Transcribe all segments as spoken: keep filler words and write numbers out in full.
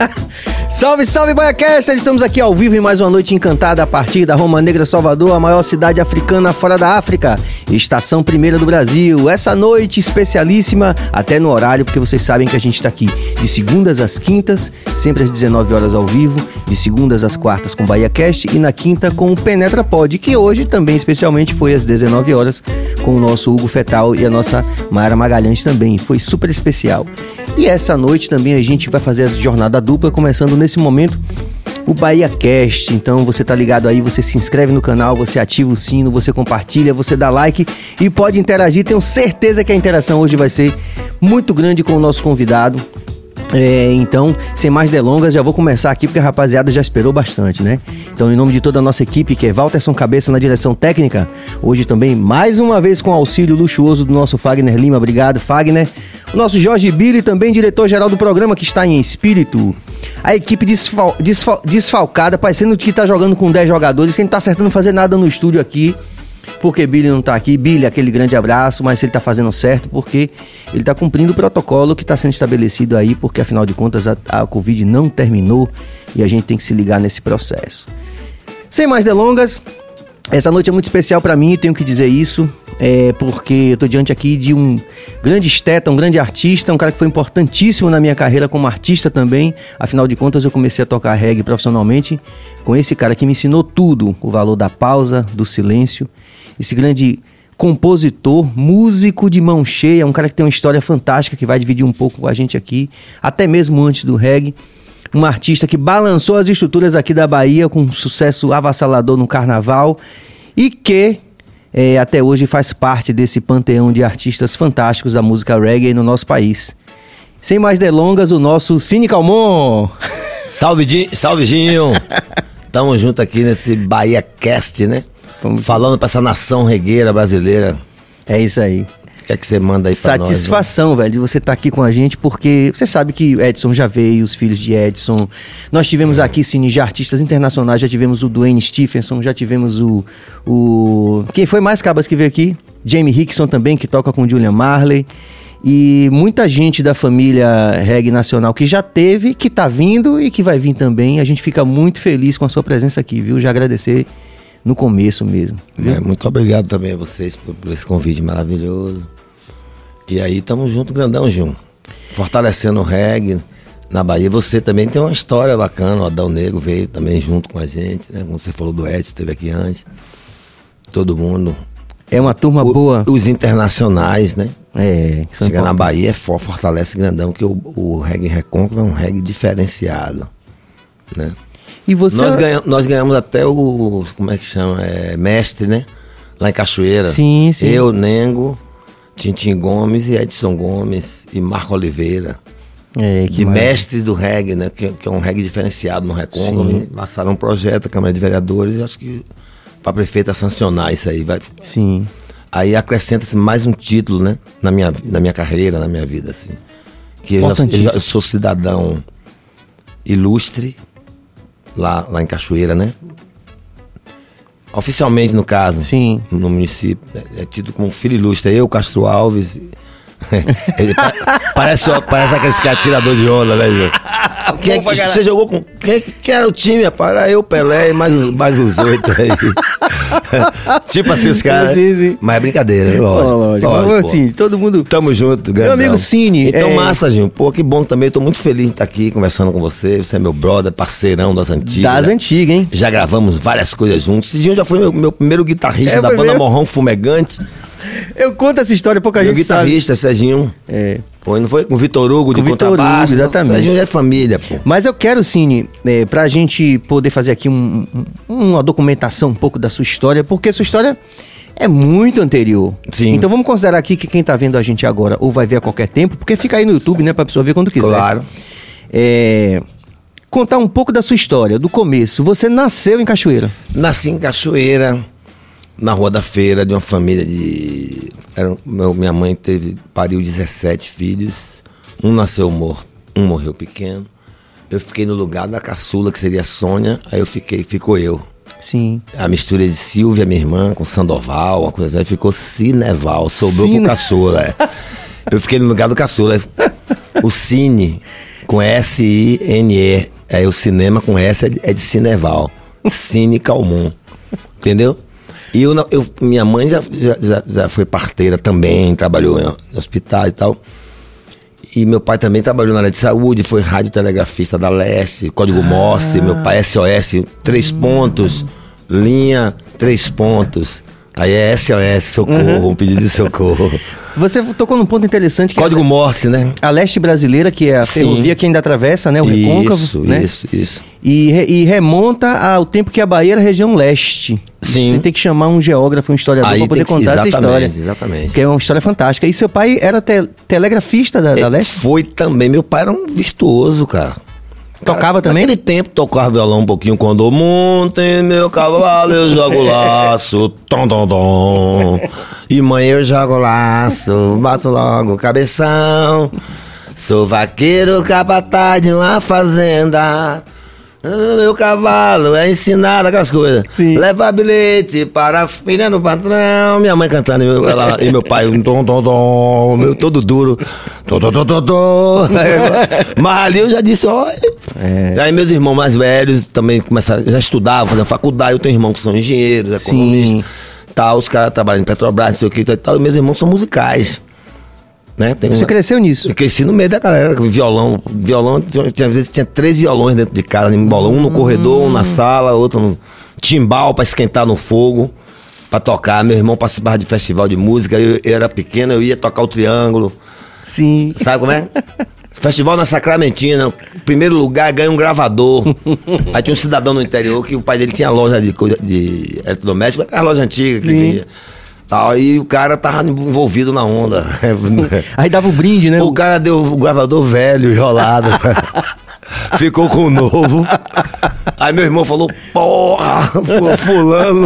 Salve, salve, BaiaCast! Estamos aqui ao vivo em mais uma noite encantada a partir da Roma Negra, Salvador, a maior cidade africana fora da África, estação primeira do Brasil. Essa noite especialíssima, até no horário, porque vocês sabem que a gente está aqui de segundas às quintas, sempre às dezenove horas ao vivo, de segundas às quartas com o BaiaCast e na quinta com o Penetra Pod, que hoje também especialmente foi às dezenove horas com o nosso Hugo Fetal e a nossa Mayara Magalhães também. Foi super especial. E essa noite também a gente vai fazer a jornada dupla, começando nesse momento o BaiaCast. Então você tá ligado aí, você se inscreve no canal, você ativa o sino, você compartilha, você dá like e pode interagir. Tenho certeza que a interação hoje vai ser muito grande com o nosso convidado. É, então, sem mais delongas, já vou começar aqui porque a rapaziada já esperou bastante, né? Então, em nome de toda a nossa equipe, que é Walterson Cabeça na direção técnica, hoje também, mais uma vez com o auxílio luxuoso do nosso Fagner Lima. Obrigado, Fagner. O nosso Jorge Billy, também diretor-geral do programa, que está em espírito. A equipe desfal- desfal- desfalcada, parecendo que está jogando com dez jogadores, que não está acertando fazer nada no estúdio aqui, porque Billy não tá aqui. Billy, aquele grande abraço, mas ele tá fazendo certo porque ele tá cumprindo o protocolo que tá sendo estabelecido aí, porque afinal de contas a, a Covid não terminou e a gente tem que se ligar nesse processo. Sem mais delongas, essa noite é muito especial pra mim, tenho que dizer isso, é porque eu tô diante aqui de um grande esteta, um grande artista, um cara que foi importantíssimo na minha carreira como artista também. Afinal de contas, eu comecei a tocar reggae profissionalmente com esse cara que me ensinou tudo, o valor da pausa, do silêncio. Esse grande compositor, músico de mão cheia, um cara que tem uma história fantástica, que vai dividir um pouco com a gente aqui, até mesmo antes do reggae. Um artista que balançou as estruturas aqui da Bahia com um sucesso avassalador no carnaval e que é, até hoje faz parte desse panteão de artistas fantásticos da música reggae no nosso país. Sem mais delongas, o nosso Cine Calmon. Salve, Dinho, salve, Ginho. Tamo junto aqui nesse BaiaCast, né? Vamos falando pra essa nação regueira brasileira. É isso aí. O que é que você manda aí pra nós? Satisfação, velho, de você estar tá aqui com a gente, porque você sabe que Edson já veio, os filhos de Edson. Nós tivemos é. aqui, Cine, de artistas internacionais, já tivemos o Dwayne Stephenson, já tivemos o... o... Quem foi mais cabas que veio aqui? Jamie Hickson também, que toca com Julian Marley. E muita gente da família reggae nacional que já teve, que tá vindo e que vai vir também. A gente fica muito feliz com a sua presença aqui, viu? Já agradecer no começo mesmo. É, muito obrigado também a vocês por, por esse convite maravilhoso. E aí, tamo junto, grandão, Gil. Fortalecendo o reggae na Bahia. Você também tem uma história bacana, o Adão Negro veio também junto com a gente, né? Como você falou do Edson, esteve aqui antes. Todo mundo. É uma turma o, boa. Os internacionais, né? É. Chegar na Bahia é for, fortalece grandão, que o, o reggae Recôncavo é um reggae diferenciado, né? E você... Nós ganhamos, nós ganhamos até o, como é que chama, é, mestre, né? Lá em Cachoeira. Sim, sim. Eu, Nengo, Tintim Gomes e Edson Gomes e Marco Oliveira. É, que de maravilha. Mestres do reggae, né? Que, que é um reggae diferenciado no Recôncavo. Passaram um projeto, a Câmara de Vereadores, e acho que para prefeita sancionar isso aí. Vai... Sim. Aí acrescenta-se mais um título, né? Na minha, na minha carreira, na minha vida, assim. Que eu, já, eu, já, eu sou cidadão ilustre, Lá, lá em Cachoeira, né? Oficialmente, no caso, sim, no município, é, é tido como filho ilustre. Eu, Castro Alves. Ele parece, parece aqueles que é atirador de onda, né, João? Quem é que, você jogou com. Quem, quem era o time? Para eu, Pelé e mais, mais uns oito aí. Tipo assim, os caras. Sim, sim. Mas é brincadeira, é, lógico. lógico. lógico sim, todo mundo. Tamo junto, grandão. Meu amigo Cine. Então, é... massa, Gil. Pô, que bom também. Tô muito feliz de estar aqui conversando com você. Você é meu brother, parceirão das antigas. Das antigas, hein? Já gravamos várias coisas juntos. Esse Gil já foi meu, meu primeiro guitarrista é, da banda mesmo? Morrão Fumegante. Eu conto essa história, pouca meu gente sabe. Meu guitarrista, Serginho. É. Pô, não foi com o Vitor Hugo, com de contrabaixo. Exatamente. Serginho já é família, pô. Mas eu quero, Cine, é, pra gente poder fazer aqui um, um, uma documentação um pouco da sua história, porque sua história é muito anterior. Sim. Então vamos considerar aqui que quem tá vendo a gente agora ou vai ver a qualquer tempo, porque fica aí no YouTube, né, pra pessoa ver quando quiser. Claro. É... Contar um pouco da sua história, do começo. Você nasceu em Cachoeira? Nasci em Cachoeira, na Rua da Feira, de uma família de... Era, meu, minha mãe teve, pariu dezessete filhos. Um nasceu morto, um morreu pequeno. Eu fiquei no lugar da caçula, que seria a Sônia. Aí eu fiquei, ficou eu. Sim. A mistura de Silvia, minha irmã, com Sandoval, uma coisa assim. Ficou Cineval, sobrou Cine... pro caçula. É. Eu fiquei no lugar do caçula. O Cine. Com S I N E. Aí o cinema com S é de, é de Cineval. Cine Calmon. Entendeu? E eu, eu, minha mãe já, já, já foi parteira também, trabalhou em hospital e tal. E meu pai também trabalhou na área de saúde, foi radiotelegrafista da Leste, Código ah. Morse, meu pai S O S, três hum. pontos, linha, três pontos. Aí é S O S, socorro, uhum. um pedido de socorro. Você tocou num ponto interessante que Código é a, Morse, né? A Leste Brasileira, que é a Sim. ferrovia que ainda atravessa, né? O isso, Recôncavo, né? Isso, isso. E, e remonta ao tempo que a Bahia era região leste. Sim. Você tem que chamar um geógrafo, um historiador para poder que, contar essa história. Exatamente. Que é uma história fantástica. E seu pai era te, telegrafista da, da Leste? Foi também. Meu pai era um virtuoso, cara. Tocava também? Naquele tempo tocava violão um pouquinho. Quando montem meu cavalo, eu jogo laço, tom, tom, tom. E mãe, eu jogo laço, bato logo cabeção. Sou vaqueiro capataz de uma fazenda. Meu cavalo é ensinado aquelas coisas. Sim. Leva bilhete para a filha do patrão. Minha mãe cantando e meu, ela, e meu pai um tom, tom, tom, meu todo duro. Tom, tom, tom, tom, tom. Mas ali eu já disse, olha. É. Aí meus irmãos mais velhos também começaram, já estudavam, faziam faculdade. Eu tenho irmãos que são engenheiros, economistas. Tal, os caras trabalham em Petrobras, não sei o que e tal. E meus irmãos são musicais. Né? Tem Você uma... cresceu nisso? Eu cresci no meio da galera, violão. Violão, tinha, às vezes tinha três violões dentro de casa, um bolão, um no corredor, um na sala, outro no timbal pra esquentar no fogo, pra tocar. Meu irmão participava de festival de música, eu, eu era pequeno, eu ia tocar o triângulo. Sim. Sabe como é? Festival na Sacramentina, primeiro lugar, ganha um gravador. Aí tinha um cidadão no interior que o pai dele tinha loja de, de eletrodoméstico, aquela loja antiga que vinha. Aí o cara tava envolvido na onda. Aí dava o brinde, né? O cara deu o gravador velho, enrolado. Ficou com o novo. Aí meu irmão falou, porra, fulano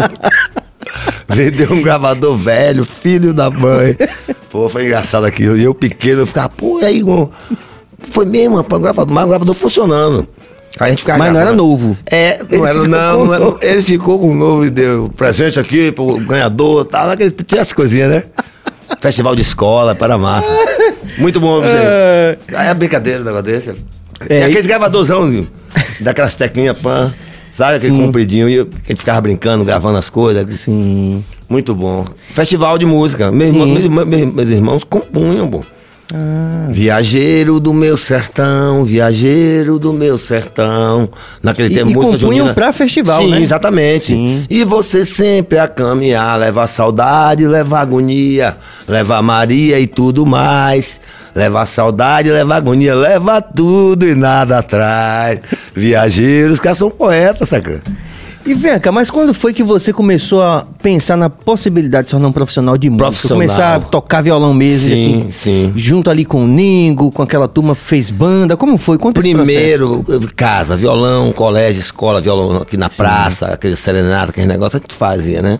vendeu um gravador velho, filho da mãe. Pô, foi engraçado aquilo. E eu pequeno, eu ficava, pô, aí, irmão. Foi mesmo, rapaz, o gravador, mas o gravador funcionando. Aí a gente ficava mas gravando. Não era novo. É, não era, não, não era, ele ficou com o novo e deu presente aqui pro ganhador, tal, aquele, tinha essas coisinhas, né? Festival de escola, para massa. Muito bom você. É... Aí é brincadeira o negócio desse. É, e aqueles gravadorzão, daquelas teclinhas pan, sabe? Aquele Sim. compridinho, e a gente ficava brincando, gravando as coisas. Sim. Muito bom. Festival de música. Meus, irmãos, meus, meus, meus irmãos compunham, pô. Ah. Viajeiro do meu sertão, viajeiro do meu sertão. Naquele tempo, e, música e compunham pra festival, Sim, né? Exatamente. Sim. E você sempre a caminhar, levar saudade, levar agonia, levar Maria e tudo mais. Levar saudade, levar agonia, leva tudo e nada atrás. Viajeiros, os caras são poetas, saca? E vem cá, mas quando foi que você começou a pensar na possibilidade de se tornar um profissional de música? Profissional. Começar a tocar violão mesmo, sim, assim, sim. junto ali com o Ningo, com aquela turma, fez banda, como foi? Conta Primeiro, casa, violão, colégio, escola, violão aqui na sim. praça, aquele serenata, aquele negócio, a gente fazia, né?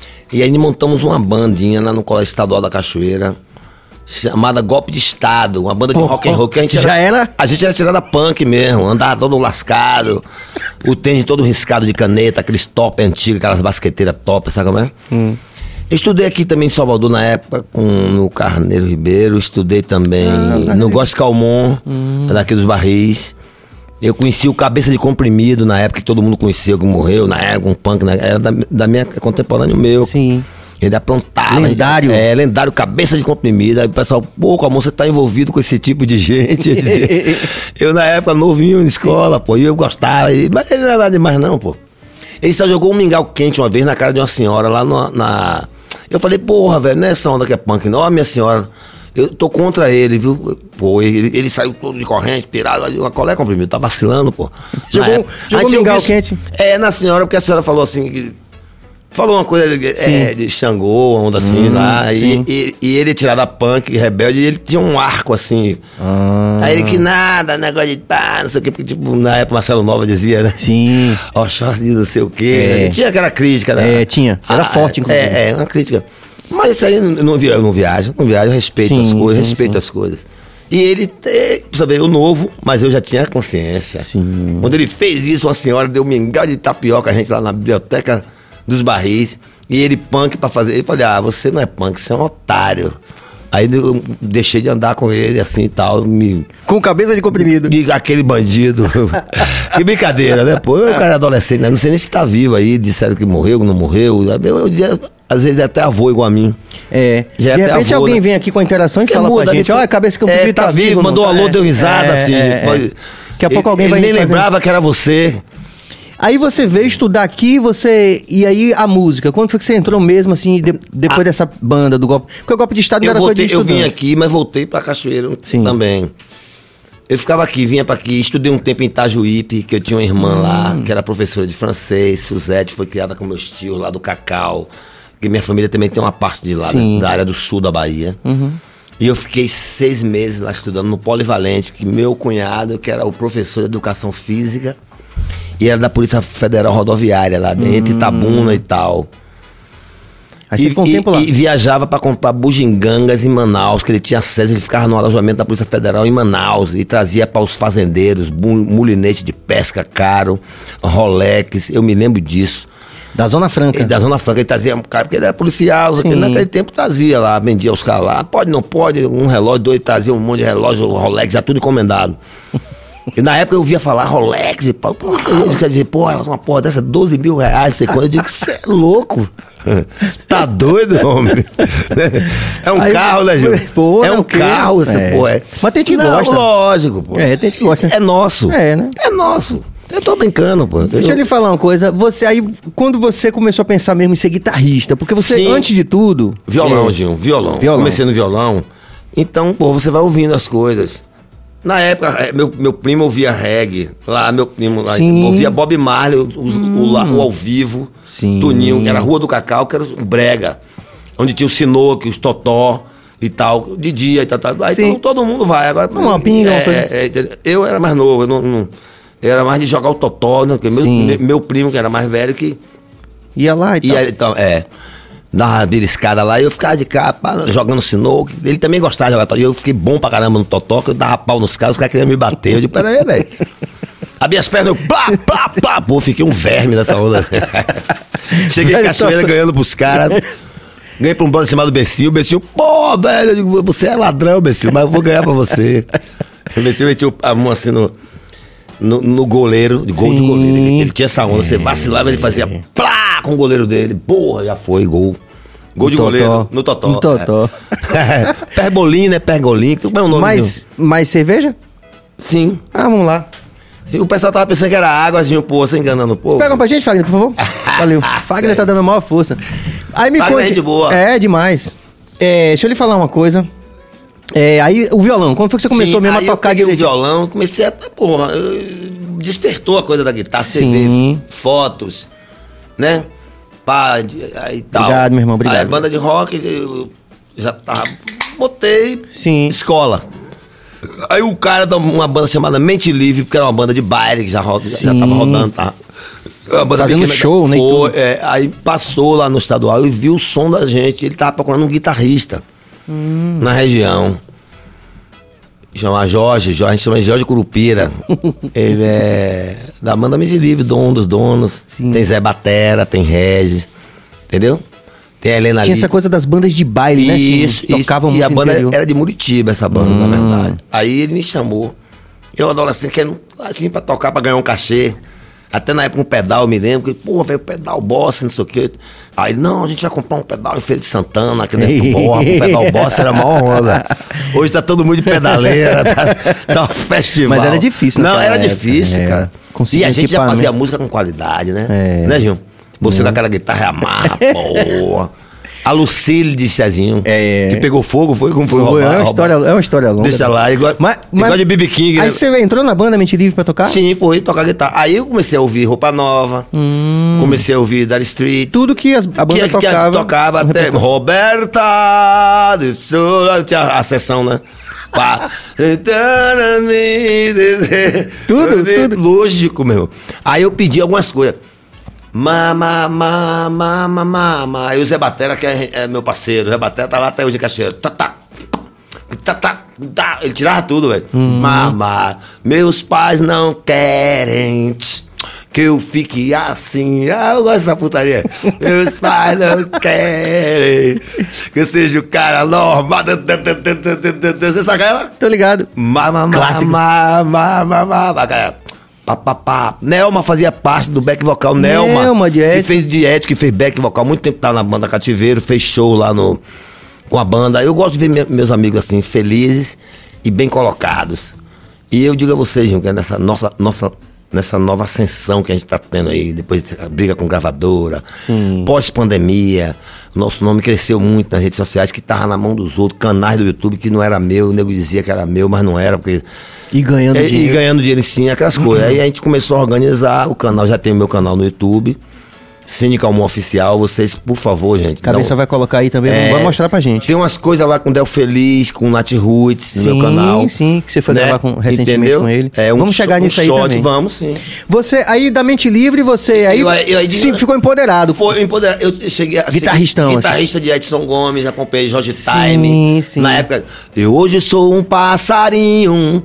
E aí montamos uma bandinha lá no Colégio Estadual da Cachoeira, chamada Golpe de Estado, uma banda de oh, rock and roll que a gente já era, era, a gente era tirada punk mesmo, andava todo lascado, o tênis todo riscado de caneta, aqueles top antigos, aquelas basqueteiras top, sabe como é? Hum. Estudei aqui também em Salvador na época, com, no Carneiro Ribeiro, estudei também ah, no Góis Calmon, hum. daqui dos Barris. Eu conheci o Cabeça de Comprimido na época que todo mundo conhecia, que morreu na época, um punk, na, era da, da minha contemporâneo meu. Sim. Ele aprontava. Lendário. É, lendário, Cabeça de Comprimida. Aí o pessoal, pô, amor, você tá envolvido com esse tipo de gente. Eu, dizia, eu na época, novinho na escola, pô, e eu gostava. E, mas ele não era nada demais, não, pô. Ele só jogou um mingau quente uma vez na cara de uma senhora lá no, na... Eu falei, porra, velho, não é essa onda que é punk, não. Ó, minha senhora, eu tô contra ele, viu? Pô, ele, ele saiu todo de corrente, pirado. A colher comprimido, tá vacilando, pô. Jogou, época, jogou um mingau quente? É, na senhora, porque a senhora falou assim... Que, falou uma coisa é, de Xangô, uma onda assim, hum, lá. E, e, e ele tirado da punk, rebelde, e ele tinha um arco assim. Ah. Aí ele que nada, negócio de pá, não sei o quê, porque tipo, na época Marcelo Nova dizia, né? Sim. Ó, chance de não sei o quê. É. Tinha aquela crítica, né? É, tinha. Era ah, forte, inclusive. É, é, uma crítica. Mas isso aí eu não, eu não viajo, não viajo, eu respeito sim, as coisas, sim, respeito sim. as coisas. E ele, é, precisa ver, o novo, mas eu já tinha consciência. Sim. Quando ele fez isso, uma senhora deu um mingau de tapioca a gente lá na biblioteca dos Barris, e ele punk pra fazer. Eu falei, ah, você não é punk, você é um otário. Aí eu deixei de andar com ele, assim e tal. Me... Com cabeça de comprimido. E aquele bandido. Que brincadeira, né? Pô, o cara é adolescente, né? Não sei nem se tá vivo aí. Disseram que morreu, não morreu. Eu, eu, às vezes é até avô igual a mim. É. Já de é repente avô, alguém né? vem aqui com a interação e Que fala muda, pra gente, ele- ó, a cabeça que eu É, tá vivo, mandou um não tá? alô, deu risada, É, assim. é, é. Pode- Daqui a pouco alguém ele vai nem fazer- lembrava que era você. Aí você veio estudar aqui, você... E aí a música, quando foi que você entrou mesmo, assim, de- depois dessa banda do golpe? Porque o golpe de Estado não Eu, era coisa de voltei, eu estudante. vim aqui, mas voltei pra Cachoeiro Sim. também. Eu ficava aqui, vinha pra aqui, estudei um tempo em Itajuípe, que eu tinha uma irmã Hum. lá, que era professora de francês, Suzete, foi criada com meus tios lá do Cacau, porque minha família também tem uma parte de lá, Sim. né, da área do sul da Bahia. Uhum. E eu fiquei seis meses lá estudando no Polivalente, que meu cunhado, que era o professor de educação física, e era da Polícia Federal Rodoviária, lá entre Itabuna e tal. Aí você E, ficou um e- tempo lá. e viajava pra comprar bugigangas em Manaus, que ele tinha acesso, ele ficava no alojamento da Polícia Federal em Manaus e trazia para os fazendeiros bu- mulinete de pesca caro, Rolex, eu me lembro disso. Da Zona Franca. E da Zona Franca, ele trazia um cara, porque ele era policial, Sim. que naquele tempo trazia lá, vendia os caras lá, pode, não pode, um relógio, dois, trazia um monte de relógio, Rolex, já tudo encomendado. E na época eu via falar Rolex e pau, pô, eu quer dizer, pô, uma porra dessa, doze mil reais, não sei quando, eu digo, você é louco? Tá doido, homem? É um Aí, carro, né, Gil? pô, é não, um que- carro, esse é. pô, é. Mas tem gente que Não, gosta. lógico, pô. É, tem gente que gosta. É nosso. É, né? É nosso. Eu tô brincando, pô. Deixa eu lhe falar uma coisa, você aí, quando você começou a pensar mesmo em ser guitarrista, porque você, Sim. antes de tudo... Violão, é, Gil, violão. Violão. Comecei no violão. Então, pô, você vai ouvindo as coisas. Na época, é, meu, meu primo ouvia reggae. Lá, meu primo lá, Sim. ouvia Bob Marley, o, o, o, lá- o ao vivo, Sim. Toninho, que era a Rua do Cacau, que era o Brega. Onde tinha o Sinoque, os Totó e tal, de dia e tal. tal. Aí Sim. então, todo mundo vai. Agora, Uma pinga, uma é, coisa. é, é, eu era mais novo, eu não, não- eu era mais de jogar o Totó, né? Porque meu, Sim. meu, meu primo, que era mais velho, que Ia lá e e tal. aí, então, é. Dava uma beliscada lá e eu ficava de cá, pá, jogando sinuca. Ele também gostava de jogar totó. E eu fiquei bom pra caramba no totó, que eu dava pau nos caras, os caras queriam me bater. Eu digo, peraí, velho. Abri as pernas, eu plá, plá, plá. Pô, fiquei um verme nessa onda. Cheguei em Cachoeira ganhando pros caras. Ganhei pra um bando chamado Becil. Becil, pô, velho, eu digo, você é ladrão, Becil, mas eu vou ganhar pra você. O Becil metiu a mão assim no, no, no goleiro, de gol de Sim. goleiro. Ele, ele tinha essa onda, você vacilava, ele fazia plá com o goleiro dele. Porra, já foi, gol. Gol No de totó. goleiro, no totó. No totó. É. Perbolim, né? Pergolim, como é o nome? Mas, mas cerveja? Sim. Ah, vamos lá. Sim. O pessoal tava pensando que era água, assim, pô, você enganando o povo. Pega um pra gente, Fagner, por favor. Valeu. Fagner tá dando a maior força. Aí me Fagner conte... é de boa. É, demais. É, deixa eu lhe falar uma coisa. É, aí, o violão, quando foi que você começou Sim, mesmo a aí tocar eu peguei o direitinho? violão, comecei a. Porra, eu- despertou a coisa da guitarra. Você Sim. vê fotos, né? Pá, de- aí tal. Obrigado, meu irmão, obrigado. Aí, banda de rock, eu já tava. Botei. Sim. Escola. Aí o cara de uma banda chamada Mente Livre, porque era uma banda de baile que já, roda, já Sim. tava rodando, tá? Uma banda Fazendo pequena, show, né, e Foi, tudo. é, aí passou lá no estadual e viu o som da gente. Ele tava procurando um guitarrista Hum. na região. Chama Jorge, Jorge, a gente chama de Jorge Curupira. Ele é da banda Mente Livre, dono dos donos. Sim. Tem Zé Batera, tem Regis, entendeu? Tem a Helena Tinha Lee. essa coisa das bandas de baile, né? assim, Isso, que tocavam isso. muito E a no banda interior. era de Muritiba, essa banda, Hum. na verdade. Aí ele me chamou. Eu adolescente querendo, assim, pra tocar, pra ganhar um cachê. Até na época um pedal, eu me lembro, que, pô, velho, pedal bossa, não sei o quê. Aí, não, a gente vai comprar um pedal em Feira de Santana, aquele porra, um pedal bossa era a maior onda. Hoje tá todo mundo de pedaleira, tá, tá um festival. Mas era difícil Não, naquela era época, difícil, é. cara. Conseguir E a gente já equipamento. fazia música com qualidade, né? É. Né, Gil? Você com aquela guitarra amarra, porra. A Lucille de Cezinho, É. que pegou fogo, foi como foi Foi, roubar, é, uma roubar. história, é uma história longa. Deixa lá, igual, Mas- igual mas- de B B King. Aí né? você entrou na banda Mente Livre pra tocar? Sim, foi tocar guitarra. Aí eu comecei a ouvir Roupa Nova, comecei a ouvir Dar Street. Tudo que as- a banda que, tocava. Que tocava no até repertório. Roberta de Souza, tinha a sessão, né? Pá. Tudo, tudo. Lógico, meu. Aí eu pedi algumas coisas. Mama, mama, mama, mama. Aí o Zé Batera, que é, é meu parceiro, o Zé Batera tá lá até hoje em Cachoeira. Tá, tá. Tá, tá, tá. Ele tirava tudo, velho. Uhum. Mama, meus pais não querem. tch, que eu fique assim. Ah, eu gosto dessa putaria. Meus pais não querem que eu seja o cara normal. Você sabe ela? Tô ligado. Clássico. Pá, pá, pá. Nelma fazia parte do back vocal. Nelma, Nelma de Edson. que fez de Edson, que fez back vocal. Muito tempo tava na banda Cativeiro, fez show lá no, com a banda. Eu gosto de ver me, meus amigos assim, felizes e bem colocados. E eu digo a vocês, Júnior, que nessa nossa, nossa, nessa nova ascensão que a gente tá tendo aí, depois da briga com gravadora, pós-pandemia, nosso nome cresceu muito nas redes sociais, que tava na mão dos outros, canais do YouTube que não era meu, o nego dizia que era meu, mas não era, porque... E ganhando e, dinheiro. E ganhando dinheiro sim, aquelas coisas. Aí a gente começou a organizar o canal, já tem o meu canal no YouTube, Cine Calmon Oficial. Vocês, por favor, gente. Cabeça não, vai colocar aí também, é, vai mostrar pra gente. Tem umas coisas lá com o Del Feliz, com o Nath Roots no sim, meu canal. Sim, sim, que você foi né? gravar com, recentemente Entendeu? com ele. É, um vamos chegar shot, nisso um aí shot, também. Vamos sim. Você, aí da Mente Livre, você aí Eu- eu- eu- sim, ficou empoderado. Foi empoderado. Eu cheguei a ser Guitarristão, guitarrista de Edson Gomes, acompanhei Jorge Sim, Time. sim. Na época, eu hoje sou um passarinho.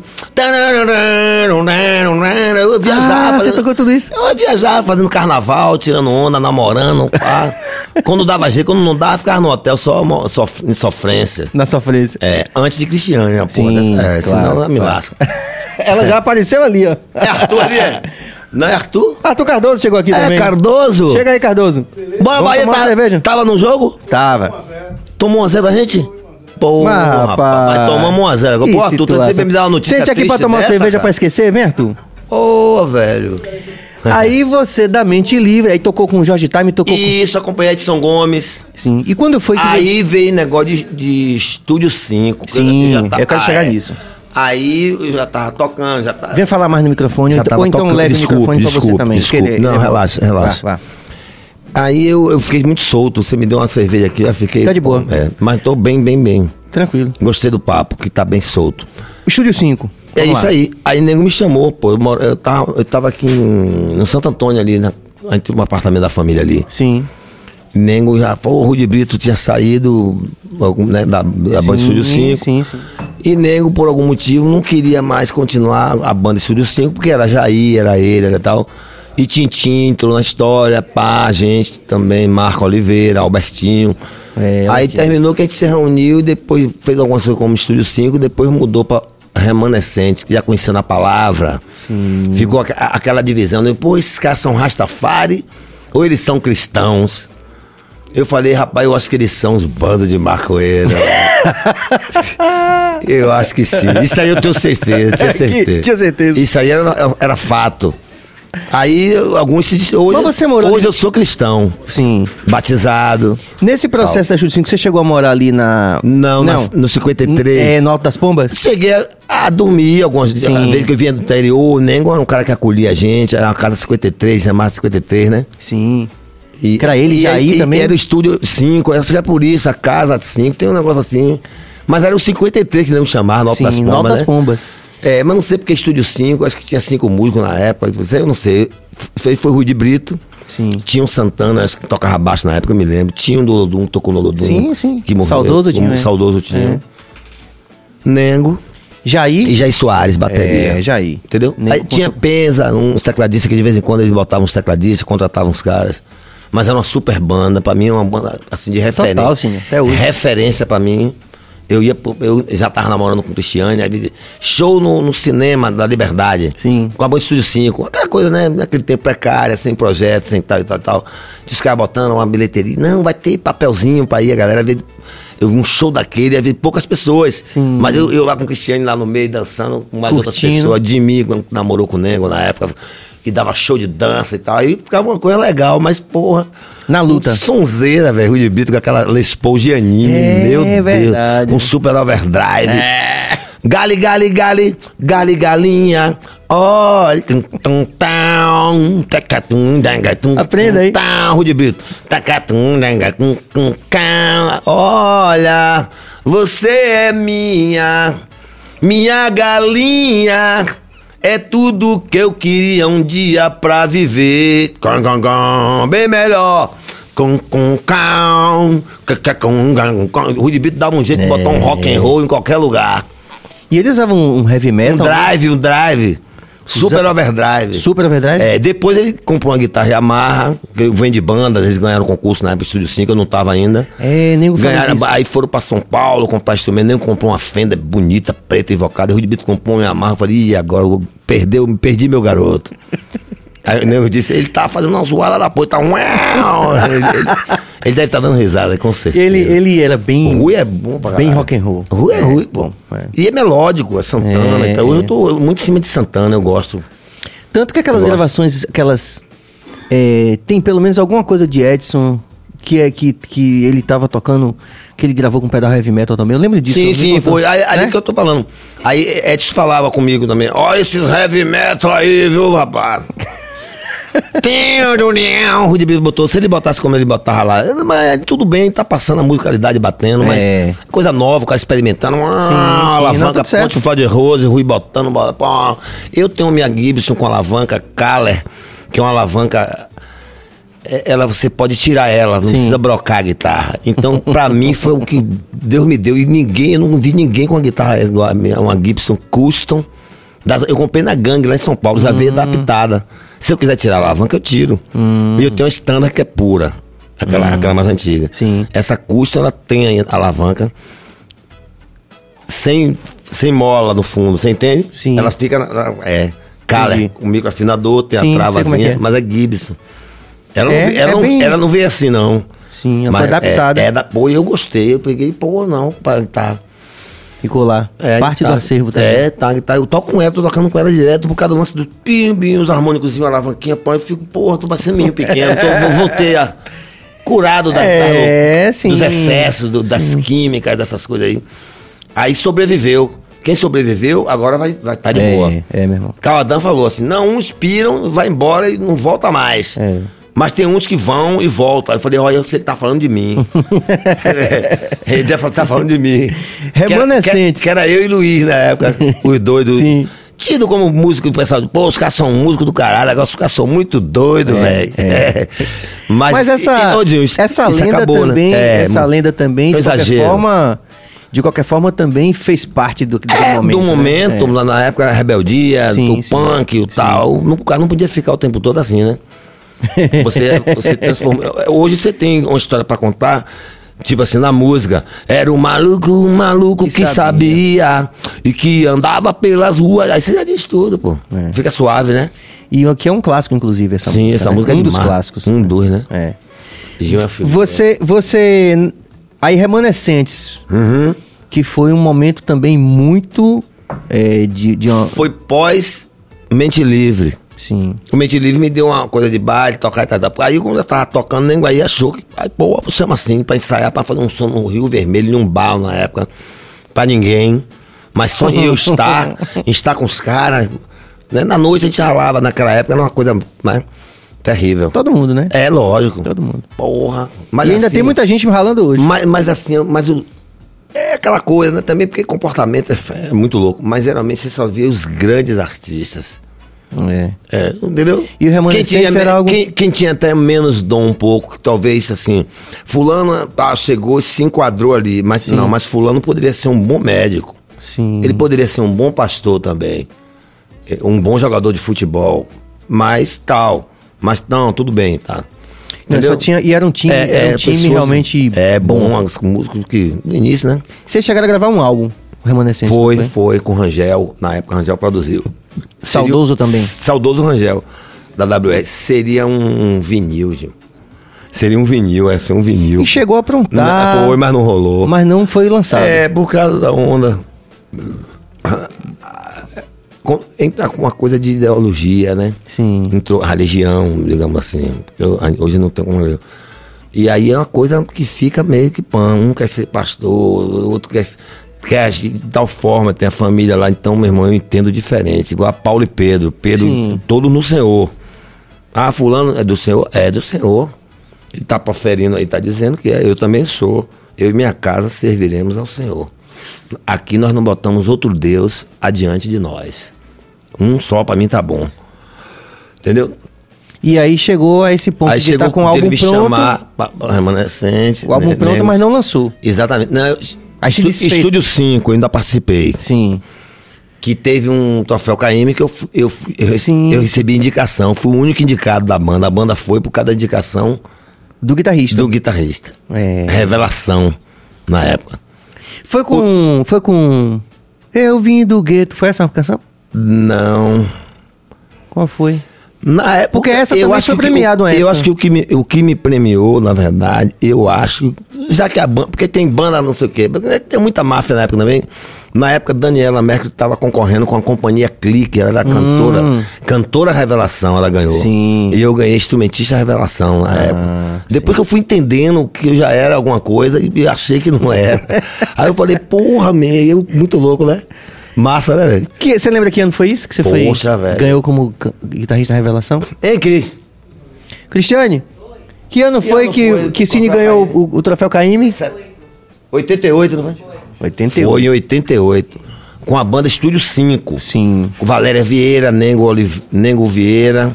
Eu viajava. Ah, você fazendo- tocou tudo isso? Eu viajava fazendo carnaval, tirando onda, namorando. Pá. Quando dava jeito, quando não dava, ficava no hotel só, mo- só em sofrência. Na sofrência. É, antes de Cristiane, a Sim, porra. É, claro, senão ela me claro. lasca. Ela já apareceu ali, ó. É Arthur ali, é? Não é Arthur? Arthur Cardoso chegou aqui É também. Cardoso? Chega aí, Cardoso. Bora, Vamos Bahia, tomar uma tá, cerveja? tava no jogo? Tava. Tomou um a zero da gente? Pô, Ah, rapaz, mas tomamos um a zero. Que Pô, Arthur, tu situação. sempre me dá uma notícia Sente aqui pra triste tomar uma dessa, cerveja cara. pra esquecer, vem, Arthur. Ô, velho. Aí você, da Mente Livre, aí tocou com o Jorge Time, tocou Isso, acompanhei Edson Gomes. com... Sim. E quando foi que... Aí veio negócio de, de Estúdio cinco. que Sim, já eu quero chegar é. nisso. Aí eu já tava tocando, já tava... Vem falar mais no microfone, Já ou, tava ou então tocando. leve Desculpe, o microfone pra você desculpe, também. desculpe. que ele- Não, ele- relaxa, relaxa. Vá, vá. Aí eu, eu fiquei muito solto. Você me deu uma cerveja aqui, já fiquei... Tá de boa. É, mas tô bem, bem, bem. Tranquilo. Gostei do papo, que tá bem solto. Estúdio cinco. É Vamos isso lá. aí. Aí o nego me chamou, pô. Eu, moro, eu, tava, eu tava aqui em, no Santo Antônio ali, na, a gente tinha um apartamento da família ali. Sim. Nego já, pô, o Rudy Brito tinha saído algum, né, da, da banda Estúdio cinco. Sim, sim. E Nego, por algum motivo, não queria mais continuar a banda Estúdio cinco, porque era Jair, era ele, era tal. E Tintim entrou na história, pá, a gente também, Marco Oliveira, Albertinho. É, Aí Albertinho. terminou que a gente se reuniu e depois fez algumas coisas como Estúdio cinco, depois mudou pra Remanescentes, que já conhecendo a palavra. Sim. Ficou aqua- aquela divisão, né? Pô, esses caras são Rastafari ou eles são cristãos? Eu falei, rapaz, eu acho que eles são os bandos de maconheiro. Eu acho que sim. Isso aí eu tenho certeza, tinha certeza. Tinha certeza. Isso aí era, era fato. Aí alguns se dizem, hoje, Mas você morou hoje ali- eu sou cristão, Sim. batizado. Nesse processo da Estúdio cinco, você chegou a morar ali na... Não, na- no cinquenta e três. É, no Alto das Pombas? Cheguei a, a dormir algumas Sim. vezes que eu vinha do interior, o Nengo era um cara que acolhia a gente, era uma casa cinquenta e três, chamava cinquenta e três, né? Sim. E, Que era ele e Jair e- também? Era o estúdio cinco, acho que é por isso, a casa cinco, tem um negócio assim. Mas era o cinquenta e três que não chamava, no Alto Sim, das no Pombas, Alto das né? Pombas. É, mas não sei porque estúdio cinco, acho que tinha cinco músicos na época, eu não sei. Foi, foi o Rui de Brito. Sim. Tinha um Santana, acho que tocava baixo na época, eu me lembro. Tinha um do Lodum, tocou no Lodum. Sim, sim. Que morreu. Saudoso tinha, Um né? saudoso tinha. Nengo. Jair? E Jair Soares, bateria. É, Jair. Entendeu? Nego Aí tinha contou- Penza, uns tecladistas que de vez em quando eles botavam uns tecladistas, contratavam uns caras. Mas era uma super banda, pra mim é uma banda assim de referência. Total, sim, até hoje. Referência pra mim. Eu ia, pro- eu já tava namorando com o Cristiane, aí show no, no cinema da Liberdade. Sim. Com a banda Estúdio cinco. Aquela coisa, né? Naquele tempo precária, sem projeto, sem tal e tal e tal. Os caras botando uma bilheteria. Não, vai ter papelzinho pra ir, a galera ver. Eu vi um show daquele, ia ver poucas pessoas. Sim. Mas eu, eu lá com o Cristiane lá no meio, dançando com mais outras Curtindo. pessoas. De mim, quando namorou com o Nego na época, e dava show de dança e tal. Aí ficava uma coisa legal, mas porra. Na luta. Sonzeira, velho, Rui de Brito com aquela Les Paul Giannini, É, meu Deus. verdade. Com super overdrive. É. Gali, gali, gali, gali, galinha. Olha. tum, tum, tão, tacatum, danga, tum, Aprenda aí. tum, tão, Rui de Brito. Tacatum, danga, tum, tum, cão. Olha, você é minha, minha galinha. É tudo que eu queria um dia pra viver. Com, com, com, bem melhor. Com, com, com, com, com, com. O Rui de Brito dava um jeito de botar um rock and roll em qualquer lugar. E eles usavam um heavy Um metal. drive, um drive. Super Exa- Overdrive. Super Overdrive? É, depois ele comprou uma guitarra Yamaha, que vem de banda, eles ganharam concurso na época, Estúdio cinco, eu não tava ainda. É, nego ganharam, aí foram pra São Paulo comprar instrumento, nego comprou uma Fender bonita, preta, invocada. O Rui de Brito comprou uma Yamaha, eu falei, ih, agora eu perdeu, perdi meu garoto. Aí o nego disse, ele tá fazendo uma zoada da porra, tá um... ele, ele, ele deve estar tá dando risada, com certeza. Ele, ele era bem... O Rui é bom pra Bem rock and roll. O Rui é, é Rui, pô. É. E é melódico, é Santana. É, então é. eu tô muito em cima de Santana, eu gosto. Tanto que aquelas gravações, aquelas... É, tem pelo menos alguma coisa de Edson... Que é que, que ele tava tocando, que ele gravou com pedal heavy metal também. Eu lembro disso. Sim, sim, foi. Aí, ali é? que eu tô falando. Aí Edson falava comigo também. Ó, esses heavy metal aí, viu, rapaz? Tem o Rui de Brito botou. Se ele botasse como ele botava lá, mas tudo bem, tá passando a musicalidade batendo, mas é. coisa nova, o cara experimentando. Ah, sim, sim, alavanca, ponte, Floyd Rose, Rui botando bola. Pô. Eu tenho minha Gibson com alavanca Kahler, que é uma alavanca. Ela, você pode tirar ela, não Sim. precisa brocar a guitarra. Então, pra mim, foi o que Deus me deu. E ninguém, eu não vi ninguém com uma guitarra igual a minha, uma Gibson Custom. Das, eu comprei na Gangue, lá em São Paulo, já hum. veio adaptada. Se eu quiser tirar a alavanca, eu tiro. Hum. E eu tenho uma Standard que é pura, aquela, hum. aquela mais antiga. Sim. Essa Custom, ela tem a alavanca sem, sem mola no fundo, você entende? Sim. Ela fica, na, é, Kahler, o microafinador, tem Sim, a travazinha, é é. mas é Gibson. Ela, é, não, ela, é não, bem... ela não veio assim, não. Sim, ela mas foi adaptada. É, é da, pô, eu gostei, eu peguei, pô, não, tá. Ficou lá. É, Parte tá, do acervo também. É, tá, tá. Eu toco com ela, tô tocando com ela direto, por causa do lance do pim, pim, os harmônicos, uma alavanquinha, pô, eu fico, porra, tô parecendo menino pequeno, tô, voltei a, curado da, é, da, sim, dos excessos, do, das químicas, dessas coisas aí. Aí sobreviveu. Quem sobreviveu, agora vai estar vai tá de é, boa. É, meu irmão. Calvadão falou assim, não, uns piram, vai embora e não volta mais. É. Mas tem uns que vão e voltam. Aí eu falei, olha, ele tá falando de mim. Ele deve estar falando de mim. Remanescentes. Que, que era eu e Luiz na época, os doidos. Sim. Tido como músico do pessoal, pô, os caras são músicos do caralho, agora os caras são muito doidos, é, velho. É. É. Mas, Mas essa, e, e, isso, essa isso lenda acabou, também, né? essa é, lenda também, de qualquer exagero. forma... De qualquer forma, também fez parte do, do é, momento. Do momento, né? lá na época, a rebeldia, sim, do sim, punk, o tal. Sim. O cara não podia ficar o tempo todo assim, né? Você, você transforma. Hoje você tem uma história pra contar, tipo assim, na música. Era um maluco, um maluco que, que sabia. sabia e que andava pelas ruas. Aí você já diz tudo, pô. É. Fica suave, né? E aqui é um clássico, inclusive, essa Sim, música. essa né? música um é um dos clássicos. Um dos, né? É. é você, você. Aí, Remanescentes. Uhum. Que foi um momento também muito é, de, de uma... Foi pós Mente Livre. Sim. O Mente Livre me deu uma coisa de baile, tocar e tal. Aí quando eu tava tocando, nem aí achou que, aí, pô, chama assim, pra ensaiar, pra fazer um som no Rio Vermelho, num bar na época, pra ninguém. Mas sonhei eu estar, estar com os caras. Né? Na noite a gente ralava, naquela época era uma coisa mais terrível. Todo mundo, né? É, lógico. Todo mundo. Porra. Mas e ainda assim, tem muita gente ralando hoje. Mas, mas assim, mas o... É aquela coisa, né? Também porque comportamento é, é muito louco. Mas geralmente você só vê os grandes artistas. É. É, entendeu? E o Remanescentes era algo... Quem, quem tinha até menos dom um pouco, talvez assim, fulano tá, chegou e se enquadrou ali. Mas Sim. não, mas fulano poderia ser um bom médico. Sim. Ele poderia ser um bom pastor também. Um bom jogador de futebol. Mas tal. Mas não, tudo bem, tá? Não, só tinha, e era um time, é, era um time pessoas, realmente é bom, os músicos que no início, né? Vocês chegaram a gravar um álbum, o Remanescentes? Foi, foi, foi com o Rangel, na época o Rangel produziu. Saudoso Seria, também. Saudoso Rangel, da W S. Seria um vinil, Gil. Seria um vinil, é ser um vinil. E chegou a aprontar. Não, foi, mas não rolou. Mas não foi lançado. É, por causa da onda. Entra com uma coisa de ideologia, né? Sim. Entrou a religião, digamos assim. Eu, hoje não tenho como ler. E aí é uma coisa que fica meio que pã. Um quer ser pastor, o outro quer, quer agir de tal forma, tem a família lá. Então, meu irmão, eu entendo diferente. Igual a Paulo e Pedro. Pedro, Sim. todo no Senhor. Ah, fulano é do Senhor? É do Senhor. Ele tá proferindo aí, tá dizendo que é. Eu também sou. Eu e minha casa serviremos ao Senhor. Aqui nós não botamos outro Deus adiante de nós. Um só pra mim tá bom. Entendeu? E aí chegou a esse ponto aí de estar tá com o álbum me pronto. chamar pra, pra Remanescente. O álbum né, pronto, né? Mas não lançou. Exatamente. Não, eu, aí estu, Estúdio cinco, eu ainda participei. Sim. que teve um troféu K M que eu, eu, eu, eu recebi indicação. Fui o único indicado da banda. A banda foi por causa da indicação do guitarrista. Do guitarrista. É. Revelação, na época. Foi com... O... Foi com... Eu vim do gueto. Foi essa uma canção? Não. Qual foi? Na época, porque essa eu também acho foi que, premiado, eu, eu acho que o que, me, o que me premiou, na verdade, eu acho, já que a banda, porque tem banda não sei o quê, tem muita máfia na época também. Na época, Daniela Mercury estava concorrendo com a companhia Clique, ela era cantora, hum. cantora Revelação, ela ganhou. Sim. E eu ganhei instrumentista Revelação na ah, época. Depois sim. que eu fui entendendo que eu já era alguma coisa e achei que não era. Aí eu falei, porra, meio, muito louco, né? Massa, né, velho? Você lembra que ano foi isso que você foi? Poxa, velho. Ganhou como guitarrista Revelação? Ei, Cris. Cristiane, que ano que foi ano que, foi, que Cine ganhou o, o troféu K M? oitenta e oito, não foi? oitenta e oito. Foi em oitenta e oito. Com a banda Estúdio cinco. Sim. Com Valéria Vieira, Nengo, Olive... Nengo Vieira,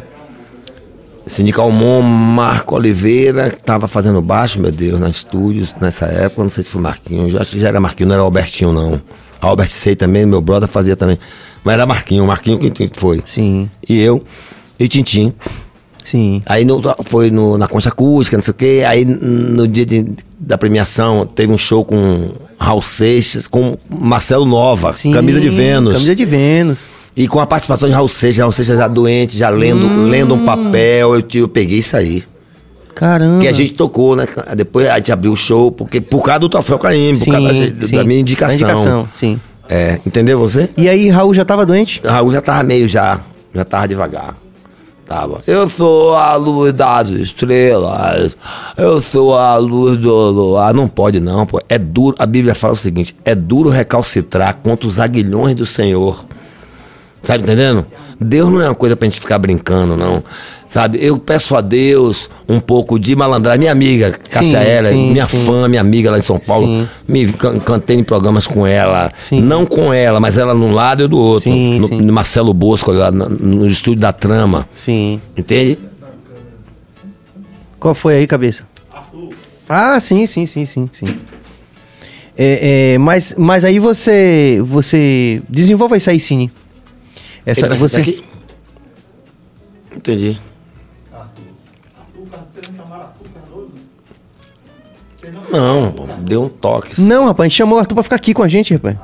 Cine Calmon, Marco Oliveira, que tava fazendo baixo, meu Deus, na estúdios nessa época. Não sei se foi Marquinhos. Eu acho que já era Marquinhos, não era Albertinho, não. Albert Sei também, meu brother fazia também. Mas era Marquinho, Marquinho que foi. Sim. E eu, e Tintim. Sim. Aí no, foi no, na Concha Acústica, não sei o quê. Aí no dia de, da premiação teve um show com Raul Seixas, com Marcelo Nova, Sim, Camisa de Vênus. Camisa de Vênus. E com a participação de Raul Seixas, Raul Seixas já doente, já lendo, hum. lendo um papel. Eu, eu peguei isso aí. Caramba. Que a gente tocou, né? Depois a gente abriu o show, porque, por causa do troféu K M, por sim, causa da, da minha indicação. Da indicação, sim. É, entendeu você? E aí, Raul já tava doente? Raul já tava meio já, já tava devagar. Tava. Eu sou a luz das estrelas, eu sou a luz do luar. Não pode não, pô. É duro, a Bíblia fala o seguinte, é duro recalcitrar contra os aguilhões do Senhor. Sabe, entendendo? Deus não é uma coisa pra gente ficar brincando, não. Sabe, eu peço a Deus um pouco de malandragem. Minha amiga, Cássia Heller, minha sim. fã, minha amiga lá em São Paulo, sim. me can, cantei em programas com ela, sim. não com ela, mas ela num lado e eu do outro. Sim, no, sim. no Marcelo Bosco, lá no, no estúdio da Trama. Sim. Entende? Qual foi aí, cabeça? Arthur. Ah, sim, sim, sim, sim, sim. É, é, mas, mas aí você, você desenvolva isso aí, Cine. Essa, você... aqui? Entendi. Não, deu um toque. Não, rapaz, a gente chamou o Arthur pra ficar aqui com a gente, rapaz.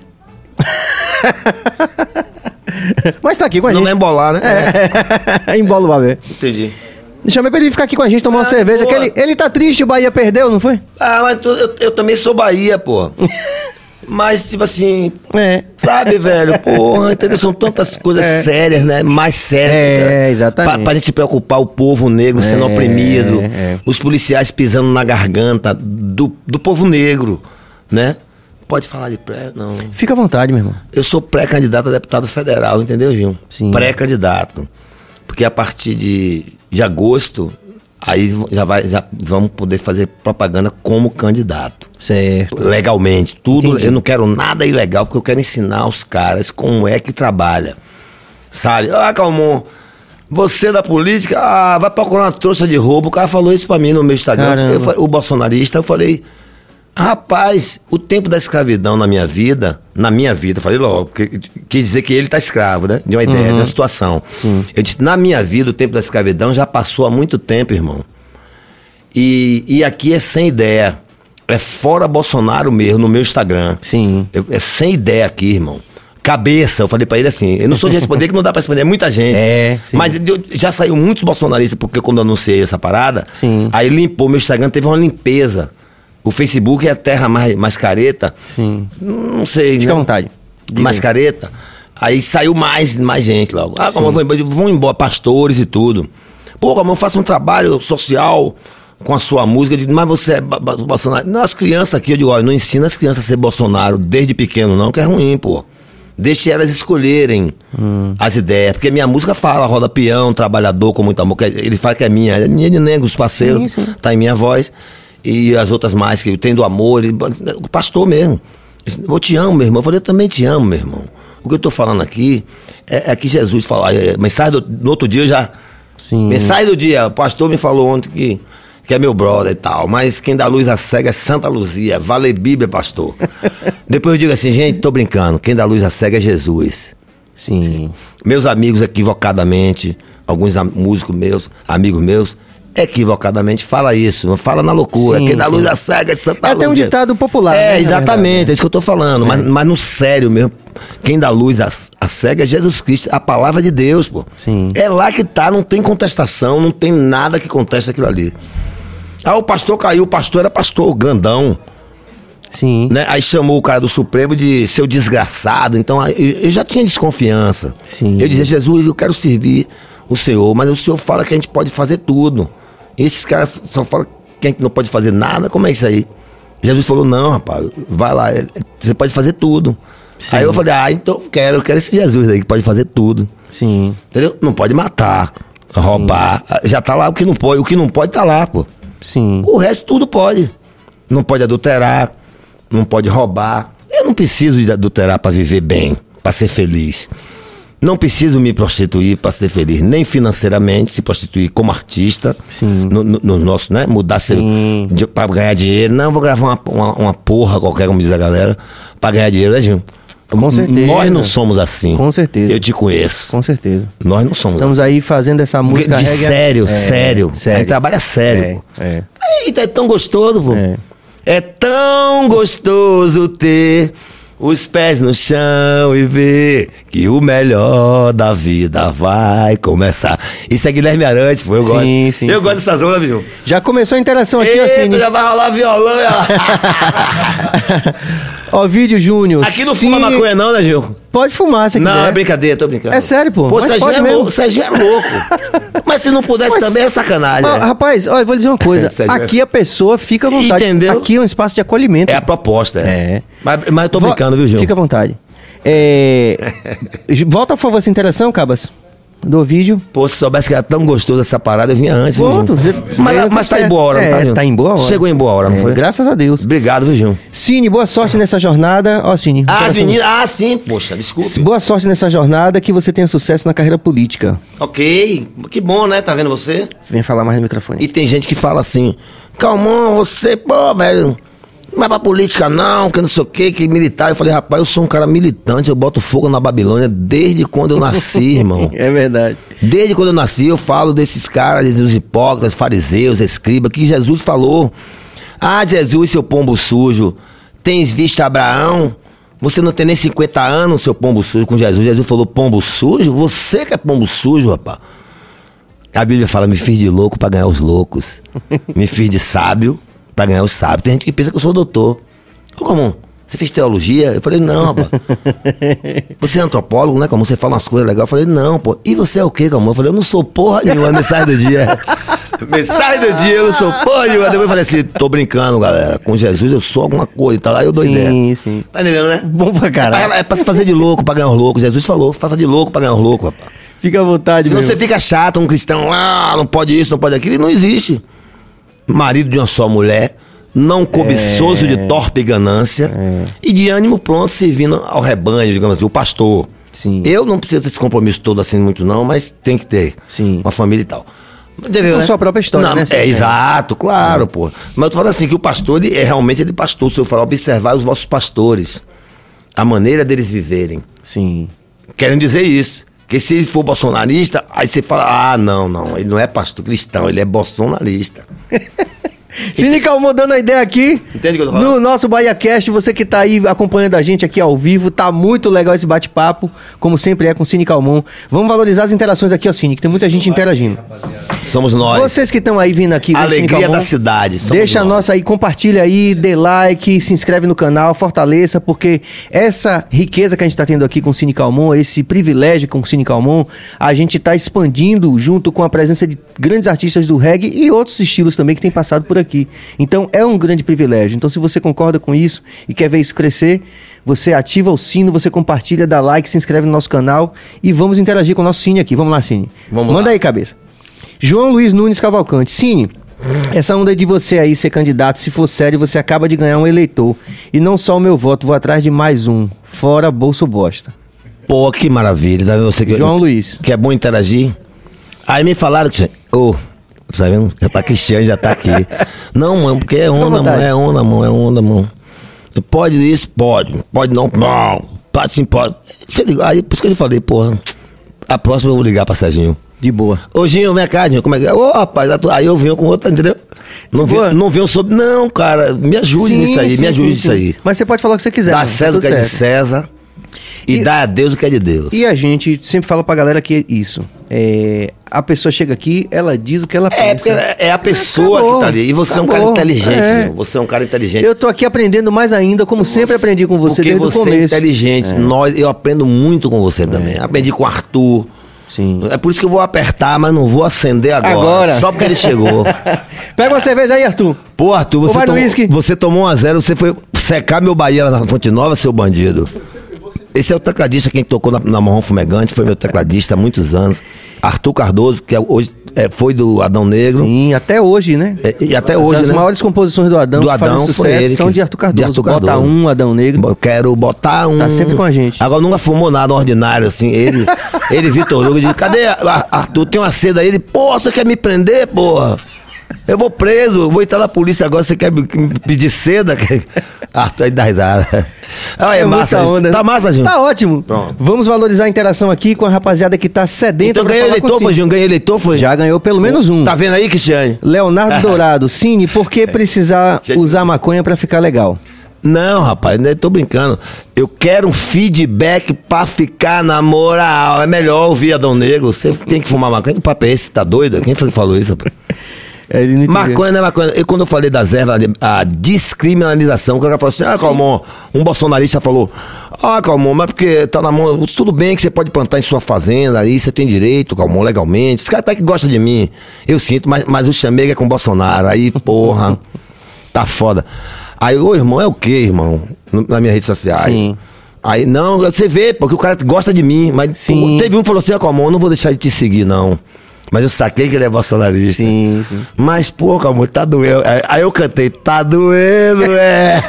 Mas tá aqui com a não gente. Não vai embolar, né? É. Embola o babé. Entendi. Chamei pra ele ficar aqui com a gente, tomar ah, uma cerveja. Que ele, ele tá triste, o Bahia perdeu, não foi? Ah, mas tu, eu, eu também sou Bahia, pô. Mas, tipo assim, é. sabe, velho? Porra, entendeu? São tantas coisas é. sérias, né? Mais sérias. É, né? exatamente. Pra, pra gente preocupar o povo negro sendo é, oprimido. É. Os policiais pisando na garganta do, do povo negro, né? Pode falar de pré, não. Fica à vontade, meu irmão. Eu sou pré-candidato a deputado federal, entendeu, Gil? Sim. Pré-candidato. Porque a partir de, de agosto... Aí já, vai, já vamos poder fazer propaganda como candidato. Certo. Legalmente. Tudo. Entendi. Eu não quero nada ilegal, porque eu quero ensinar os caras como é que trabalha. Sabe? Ah, Calmon, você da política, ah, vai procurar uma trouxa de roubo. O cara falou isso pra mim no meu Instagram. Eu, o bolsonarista, eu falei... Rapaz, o tempo da escravidão na minha vida, na minha vida, eu falei logo, porque quer dizer que ele tá escravo, né? De uma ideia, uhum. de uma situação. Sim. Eu disse, na minha vida, o tempo da escravidão já passou há muito tempo, irmão. E, e aqui é sem ideia. É fora Bolsonaro mesmo, no meu Instagram. Sim. Eu, é sem ideia aqui, irmão. Cabeça, eu falei pra ele assim, eu não sou de responder que não dá pra responder, é muita gente. É, sim. Mas eu, já saiu muitos bolsonaristas, porque quando eu anunciei essa parada, sim. aí limpou, meu Instagram teve uma limpeza. O Facebook é a terra mais, mais careta. Sim. Não sei. Fica né? à vontade. Diga mais aí. Careta. Aí saiu mais, mais gente logo. Ah, como vão, vão embora, pastores e tudo. Pô, como eu faço um trabalho social com a sua música. Eu digo, mas você é Bolsonaro. Não, as crianças aqui, eu digo, olha, não ensina as crianças a ser Bolsonaro desde pequeno, não, que é ruim, pô. Deixe elas escolherem hum. as ideias. Porque minha música fala, roda peão, trabalhador com muito amor. Ele fala que é minha. É minha de negro, os parceiros. Sim, sim. Tá em minha voz. E as outras mais, que eu tenho do amor, o pastor mesmo. Eu te amo, meu irmão. Eu falei, eu também te amo, meu irmão. O que eu tô falando aqui é, é que Jesus falou. É, mensagem do, no outro dia eu já. Sim. Mensagem do dia. O pastor me falou ontem que, que é meu brother e tal, mas quem dá luz à cega é Santa Luzia, vale Bíblia, pastor. Depois eu digo assim, gente, tô brincando, quem dá luz à cega é Jesus. Sim. Sim. Meus amigos equivocadamente, alguns am- músicos meus, amigos meus, equivocadamente fala isso, fala na loucura, Sim, quem dá sim. luz à cega é Santa É Luzia. até um ditado popular. É, né, exatamente, é isso que eu tô falando, mas, mas no sério mesmo, quem dá luz à, à cega é Jesus Cristo, a palavra de Deus, pô. Sim. É lá que tá, não tem contestação, não tem nada que conteste aquilo ali. Ah, o pastor caiu, o pastor era pastor, grandão, Sim. né? Aí chamou o cara do Supremo de seu desgraçado, então aí eu, eu já tinha desconfiança. Sim. Eu dizia, Jesus, eu quero servir o Senhor, mas o Senhor fala que a gente pode fazer tudo. Esses caras só falam que a gente não pode fazer nada, como é isso aí? Jesus falou, não, rapaz, vai lá, você pode fazer tudo. Sim. Aí eu falei, ah, então eu quero, eu quero esse Jesus aí que pode fazer tudo. Sim. Entendeu? Não pode matar, roubar, já tá lá o que não pode, o que não pode tá lá, pô. Sim. O resto tudo pode. Não pode adulterar, não pode roubar. Eu não preciso de adulterar para viver bem, para ser feliz. Não preciso me prostituir para ser feliz, nem financeiramente, se prostituir como artista. Sim. No, no, no nosso, né? Mudar seu, de, pra ganhar dinheiro. Não, vou gravar uma, uma, uma porra qualquer, como diz a galera, pra ganhar dinheiro, né, Gil? Com certeza. Nós não somos assim. Com certeza. Eu te conheço. Com certeza. Nós não somos Estamos assim. aí fazendo essa música De reggae- sério, É, sério. sério. A gente trabalha sério. É, é. Eita, é tão gostoso, pô. É. É tão gostoso ter os pés no chão e ver que o melhor da vida vai começar. Isso é Guilherme Arantes, pô. Eu Sim, gosto. sim, eu sim. gosto dessa zona, viu? Já começou a interação aqui, ó, Eita, Cine. já vai rolar violão. Ó, vídeo Júnior. Aqui não Cine- fuma maconha não, né, Gil? Pode fumar se Não, quiser. é brincadeira, tô brincando. É sério, pô. Pô, Mas Serginho pode é mesmo. louco. Serginho é louco. Mas se não pudesse Mas- também é sacanagem. Ó, né? rapaz, ó, eu vou dizer uma coisa. Sério, Aqui a pessoa fica à vontade. Entendeu? Aqui é um espaço de acolhimento. É a proposta, é. É. Mas, mas eu tô Vo- brincando, viu, Gil? Fica à vontade. É... Volta, por favor, essa interação, Cabas. Do vídeo. Pô, se soubesse que era tão gostoso essa parada, eu vinha antes, viu, Volto. Gil? Você- Mas, veio mas tudo tá em certo. boa hora, não É, tá, Gil? tá em boa hora. Chegou em boa hora, não É, foi? graças a Deus. Obrigado, viu, Gil? Cine, boa sorte nessa jornada. Ó, Cine. Ah, interação. menina, ah, sim, poxa, desculpe. Boa sorte nessa jornada, que você tenha sucesso na carreira política. Ok, que bom, né? Tá vendo você? Vem falar mais no microfone. E tem gente que fala assim, Calmon, você, pô, velho, não vai pra política não, que não sei o que, que militar. Eu falei, rapaz, eu sou um cara militante, eu boto fogo na Babilônia desde quando eu nasci, irmão. É verdade. Desde quando eu nasci, eu falo desses caras, dos hipócritas, fariseus, escribas, que Jesus falou. Ah, Jesus, seu pombo sujo, tens visto Abraão? Você não tem nem cinquenta anos, seu pombo sujo, com Jesus. Jesus falou, pombo sujo? Você que é pombo sujo, rapaz. A Bíblia fala, me fiz de louco pra ganhar os loucos. Me fiz de sábio pra ganhar os sábios. Tem gente que pensa que eu sou doutor. Ô, Comum, você fez teologia? Eu falei, não, rapaz. Você é antropólogo, né, Comum? Você fala umas coisas legais. Eu falei, não, pô. E você é o quê, Comum? Eu falei, eu não sou porra nenhuma, mensagem do dia. Mensagem do dia, eu não sou porra nenhuma. Depois eu falei assim, tô brincando, galera. Com Jesus eu sou alguma coisa e tal. Aí eu dou ideia. Sim, sim. Tá entendendo, né? Bom pra caralho. É, é pra se fazer de louco pra ganhar os loucos. Jesus falou, faça de louco pra ganhar os loucos, rapaz. Fica à vontade, Senão meu. você fica chato, um cristão, ah, não pode isso, não pode aquilo, e não existe. Marido de uma só mulher, não cobiçoso de torpe ganância, e de ânimo pronto, servindo ao rebanho, digamos assim, o pastor. Sim. Eu não preciso desse compromisso todo assim muito não, mas tem que ter. Sim. Com a família e tal. Entendeu, Com né? sua própria história, Não, né? É, exato, claro, pô. Mas eu tô falando assim, que o pastor, ele é realmente ele é pastor. Se eu falar, observar os vossos pastores, a maneira deles viverem. Sim. Querem dizer isso. Porque se ele for bolsonarista, aí você fala, ah, não, não, ele não é pastor cristão, ele é bolsonarista. Cine Calmon dando a ideia aqui. Entende o que eu tô falando? No nosso BahiaCast, você que tá aí acompanhando a gente aqui ao vivo, tá muito legal esse bate-papo, como sempre é com Cine Calmon. Vamos valorizar as interações aqui, ó, Cine, que tem muita gente interagindo. Somos nós. Vocês que estão aí vindo aqui, vendo Cine Alegria Calmon, da cidade. somos deixa a nós. nossa aí, compartilha aí, dê like, se inscreve no canal, fortaleça, porque essa riqueza que a gente tá tendo aqui com o Cine Calmon, esse privilégio com o Cine Calmon, a gente tá expandindo junto com a presença de grandes artistas do reggae e outros estilos também que tem passado por aqui. Então é um grande privilégio. Então se você concorda com isso e quer ver isso crescer, você ativa o sino, você compartilha, dá like, se inscreve no nosso canal e vamos interagir com o nosso Cine aqui. Vamos lá, Cine. Vamos Manda lá. aí, cabeça. João Luiz Nunes Cavalcante. Cine, essa onda de você aí ser candidato, se for sério, você acaba de ganhar um eleitor. E não só o meu voto, vou atrás de mais um. Fora Bolso Bosta. Pô, que maravilha. Tá vendo você que, João Luiz. que é bom interagir? Aí me falaram que, ô, Tá vendo? Já tá Cristiane, já tá aqui. Não, mano, porque é onda, mano, é onda, mano, é onda, mano. Pode isso? Pode. Pode não? Não. Pode sim, pode. Você ligou, aí por isso que eu falei, porra, a próxima eu vou ligar pra Serginho. De boa. Ô, Ginho, vem cá, Ginho, como é que é? Ô, rapaz, aí eu venho com outra, entendeu? Não venho, não venho sobre... Não, cara, me ajude sim, nisso aí, sim, me ajude sim, nisso sim. aí. Mas você pode falar o que você quiser. Dá a César o que é de César e, e dá a Deus o que é de Deus. E a gente sempre fala pra galera que é isso. É, a pessoa chega aqui, ela diz o que ela é, pensa. É a pessoa acabou, que tá ali. E você acabou, é um cara inteligente, é. Meu. Você é um cara inteligente. Eu tô aqui aprendendo mais ainda, como você, sempre aprendi com você desde o começo. Porque você é inteligente. É. Nós, eu aprendo muito com você também. É. Aprendi com o Arthur. Sim. É por isso que eu vou apertar, mas não vou acender agora. Agora. Só porque ele chegou. Pega uma cerveja aí, Arthur. Pô, Arthur, você, tomou, você tomou um a zero, você foi secar meu Bahia lá na Fonte Nova, seu bandido. Esse é o tecladista, quem tocou na, na Marrom Fumegante, foi meu tecladista há muitos anos. Arthur Cardoso, que é, hoje é, foi do Adão Negro. Sim, até hoje, né? É, e até as, hoje, As né? maiores composições do Adão, do que Adão fazem foi sucesso ele são que, de Arthur Cardoso. De Arthur Cardoso. Bota um, Adão Negro. Eu quero botar um... Tá sempre com a gente. Agora nunca fumou nada ordinário, assim. Ele, ele Vitor Hugo, diz, cadê Arthur? Tem uma seda aí. Ele, pô, você quer me prender, porra? Eu vou preso, eu vou entrar na polícia agora, você quer me pedir seda? Arthur aí dá risada. Ah, é, é massa, onda. Tá massa, Gil? Tá ótimo. Pronto. Vamos valorizar a interação aqui com a rapaziada que tá sedenta. Então ganhei eleitor, foi, Gil? Ganhei eleitor, foi? Já ganhou pelo menos um. Tá vendo aí, Cristiane? Leonardo Dourado, Cine, por que precisar usar maconha pra ficar legal? Não, rapaz, não tô brincando. Eu quero um feedback pra ficar na moral. É melhor ouvir Adão Negro. Você tem que fumar maconha. Que papo é esse? Tá doido? Quem foi que falou isso, rapaz? É, maconha não é maconha. Eu, quando eu falei das ervas, a descriminalização, o cara falou assim: ah, Calmon, um bolsonarista falou: ah, Calmon, mas porque tá na mão. Tudo bem que você pode plantar em sua fazenda, aí você tem direito, Calmon, legalmente. Os caras até que gostam de mim. Eu sinto, mas, mas o chamego é com o Bolsonaro. Aí, porra, tá foda. Aí, ô irmão, é o quê, irmão? Na minha rede social. Sim. Aí, não, você vê, porque o cara gosta de mim. Mas sim. Teve um que falou assim: ah, Calmon, não vou deixar de te seguir, não. Mas eu saquei que ele é bolsonarista. Sim, sim. Mas, pô, Calmon, tá doendo. Aí eu cantei, tá doendo, é.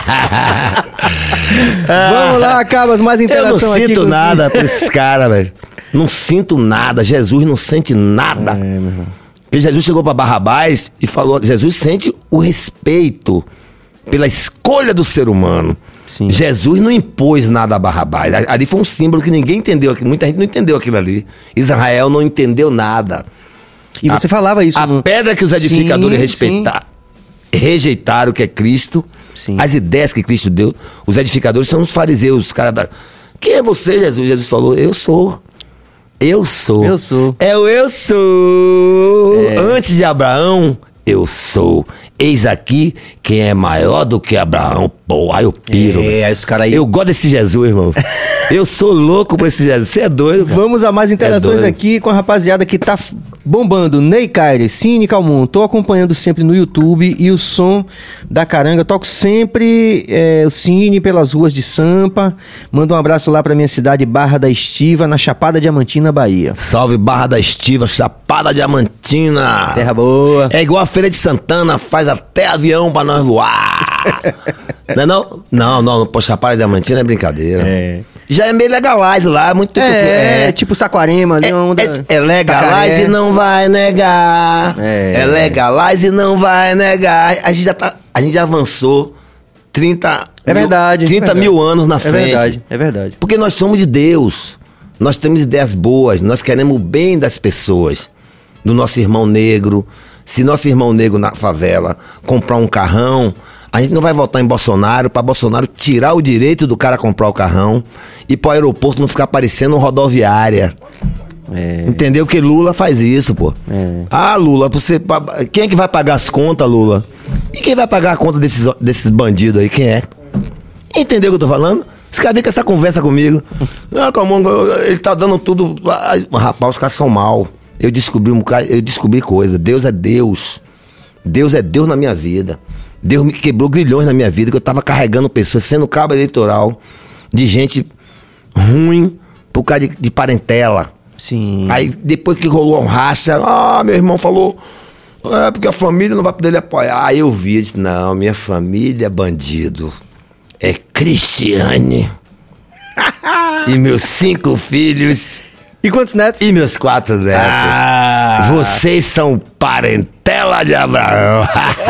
Vamos lá, Cabas, mais interação aqui. Eu não sinto aqui nada pra esses caras, velho. Não sinto nada. Jesus não sente nada. É, meu irmão. E Jesus chegou pra Barrabás e falou, Jesus sente o respeito pela escolha do ser humano. Sim. Jesus não impôs nada a Barrabás. Ali foi um símbolo que ninguém entendeu. Muita gente não entendeu aquilo ali. Israel não entendeu nada. E você a, falava isso. A no... pedra que os edificadores respeitaram, rejeitaram, que é Cristo. Sim. As ideias que Cristo deu. Os edificadores são os fariseus. Os caras da... Quem é você, Jesus? Jesus falou, eu sou. Eu sou. Eu sou. É o eu sou. É. Antes de Abraão, eu sou. Eis aqui quem é maior do que Abraão. Pô, aí eu piro. É, os caras aí. Eu gosto desse Jesus, irmão. Eu sou louco por esse Jesus. Você é doido, cara. Vamos a mais interações é aqui com a rapaziada que tá bombando. Ney Caire, Cine Calmon. Tô acompanhando sempre no YouTube e o som da caranga. Toco sempre é, o Cine pelas ruas de Sampa. Manda um abraço lá pra minha cidade, Barra da Estiva, na Chapada Diamantina, Bahia. Salve, Barra da Estiva, Chapada Diamantina. Terra boa. É igual a Feira de Santana, faz até avião pra nós voar. Não é não? Não, não, pô, Chapada Diamantina é brincadeira. É. Já é meio legalize lá, muito tempo. É, é tipo Saquarema ali, é, onda. É, é legalize e não vai negar. É, é legalize e não vai negar. A gente já, tá, a gente já avançou trinta, é verdade, mil, trinta é verdade. mil anos na frente. É verdade, é verdade. Porque nós somos de Deus. Nós temos ideias boas, nós queremos o bem das pessoas. Do nosso irmão negro. Se nosso irmão negro na favela comprar um carrão, a gente não vai votar em Bolsonaro para Bolsonaro tirar o direito do cara comprar o carrão e para o aeroporto não ficar parecendo uma rodoviária. É. Entendeu? Que Lula faz isso, pô. É. Ah, Lula, você, quem é que vai pagar as contas, Lula? E quem vai pagar a conta desses, desses bandidos aí? Quem é? Entendeu o que eu tô falando? Esse cara vem com essa conversa comigo. Ah, Calmon, ele tá dando tudo. Ah, rapaz, os caras são mal. Eu descobri um bocado, eu descobri coisa. Deus é Deus. Deus é Deus na minha vida. Deus me quebrou grilhões na minha vida, que eu tava carregando pessoas, sendo cabo eleitoral de gente ruim por causa de, de parentela. Sim. Aí depois que rolou um racha, ah, meu irmão falou, é porque a família não vai poder lhe apoiar. Aí eu vi, eu disse, não, minha família é bandido. É Cristiane. E meus cinco filhos E quantos netos? E meus quatro netos. Ah. Vocês são parentela de Abraão.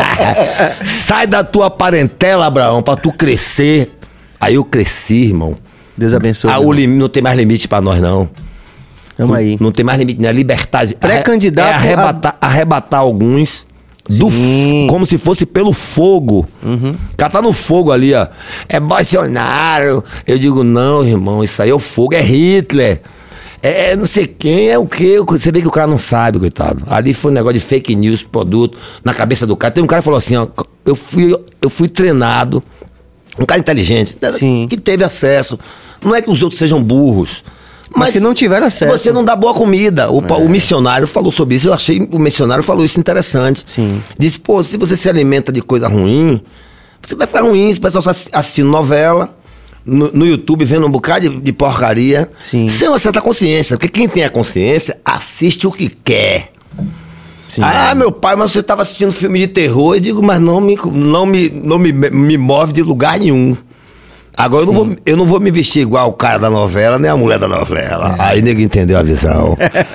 Sai da tua parentela, Abraão, pra tu crescer. Aí eu cresci, irmão. Deus abençoe. Ah, o lim... Não tem mais limite pra nós, não. Tamo aí. Não tem mais limite, né? Libertar. Pré-candidato É arrebatar, a... arrebatar alguns do f... como se fosse pelo fogo. Uhum. O cara tá no fogo ali, ó. É Bolsonaro. Eu digo, não, irmão, isso aí é o fogo, é Hitler. É não sei quem, é o quê? Você vê que o cara não sabe, coitado. Ali foi um negócio de fake news, produto, na cabeça do cara. Tem um cara que falou assim, ó, eu fui, eu fui treinado, um cara inteligente, Sim. que teve acesso. Não é que os outros sejam burros, mas, mas que não tiveram acesso. Você não dá boa comida. O, é. o missionário falou sobre isso, eu achei, o missionário falou isso interessante. Sim. Disse, pô, se você se alimenta de coisa ruim, você vai ficar ruim, se o pessoal está assistindo novela, No, no YouTube, vendo um bocado de, de porcaria. Sim. Sem uma certa consciência. Porque quem tem a consciência, assiste o que quer. Sim. Ah, meu pai, mas você estava assistindo filme de terror. Eu digo, mas não me, não me, não me, me move de lugar nenhum. Agora eu não, vou, eu não vou me vestir igual o cara da novela, nem a mulher da novela. É. Aí nego entendeu a visão.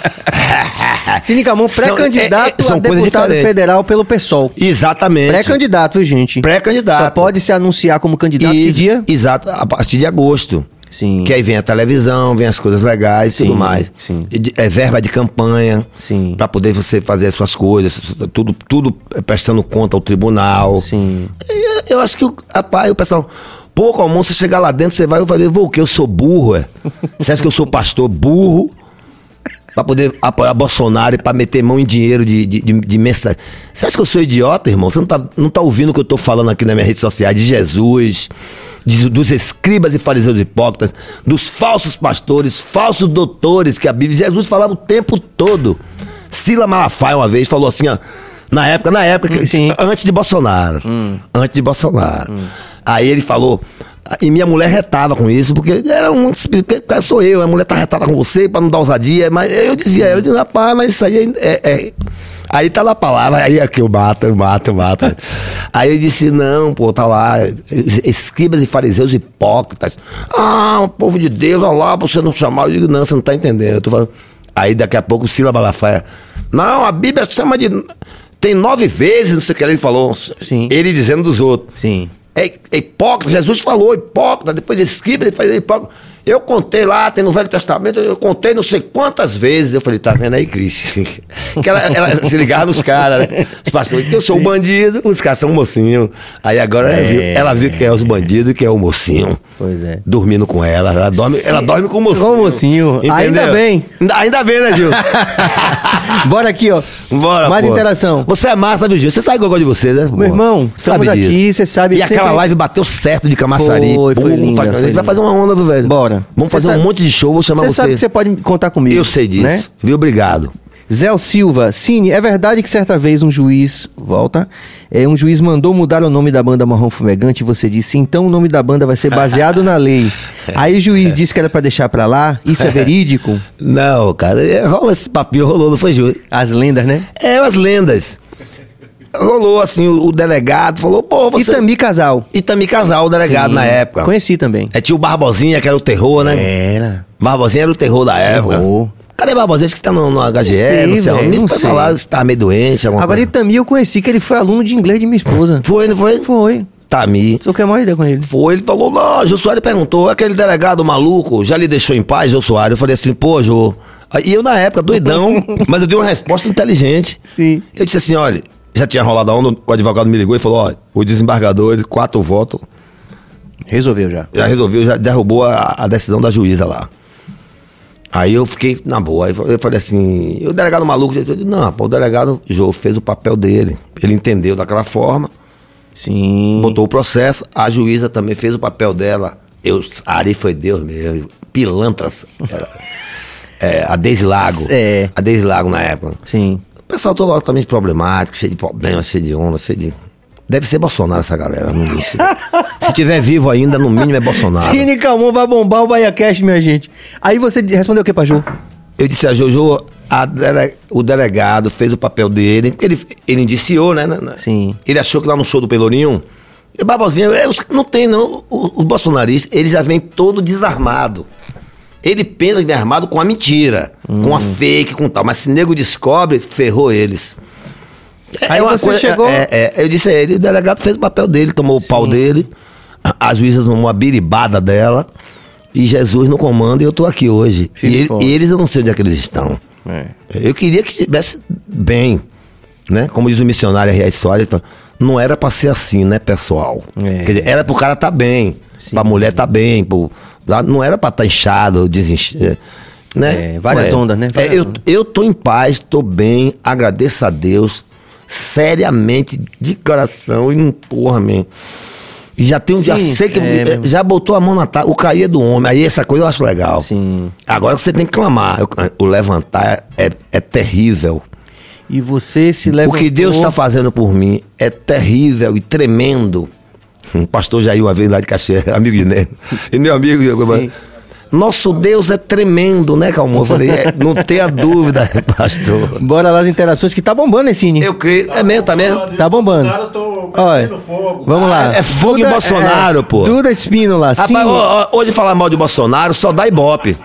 Cine Camon, pré-candidato são, é, é, a deputado diferentes. federal pelo PSOL. Exatamente. Pré-candidato, viu, gente? Pré-candidato. Só pode se anunciar como candidato e, que dia? Exato, a partir de agosto. Sim. Que aí vem a televisão, vem as coisas legais e sim, tudo mais. Sim. É verba de campanha. Sim. Pra poder você fazer as suas coisas, tudo, tudo prestando conta ao tribunal. Sim. E eu acho que, rapaz, o pessoal... Pouco ao mundo, você chegar lá dentro, você vai e vai vou o quê? Eu sou burro, é? Você acha que eu sou pastor burro? Pra poder apoiar Bolsonaro e pra meter mão em dinheiro de, de, de, de mensagem. Você acha que eu sou idiota, irmão? Você não tá, não tá ouvindo o que eu tô falando aqui nas minhas redes sociais de Jesus, de, dos escribas e fariseus hipócritas, dos falsos pastores, falsos doutores que a Bíblia... Jesus falava o tempo todo. Sila Malafaia uma vez falou assim, ó, na época, na época, Sim. antes de Bolsonaro. Hum. Antes de Bolsonaro. Hum. Aí ele falou, e minha mulher retava com isso, porque era um, sou eu, a mulher tá retada com você pra não dar ousadia, mas eu dizia, eu dizia, rapaz, mas isso aí é, é... Aí tá lá a palavra, aí aqui eu mato, eu mato, eu mato. Aí eu disse, não, pô, tá lá, escribas e fariseus hipócritas. Ah, o povo de Deus, olha lá, você não chamar. Eu digo, não, você não tá entendendo. Eu tô falando. Aí daqui a pouco o Sila Malafaia, não, a Bíblia chama de... Tem nove vezes, não sei o que ele falou. Sim. Ele dizendo dos outros. Sim. É, é hipócrita, Jesus falou hipócrita, depois de escriba, ele faz hipócrita. Eu contei lá, tem no Velho Testamento, eu contei não sei quantas vezes. Eu falei, tá vendo aí, Cristo? Que ela, ela se ligava nos caras, né? Os pastores, eu sou o bandido, os caras são o mocinho. Aí agora é. ela, viu, ela viu que é os bandidos e que é o mocinho. Pois é. Dormindo com ela. Ela dorme, ela dorme com o mocinho. Com o mocinho. Entendeu? Ainda bem. Ainda, ainda bem, né, Gil? Bora aqui, ó. Bora, mais pô. Interação. Você é massa, viu, Gil? Você sabe que eu gosto de você, né? Meu irmão, sabe estamos aqui, você sabe. E aquela sempre... live bateu certo de Camaçari. Foi, foi linda, A gente foi vai linda. fazer uma onda, viu, velho? Bora. Vamos Cê fazer sabe... um monte de show, vou chamar você. Você sabe que você pode contar comigo. Eu sei disso, né? Viu? Obrigado. Zé Silva, Cine, é verdade que certa vez um juiz, volta, é, um juiz mandou mudar o nome da banda Marrom Fumegante e você disse, então o nome da banda vai ser baseado na lei. Aí o juiz disse que era pra deixar pra lá, isso é verídico? Não, cara, rola esse papinho, rolou, não foi juiz. As lendas, né? É, as lendas. Rolou assim, o, o delegado falou, pô, você... Itami Casal. Itami Casal, o delegado. Sim, na época. Conheci também. É, tinha o Barbosinha, que era o terror, né? Era. Barbosinha era o terror da época. Terror. Cadê o Barbosinha? Acho que tá no, no H G E, sei, não sei véio, onde. não Pra sei. falar se tá meio doente, alguma Agora coisa. Itami eu conheci que ele foi aluno de inglês de minha esposa. Foi, não foi? Foi. Tami. Só que é a maior ideia com ele. Foi, ele falou, não, Jô Soares perguntou, aquele delegado maluco já lhe deixou em paz, Jô Soares? Eu falei assim, pô, Jô. E eu na época, doidão, mas eu dei uma resposta inteligente. Sim. Eu disse assim, olha, já tinha rolado a onda, o advogado me ligou e falou, ó, o desembargador, ele, quatro votos. Resolveu já. Já resolveu, já derrubou a, a decisão da juíza lá. Aí eu fiquei na boa, aí eu falei assim, e o delegado maluco, eu disse, não, pô, o delegado Jô fez o papel dele, ele entendeu daquela forma. Sim. Botou o processo, a juíza também fez o papel dela. Eu, ali foi Deus mesmo, pilantras. É, a Deise Lago. É. A Deise Lago na época. Sim. O pessoal todo altamente problemático, cheio de problemas, cheio de onda, cheio de... Deve ser Bolsonaro essa galera, não disse. Se tiver vivo ainda, no mínimo é Bolsonaro. Cine Camon vai bombar o BahiaCast, minha gente. Aí você respondeu o que pra Jô? Eu disse a Jojo, a dele, o delegado fez o papel dele, ele, ele indiciou, né? Sim. Ele achou que lá no show do Pelourinho, o Barbosinha, não tem não, os, os bolsonaristas, eles já vêm todo desarmado. Ele pensa que vem armado com a mentira, hum. com a fake, com tal. Mas se nego descobre, ferrou eles. Aí é uma você coisa, chegou... É, é, eu disse a ele, o delegado fez o papel dele, tomou Sim. o pau dele, a, a juíza tomou a biribada dela, e Jesus no comando, e eu tô aqui hoje. E, ele, e eles, eu não sei onde é que eles estão. É. Eu queria que estivesse bem, né? Como diz o missionário R A Soares, não era pra ser assim, né, pessoal? É. Quer dizer, era pro cara tá bem, Sim. pra mulher tá bem, pro, não era pra tá inchado, desinchado. Né? É, várias é. ondas, né? Várias é, eu, ondas. eu tô em paz, tô bem, agradeço a Deus, seriamente, de coração, e não porra, man. E já tem um dia, sei que é, já botou a mão na taça, o cair do homem, aí essa coisa eu acho legal. Sim. Agora você tem que clamar, o levantar é, é terrível. E você se levantou... O que Deus está fazendo por mim é terrível e tremendo. O pastor Jair, uma vez lá de Caxias, amigo de Ney, e meu amigo... Sim. Nosso Deus é tremendo, né, Calmon? Eu falei, é, não tenha dúvida, pastor. Bora lá as interações que tá bombando, hein, Cine? Eu creio. É mesmo, tá mesmo? Tá bombando. Olha, vamos lá. É fogo Duda, em Bolsonaro, é, pô. Duda Espínola, Rapaz, Cine. ó, ó, hoje falar mal de Bolsonaro só dá ibope.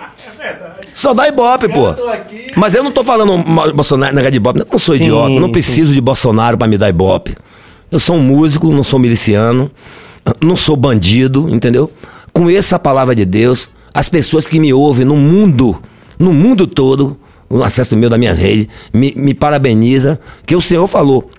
Só dá ibope, pô. Mas eu não tô falando mal de Bolsonaro, negócio de ibope. Eu não sou sim, idiota, não preciso sim. de Bolsonaro pra me dar ibope. Eu sou um músico, não sou miliciano, não sou bandido, entendeu? Conheço a palavra de Deus. As pessoas que me ouvem no mundo, no mundo todo, no acesso meu da minha rede, me, me parabeniza, que o Senhor falou,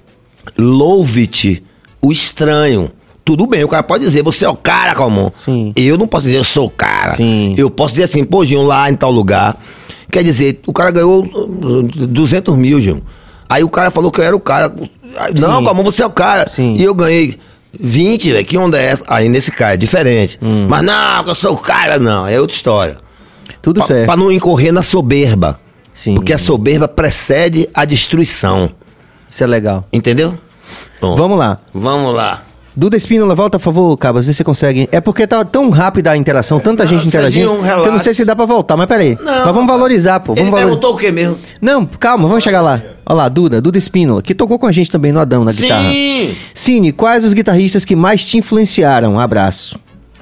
louve-te o estranho. Tudo bem, o cara pode dizer, você é o cara, Calmon. Sim. Eu não posso dizer, eu sou o cara. Sim. Eu posso dizer assim, pô, Gil, lá em tal lugar. Quer dizer, o cara ganhou duzentos mil, Gil. Aí o cara falou que eu era o cara. Não, Calmon, você é o cara. Sim. E eu ganhei vinte, velho, que onda é essa? Aí nesse cara é diferente. Hum. Mas não, eu sou o cara, não. É outra história. Tudo pra, certo. Pra não incorrer na soberba. Sim. Porque a soberba precede a destruição. Isso é legal. Entendeu? Bom, vamos lá. Vamos lá. Duda Espínola, volta a favor, Cabas, vê se você consegue. É porque tá tão rápida a interação, tanta não, gente interagindo, um que eu não sei se dá pra voltar, mas peraí. Não, mas vamos valorizar, pô. Vamos ele valor... perguntou o quê mesmo? Não, calma, vamos chegar lá. Olha lá, Duda, Duda Espínola, que tocou com a gente também no Adão, na Sim. guitarra. Cine, quais os guitarristas que mais te influenciaram? Abraço.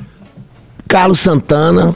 Carlos Santana.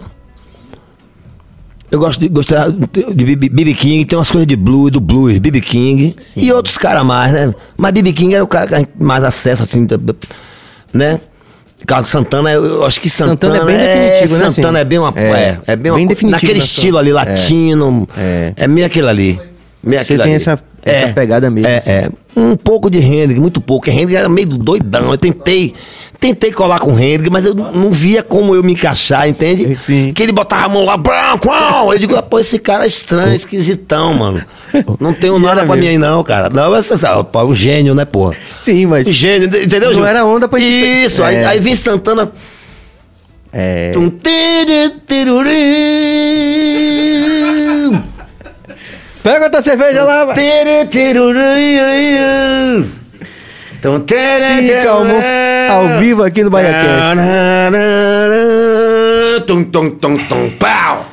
Eu gosto de gostar de B B King, tem umas coisas de blues, do blues, B B King. Sim. E outros caras mais, né? Mas B B King era o cara que a gente mais acessa, assim, né? Carlos Santana, eu acho que Santana, Santana é bem definitivo, é, né? Santana é bem uma... É, é, é bem, bem uma, definitivo. Naquele estilo ali, latino. É, é. é meio aquele ali. Meio Você aquele tem ali. essa, essa é, pegada mesmo. É, é. Um pouco de Hendrix, muito pouco. Hendrix era meio doidão. Eu tentei... Tentei colar com o Hendrix, mas eu não via como eu me encaixar, entende? Sim. Que ele botava a mão lá, branco, eu digo, pô, esse cara é estranho, esquisitão, mano. Não tenho nada pra mim aí não, cara. Não, mas você sabe, pô, um gênio, né, porra? Sim, mas... Um gênio, entendeu, Não Gil? era onda pra... Isso, é. aí, aí vem Santana... É... Pega outra cerveja lá, vai. Então, Se calmou ao vivo aqui no BahiaCast. Tum, tum, tum, tum, pau!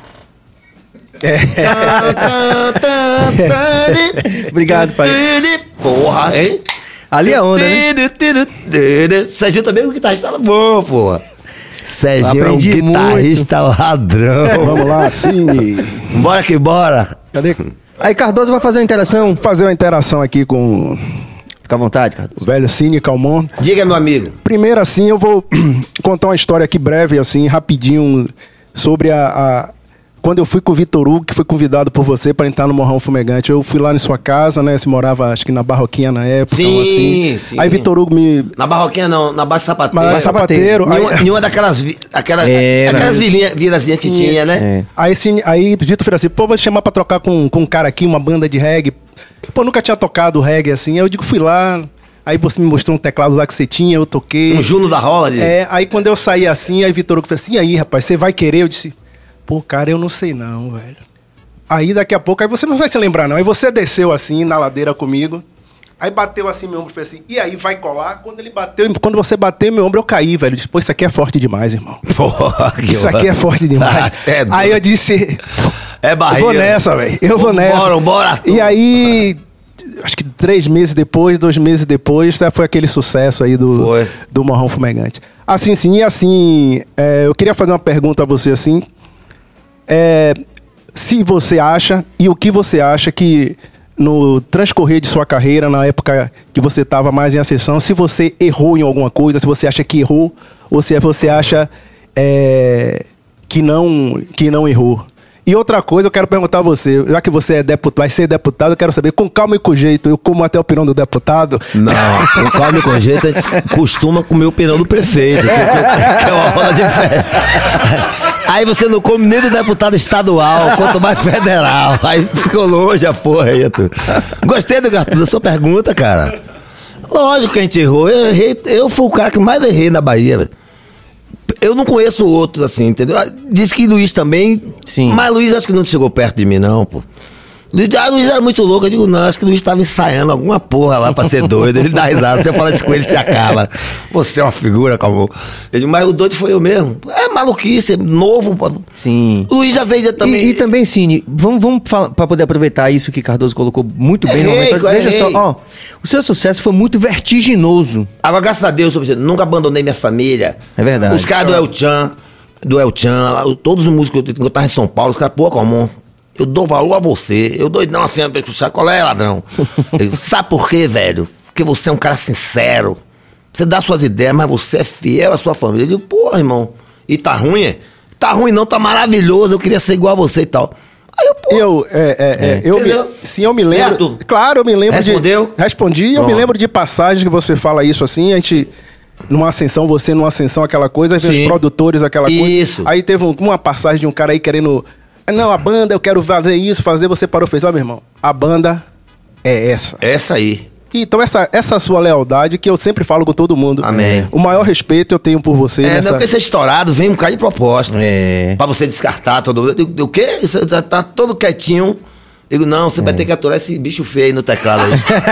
Obrigado, pai. Porra, hein? Ali é onda, né? Serginho também é um guitarrista bom, porra. Serginho é um Aprendi guitarrista muito. ladrão. Vamos lá, Cine. Bora que bora. Cadê? Aí Cardoso vai fazer uma interação. Fazer uma interação aqui com Fica à vontade, Cardoso. o velho Cine Calmon. Diga, meu amigo. Primeiro, assim, eu vou contar uma história aqui breve, assim, rapidinho, sobre a... a... Quando eu fui com o Vitor Hugo, que foi convidado por você para entrar no Morrão Fumegante, eu fui lá em sua casa, né? Você morava, acho que na Barroquinha na época. Sim, assim. sim. Aí Vitor Hugo me... Na Barroquinha não, na Baixa Sapateiro. Mas sapateiro. Em uma, aí... em uma daquelas, vi- aquela, Era. aquelas vilinhas, vilazinhas que tinha, né? É. Aí, assim, aí Vitor falou assim, pô, vou te chamar pra trocar com, com um cara aqui, uma banda de reggae. Pô, nunca tinha tocado reggae assim. Aí eu digo, fui lá, aí você me mostrou um teclado lá que você tinha, eu toquei. Um Juno da Rola ali. É, aí quando eu saí assim, aí Vitor Hugo falou assim, e aí, rapaz, você vai querer? Eu disse, pô, cara, eu não sei não, velho. Aí daqui a pouco, aí você não vai se lembrar não. Aí você desceu assim, na ladeira comigo, aí bateu assim meu ombro e fez assim, e aí, vai colar? Quando ele bateu, quando você bateu meu ombro, eu caí, velho. Eu disse, pô, isso aqui é forte demais, irmão. Porra, que Isso aqui é forte demais. É doido. Aí eu disse, É eu barriga. vou nessa, velho. Eu vou nessa. Bora, bora. E aí, acho que três meses depois, dois meses depois, foi aquele sucesso aí do, Foi. do Morrão Fumegante. Assim, sim, e assim, é, eu queria fazer uma pergunta a você, assim. é, se você acha e o que você acha que no transcorrer de sua carreira, na época que você estava mais em ascensão, se você errou em alguma coisa, se você acha que errou ou se você acha é, que, não, que não errou. E outra coisa, eu quero perguntar a você, já que você é deputado, vai ser deputado, eu quero saber, com calma e com jeito, eu como até o pirão do deputado? Não, com calma e com jeito, a gente costuma comer o pirão do prefeito, que, que, que é uma roda de fé. Aí você não come nem do deputado estadual, quanto mais federal. Aí ficou longe a porra aí, tu. Gostei do Gatuso, da sua pergunta, cara. Lógico que a gente errou, eu errei, eu fui o cara que mais errei na Bahia, velho. Eu não conheço outros, assim, entendeu? Diz que Luiz também. Sim. Mas Luiz acho que não chegou perto de mim, não, pô. Luiz, ah, Luiz era muito louco. Eu digo, não, acho que Luiz tava ensaiando alguma porra lá pra ser doido. Ele dá risada, você fala isso com ele, se acaba. Você é uma figura, calma. Eu digo, mas o doido foi eu mesmo. É maluquice, é novo. Pô. Sim. O Luiz já veio também. E, e também, Cine, vamos, vamos falar, pra poder aproveitar isso que Cardoso colocou muito bem no Errei, momento. Veja errei. só, ó, o seu sucesso foi muito vertiginoso. Agora, graças a Deus, eu nunca abandonei minha família. É verdade. Os caras do El Chan, do El Chan, todos os músicos que eu tava em São Paulo, os caras, pô, comum. Eu dou valor a você. Eu dou não assim, qual é, ladrão? Eu, sabe por quê, velho? Porque você é um cara sincero. Você dá suas ideias, mas você é fiel à sua família. Eu digo, porra, irmão. E tá ruim, é? Tá ruim não, tá maravilhoso. Eu queria ser igual a você e tal. Aí eu, pô. Eu, é, é, é, eu me, sim, eu me lembro. Certo? Claro, eu me lembro Respondeu? de. Respondi. Eu me lembro de passagens que você fala isso assim. A gente. Numa ascensão, você numa ascensão, aquela coisa. Aí vem os produtores, aquela coisa. Isso. Aí teve um- uma passagem de um cara aí querendo. Não, a banda, eu quero fazer isso, fazer. Você parou e fez, ó, meu irmão. A banda é essa. Essa aí. Então, essa, essa sua lealdade, que eu sempre falo com todo mundo. Amém. O maior respeito eu tenho por você. É, nessa... não, porque ser estourado vem um cara de proposta. É. Pra você descartar todo mundo. Eu digo, o quê? Você tá, tá todo quietinho. Eu digo, não, você vai ter que aturar esse bicho feio aí no teclado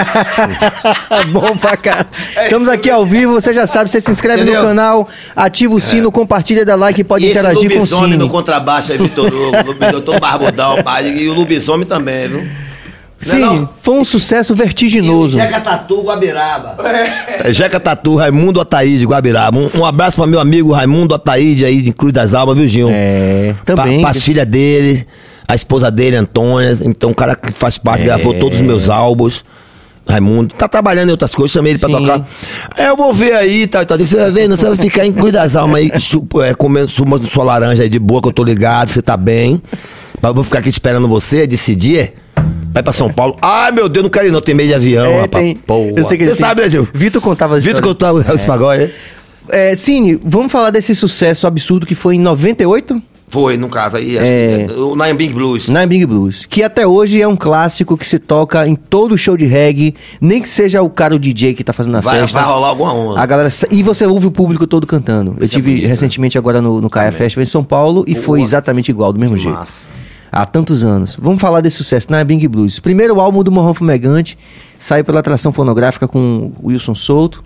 aí. Bom pra cá. Estamos aqui ao vivo, você já sabe, você se inscreve Entendeu? no canal, ativa o sino, compartilha, dá like e pode E esse interagir com o lobisomem Cine. no contrabaixo aí, Vitor Hugo. Lobisomem todo barbudão, pai. E o lobisomem também, viu? Sim, Não é não? foi um sucesso vertiginoso. Jeca Tatu, Guabiraba. É. Jeca Tatu, Raimundo Ataíde, Guabiraba. Um, um abraço pra meu amigo Raimundo Ataíde aí de Cruz das Almas, viu, Gil? É, também. Pra, pra filha dele, a esposa dele, Antônia. Então, o cara que faz parte, É. gravou todos os meus álbuns. Raimundo, tá trabalhando em outras coisas, chamei ele pra Sim. tocar. É, eu vou ver aí, tá, tá. Você vai ver, não, você vai ficar em Cruz das Almas aí, su, é, comendo sua, sua laranja aí de boa, que eu tô ligado, você tá bem. Mas eu vou ficar aqui esperando você decidir. Vai pra São Paulo. Ai, meu Deus, não quero ir não, tem meio de avião, É, rapaz. tem- Porra. eu sei que Você ele- sabe, né, Gil? Vitor contava a Vitor história. contava os pagode. É, Cine, vamos falar desse sucesso absurdo que foi em noventa e oito? Foi, no caso aí, acho É. que, o Nine Blues. Na Big Blues, que até hoje é um clássico que se toca em todo show de reggae, nem que seja o cara, o D J que tá fazendo a Vai, festa. vai rolar alguma onda. A galera, sa- e você ouve o público todo cantando. Eu Isso é tive bonito, né? recentemente agora no, no Caia Festival em São Paulo e foi Boa. exatamente igual, do mesmo Que jeito. massa. Há tantos anos. Vamos falar desse sucesso, na Big Blues. Primeiro álbum do Morrão Fumegante, saiu pela atração fonográfica com o Wilson Souto.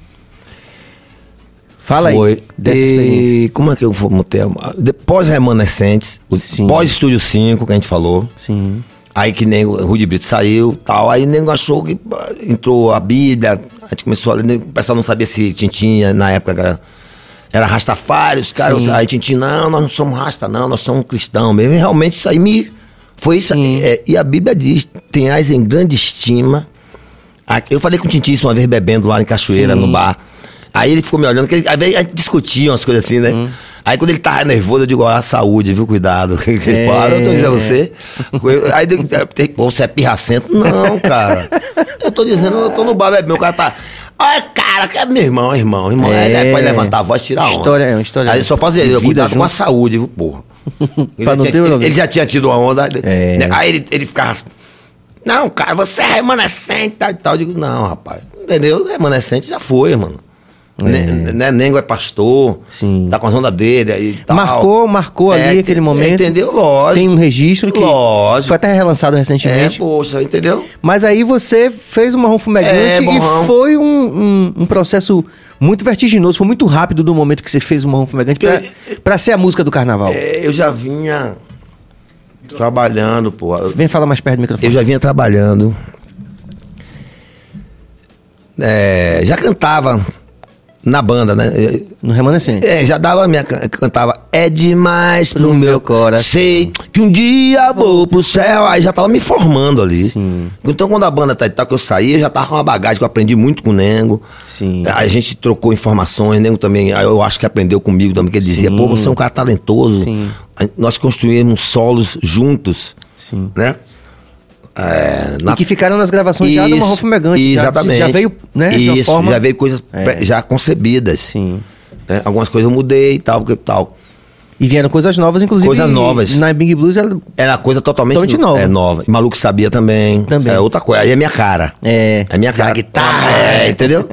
Fala Foi. aí dessa experiência. E como é que eu vou ter? Depois Remanescentes, o Sim. pós-Estúdio cinco, que a gente falou. Sim. Aí que nem o Rudy Brito saiu tal. Aí nem achou que pá, entrou a Bíblia. A gente começou a ler. O pessoal não sabia se Tintin, na época, era, era Rastafari. Os caras. Sim. Aí Tintin, não, nós não somos Rasta, não, nós somos cristãos mesmo. E realmente isso aí me. Foi isso. Sim. É, e a Bíblia diz: tenhais em grande estima. A- Eu falei com o Tintin isso uma vez bebendo lá em Cachoeira, Sim. no bar. Aí ele ficou me olhando, que ele, aí a gente discutia umas coisas assim, né? Hum. Aí quando ele tava nervoso, eu digo, ó, a saúde, viu? Cuidado. É. Pô, eu tô dizendo a você. Aí eu digo, pô, você é pirracento? Não, cara. Eu tô dizendo, eu tô no bar bebendo, o cara tá. Olha, cara, que é meu irmão, irmão, irmão. É. É, pode levantar a voz e tirar a onda. História- é uma história Aí só pode de dizer, vida cuidado junto. com a saúde, viu, porra. Ele, Pra já não tinha, ter ele, problema. ele já tinha tido uma onda. É. né? Aí ele, ele ficava. Não, cara, você é remanescente e tal e tal. Eu digo, não, rapaz. Entendeu? Remanescente já foi, mano. Né, né, Nengo é pastor, Sim. tá com a onda dele aí e tal. Marcou, marcou ali É, aquele é, momento. Entendeu? Lógico. Tem um registro que Lógico. foi até relançado É, recentemente. poxa, entendeu? Mas aí você fez o Marrom Fumegante É, e Morrão. foi um, um, um processo muito vertiginoso. Foi muito rápido do momento que você fez o Marrom Fumegante pra, pra ser a música do carnaval. É, eu já vinha trabalhando, pô. Eu- Vem falar mais perto do microfone. Eu já vinha trabalhando. É, já cantava na banda, né? No Remanescente. É, já dava minha... Cantava, é demais pro, pro meu coração. Sei que um dia vou pro céu. Aí já tava me formando ali. Sim. Então quando a banda tá e tal, que eu saí, eu já tava com uma bagagem que eu aprendi muito com o Nengo. Sim. A gente trocou informações, o Nengo também, eu acho que aprendeu comigo também, que ele dizia, Sim. pô, você é um cara talentoso. Sim. Nós construímos solos juntos. Sim. Né? É, na... E que ficaram nas gravações isso, já do Marrom Fumegante. Exatamente. Já, já veio, né? Isso, forma... já veio coisas é. já concebidas. Sim. É, algumas coisas eu mudei e tal, porque tal. E vieram coisas novas, inclusive. Coisas novas. Na Big Blues era... Era coisa totalmente, totalmente nova. É, nova. E Maluco Sabia também. Também. É outra coisa. Aí é minha cara. É. É minha cara. A guitarra. É, entendeu?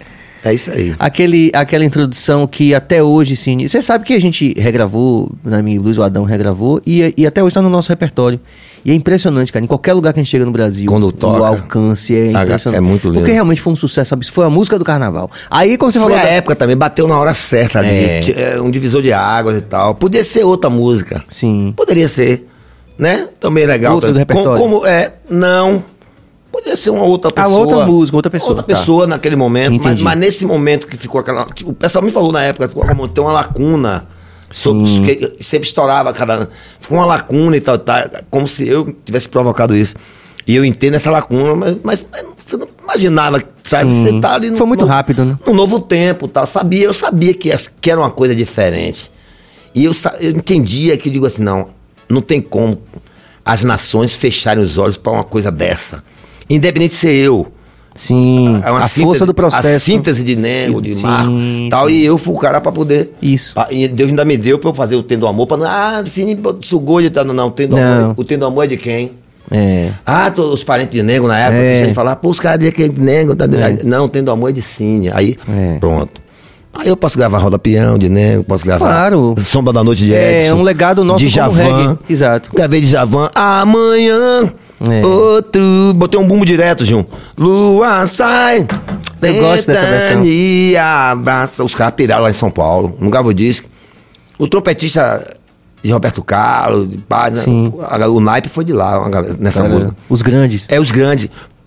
É isso aí. Aquele, aquela introdução que até hoje, sim. Você sabe que a gente regravou, na Big Blues, o Adão regravou, e, e até hoje está no nosso repertório. E é impressionante, cara. Em qualquer lugar que a gente chega no Brasil, quando toca, o alcance é impressionante. É muito lindo. Porque realmente foi um sucesso, sabe? Foi a música do carnaval. Aí, como você foi falou. Foi a da... época também, bateu na hora certa ali. É. Um divisor de águas e tal. Podia ser outra música. Sim. Poderia ser. Né? Também legal. Outra do repertório. Como, como é. Não. Poderia ser uma outra pessoa. Ah, outra música, outra pessoa. Outra tá. pessoa naquele momento. Mas, mas nesse momento que ficou aquela. O pessoal me falou na época, tem uma lacuna. Sim. Que sempre estourava cada. Ficou uma lacuna e tal, tal. Como se eu tivesse provocado isso. E eu entrei nessa lacuna, mas, mas, mas você não imaginava, sabe? Sim. Você tá ali no, foi muito no, rápido, né? No novo tempo tal. Sabia, eu sabia que, que era uma coisa diferente. E eu, eu entendia que eu digo assim, não, não tem como as nações fecharem os olhos para uma coisa dessa. Independente de ser eu. Sim, é uma a síntese, força do processo. A síntese de Nego, de sim, Marco, tal. Sim. E eu fui o cara pra poder... Isso. E Deus ainda me deu pra eu fazer o Tendo Amor, pra não... Ah, Cine sugou de tal. Não, não, o Tendo Amor, o Tendo Amor é de quem? É. Ah, os parentes de Nego na época, é. que falar, pô, os caras diziam que é de Nego. Tá... É. Não, o Tendo Amor é de Cine. Aí, é. pronto. Aí eu posso gravar Roda Peão de Nego, posso gravar claro. Sombra da Noite de Edson. É um legado nosso de como Javan. Reggae. Exato. Gravei de Javan. Amanhã... É. Outro, botei um bumbo direto, Jun. Lua sai, eu gosto dessa versão. E abraça. Os caras piraram lá em São Paulo, não gravou disco. O trompetista de Roberto Carlos, de Paz, né? O naipe foi de lá, galera, nessa Cara, música. Os grandes. É, os grandes.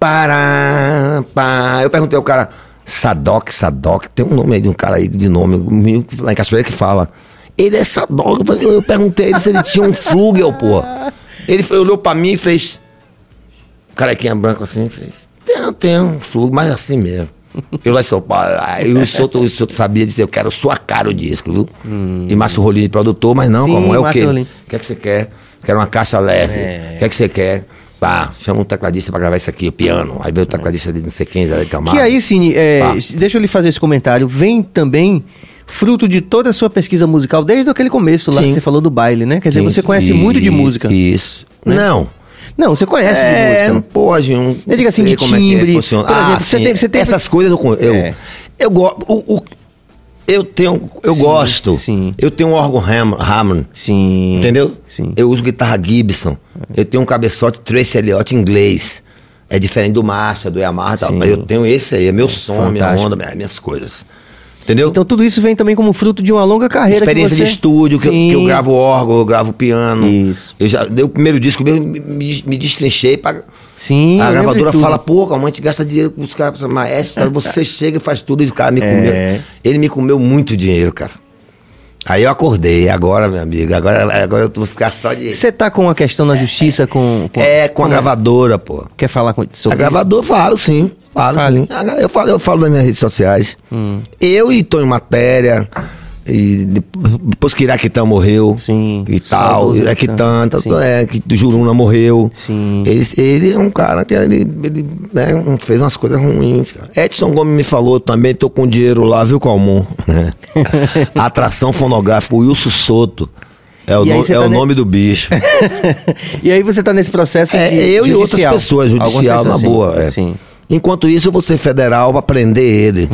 Pará, pá. Eu perguntei ao cara, Sadoc, Sadoc, tem um nome aí de um cara aí de nome, lá em Cachoeira que fala. Ele é Sadoc. Eu, eu perguntei ele se ele tinha um flugel, pô. Ele foi, olhou pra mim e fez. Carequinha branca assim, fez. Tem, tem um fluxo, mas assim mesmo. Eu lá em São Paulo, aí o senhor sabia dizer, eu quero sua cara o disco, viu? Hum. E Márcio Rolim, produtor, mas não, sim, como é o quê? Rolim. O que é que você quer? Quero uma caixa leve. É. O que é que você quer? Pá, chama um tecladista pra gravar isso aqui, o piano. Aí veio o tecladista de não sei quem, Zé de Camargo. Que aí, Cine, é, deixa eu lhe fazer esse comentário. Vem também fruto de toda a sua pesquisa musical, desde aquele começo lá, sim, que você falou do baile, né? Quer dizer, sim, você conhece e, muito de música. Isso. Né? Não. Não, você conhece é, de música. Pô, Jun, eu digo assim, de timbre. É por ah, exemplo, você tem, você tem... Essas coisas eu... Eu, é. eu gosto... O, o, eu tenho... Eu sim, gosto. Sim. Eu tenho um órgão Hammond. Sim. Entendeu? Sim. Eu uso guitarra Gibson. É. Eu tenho um cabeçote Tracy Elliott inglês. É diferente do Marshall, do Yamaha e tal. Mas eu tenho esse aí. É meu som, fantástico, minha onda, minhas coisas. Entendeu? Então tudo isso vem também como fruto de uma longa carreira. Experiência que você... de estúdio, que eu, que eu gravo órgão, eu gravo piano. Isso. Eu já dei o primeiro disco, eu me, me, me destrinchei pra... Sim. A gravadora fala, pô, calma, a gente gasta dinheiro com os caras, maestro, você chega e faz tudo, e o cara me é. comeu. Ele me comeu muito dinheiro, cara. Aí eu acordei, agora, meu amigo, agora, agora eu vou ficar só de... Você tá com uma questão na justiça com... com é, com a gravadora, pô. Quer falar com, sobre a gravadora, falo sim, falo Fale. sim. Eu falo, eu falo nas minhas redes sociais. Hum. Eu e Tonho Matéria, e depois que Iraquitã morreu, sim, e tal, Iraquitã, é, que Juruna morreu. Sim. Ele, ele é um cara que ele, ele né, fez umas coisas ruins, cara. Edson Gomes me falou também, tô com dinheiro lá, viu, Calmon? Atração fonográfica, o Wilson Soto. É, o, no, é tá o ne... nome do bicho. E aí você tá nesse processo é, de eu judicial. E outras pessoas, judicial, pessoas, na sim, boa. É. Sim. Enquanto isso, eu vou ser federal pra prender ele.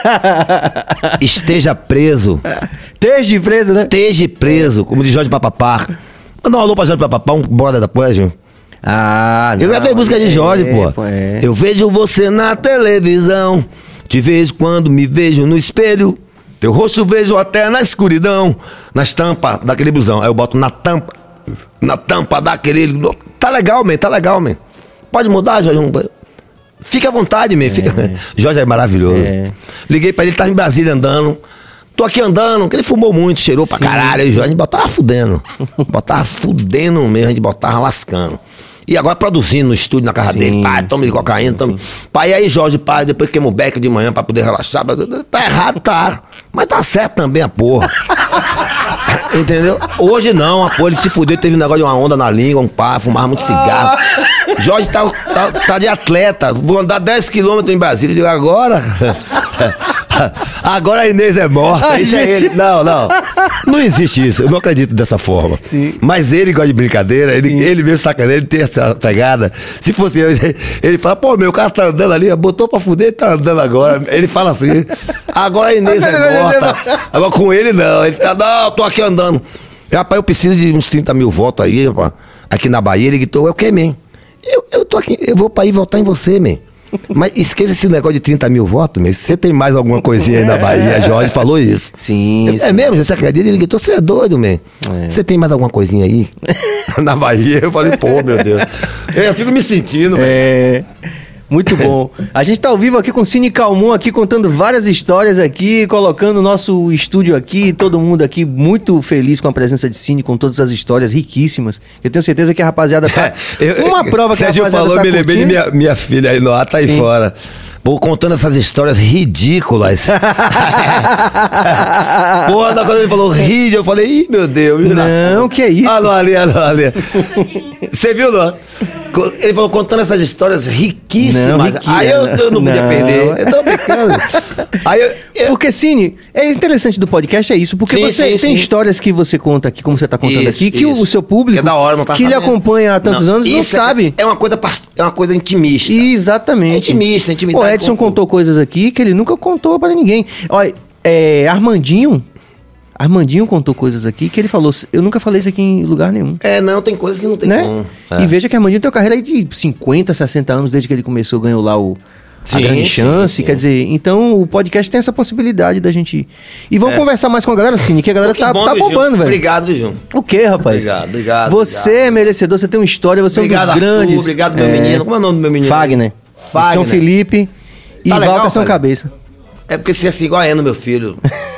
Esteja preso. Esteja preso, né? Esteja preso, como diz Jorge Papapá. Manda um alô pra Jorge Papapá, um brother da Poesia. Ah, não. Eu gravei música de Jorge, é, pô. É. Eu vejo você na televisão, te vejo quando me vejo no espelho. Teu rosto vejo até na escuridão, nas tampas daquele blusão. Aí eu boto na tampa, na tampa daquele... Tá legal, man, tá legal, man. Pode mudar, Jorge? Fica à vontade, man. É. Fica... Jorge é maravilhoso. É. Liguei pra ele, ele tava em Brasília andando. Tô aqui andando, porque ele fumou muito, cheirou pra Sim. caralho. Aí a gente botava fudendo. Botava fudendo mesmo, a gente botava lascando. E agora produzindo no estúdio, na casa Sim, dele. Pai, toma de cocaína, toma. Pai, aí Jorge, pai, depois queima o beck de manhã pra poder relaxar. Tá errado, tá. Mas tá certo também a porra. Entendeu? Hoje não, a porra, ele se fudeu, teve um negócio de uma onda na língua, um pá, fumava muito cigarro. Jorge tá, tá, tá de atleta, vou andar dez quilômetros em Brasília. Eu digo, agora? Agora a Inês é morta. Ai, Isso é gente. ele. Não, não. Não existe isso. Eu não acredito dessa forma. Sim. Mas ele gosta de brincadeira, ele, ele mesmo sacaneia, ele tem essa pegada. Se fosse eu, ele fala, pô, meu, o cara tá andando ali, botou pra fuder, tá andando agora. Ele fala assim, agora a Inês é morta. Agora com ele não. Ele tá, não, eu tô aqui andando. Rapaz, eu preciso de uns trinta mil votos aí, rapaz. Aqui na Bahia, ele gritou, eu que, man? Eu, eu tô aqui, eu vou pra ir votar em você, man. Mas esqueça esse negócio de trinta mil votos, mas você tem mais alguma coisinha aí na Bahia? Jorge falou isso. Sim. É, sim. é mesmo? Você acredita? Ele gritou, você é doido, man. Você tem mais alguma coisinha aí? Na Bahia, eu falei, pô, meu Deus. Eu fico me sentindo, velho. É. Muito bom. A gente tá ao vivo aqui com o Cine Calmon aqui, contando várias histórias aqui, colocando o nosso estúdio aqui, todo mundo aqui muito feliz com a presença de Cine, com todas as histórias riquíssimas. Eu tenho certeza que a rapaziada tá... Eu- Uma prova que a Sérgio rapaziada falou, tá me lembrei de curtindo. minha, minha filha aí no ar, tá aí Sim. fora. Pô, contando essas histórias ridículas. Porra, quando ele falou rid, eu falei, ih, meu Deus. Não, que é isso? Ah, não, ali, ah, não, ali. Você viu, não? Co- Ele falou contando essas histórias riquíssimas. Não, riquíssima. Aí eu, eu não podia Não. perder. Eu tô brincando. Aí eu, eu- Porque, Cine, é interessante do podcast é isso, porque Sim, você sim, tem sim. histórias que você conta aqui, como você tá contando Isso, aqui, que o, isso. o seu público, Que é da hora, não tá que lhe sabendo. acompanha há tantos Não, anos, não isso é- sabe. É uma coisa, par- é uma coisa intimista. Exatamente. É intimista, intimidade O Edson com- contou coisas aqui que ele nunca contou para ninguém. Olha, é, Armandinho, Armandinho contou coisas aqui que ele falou, eu nunca falei isso aqui em lugar nenhum. É, não, tem coisas que não tem Né? como. É. E veja que Armandinho tem uma carreira aí de cinquenta, sessenta anos, desde que ele começou, ganhou lá o, a Sim, grande sim, chance. sim. Quer dizer, então o podcast tem essa possibilidade da gente. E vamos É. conversar mais com a galera, Cine, que a galera Que tá, bom, tá Virgil. bombando, velho. Obrigado, Virgil. O quê, rapaz? Obrigado, obrigado, Você obrigado. é merecedor, você tem uma história, você Obrigado, é um dos Arthur, grandes. obrigado, meu menino. Como é o nome do meu menino? Fagner. Fagner. São Felipe e Tá legal, Walter São Fagner? Cabeça. É porque você é assim igual a Eno, meu filho.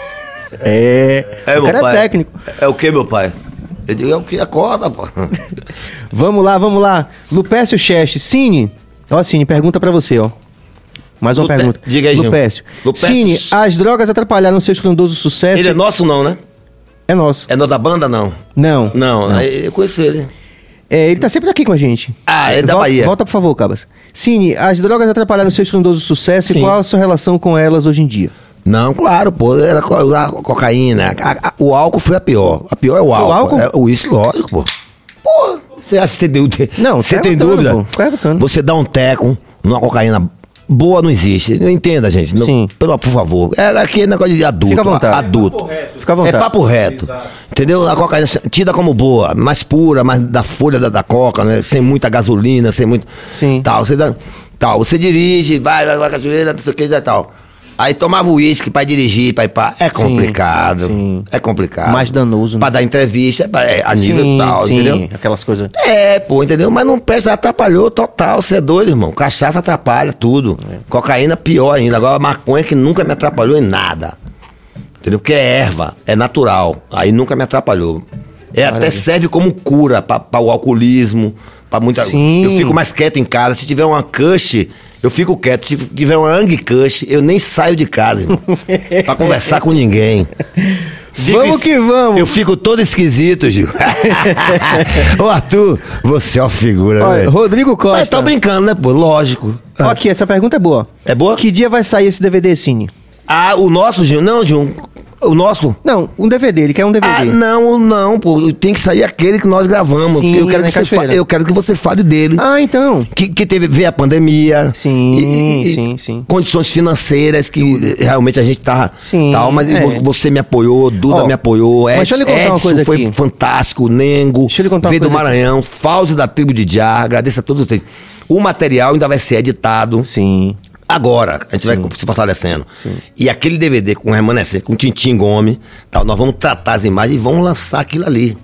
É. É, o meu cara pai. é técnico. É o que, meu pai? Eu digo, é o que? Acorda, pô. Vamos lá, vamos lá. Lupécio Cheste. Cine. Ó, Cine, pergunta pra você, ó. Mais uma Lupe- pergunta. Diga aí, Gil. Lupécio. Lupécio. Cine, as drogas atrapalharam seu estrondoso sucesso? Ele é nosso não, né? É nosso. É no da banda, não? Não. Não, aí eu conheço ele. É, ele tá sempre aqui com a gente. Ah, é da volta, Bahia. Volta, por favor, Cabas. Cine, as drogas atrapalharam seu estrondoso sucesso Sim. e qual a sua relação com elas hoje em dia? Não, claro, pô, era co- a cocaína. A- a- o álcool foi a pior. A pior é o Foi o álcool. álcool? É, o uísque, lógico, pô. Pô, você acha que você tem dúvida? Não, você tem perguntando, dúvida? pô, perguntando. Você dá um teco numa cocaína boa, não existe. Não entenda, gente. Não, Sim. pelo, por favor. É aquele negócio de adulto. Fica à vontade. Adulto. Fica à vontade. É papo reto. Entendeu? A cocaína tida como boa, mais pura, mais da folha da, da coca, né? Sem muita gasolina, sem muito. Sim. Tal, você dá, tal, você dirige, vai, vai, vai, cachoeira, não sei o que e tal. Aí tomava uísque pra dirigir, pra ir pra... É complicado. sim. É complicado. Mais danoso, né? Pra dar entrevista, é, é, a nível Sim, tal, sim, entendeu? aquelas coisas. É, pô, entendeu? Mas não presta, atrapalhou total. Você é doido, irmão. Cachaça atrapalha tudo. É. Cocaína, pior ainda. Agora, maconha que nunca me atrapalhou em nada. Entendeu? Porque é erva, é natural. Aí nunca me atrapalhou. É, até Maravilha. serve como cura pra, pra o alcoolismo, pra muita. Sim. Eu fico mais quieto em casa. Se tiver uma cush, eu fico quieto. Se tiver uma Ang Kush, eu nem saio de casa, irmão. Pra conversar com ninguém. Fico Vamos es- que vamos. Eu fico todo esquisito, Gil. Ô, Arthur, você é uma figura, Olha, velho. Rodrigo Costa. Mas tá brincando, né, pô? Lógico. Ó, aqui, essa pergunta é boa. É boa? Que dia vai sair esse D V D, Cine? Ah, o nosso, Gil? Não, Gil. O nosso? Não, um D V D, ele quer um D V D. Ah, não, não, pô. Tem que sair aquele que nós gravamos. Sim, eu, quero na que você Cachoeira. fa- eu quero que você fale dele. Ah, então. Que, que teve, veio a pandemia. Sim, e- e- sim, sim. Condições financeiras que realmente a gente tá. Sim, Tal, mas é. vo- você me apoiou, Duda Ó, me apoiou. mas deixa eu lhe contar uma Edson coisa foi aqui. fantástico. Nengo. Deixa eu lhe contar uma veio do coisa aqui. Maranhão. Fauzi da tribo de Jar. Agradeço a todos vocês. O material ainda vai ser editado. Sim. Agora, a gente vai se fortalecendo. Sim. E aquele D V D com remanescente, com Tintim Gomes, tal, nós vamos tratar as imagens e vamos lançar aquilo ali.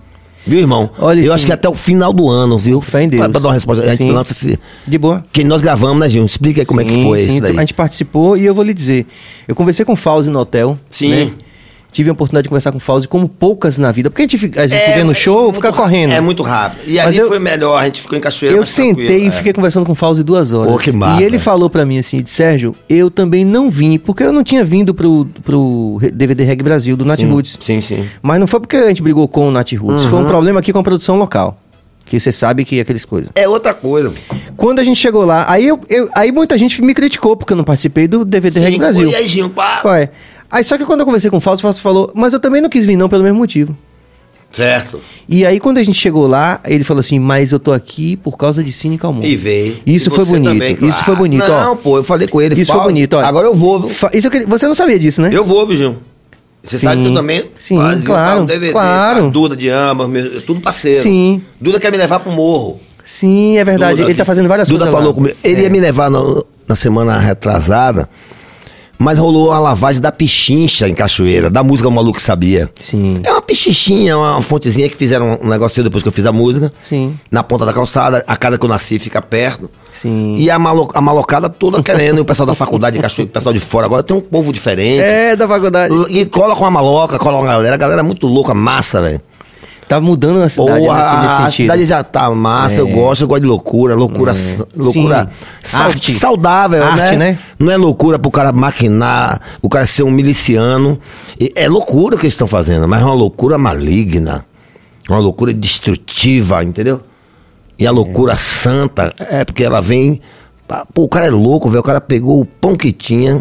Viu, irmão? Olha, eu sim. acho que até o final do ano, viu? Fé em Deus. Pra, pra dar uma resposta. A gente Sim. lança esse... De boa. Que nós gravamos, né, Gil? Explica aí como Sim, é que foi sim, isso daí. A gente participou e eu vou lhe dizer. Eu conversei com o Fauzi no hotel. Sim. Né? Tive a oportunidade de conversar com o Fauzi como poucas na vida. Porque a gente fica- às vezes se vê no show, muito fica rápido. correndo. É muito rápido. E Mas ali eu- foi melhor, a gente ficou em Cachoeira. Eu mais sentei tranquilo, e é. fiquei conversando com o Fauzi duas horas. Pô, que massa. E ele falou pra mim assim, de Sérgio, eu também não vim, porque eu não tinha vindo pro, pro D V D Reggae Brasil, do Nat Roots. Sim, sim. Mas não foi porque a gente brigou com o Nat Roots, foi um problema aqui com a produção local. Que você sabe que é aquelas coisas. É outra coisa. Quando a gente chegou lá, aí, eu, eu- aí muita gente me criticou porque eu não participei do D V D Reggae Sim, Brasil. E aí, Gil, pá. Ué. Aí só que quando eu conversei com o Fausto, o Fausto falou, mas eu também não quis vir não pelo mesmo motivo. Certo. E aí quando a gente chegou lá, ele falou assim, mas eu tô aqui por causa de Cine Calmon. E veio. Isso E foi você bonito, também, claro. isso foi bonito, ó. Não, pô, eu falei com ele. Isso fala, foi bonito, olha. Agora eu vou, viu? Fa- Isso eu queria- você não sabia disso, né? Eu vou, viu, Gil? Você Sim. sabe que eu também. Sim, fazia, claro, tá, um D V D, claro. a Duda de Ambas, meu- tudo parceiro. Sim. Duda quer me levar pro morro. Sim, é verdade. Duda, ele tá fazendo várias Duda coisas falou lá. comigo. Ele É. ia me levar no- na semana retrasada, mas rolou a lavagem da Pichincha em Cachoeira, da música O Maluco Sabia. Sim. É uma pichinchinha, uma fontezinha que fizeram um negocinho depois que eu fiz a música. Sim. Na ponta da calçada, a casa que eu nasci fica perto. Sim. E a, malo, a malocada toda querendo, e o pessoal da faculdade de Cachoeira, o pessoal de fora. Agora tem um povo diferente. É, da faculdade. E cola com a maloca, cola com a galera. A galera é muito louca, massa, velho. Tá mudando a cidade Porra, né, nesse a sentido. cidade já tá massa, É. eu gosto, eu gosto de loucura, loucura, sa- loucura Sim. sau- Arte. saudável, Arte, né? né? Não é loucura pro cara maquinar, o cara ser um miliciano. E é loucura o que eles estão fazendo, mas é uma loucura maligna, uma loucura destrutiva, entendeu? E a loucura santa é porque ela vem. Pô, o cara é louco, velho. O cara pegou o pão que tinha,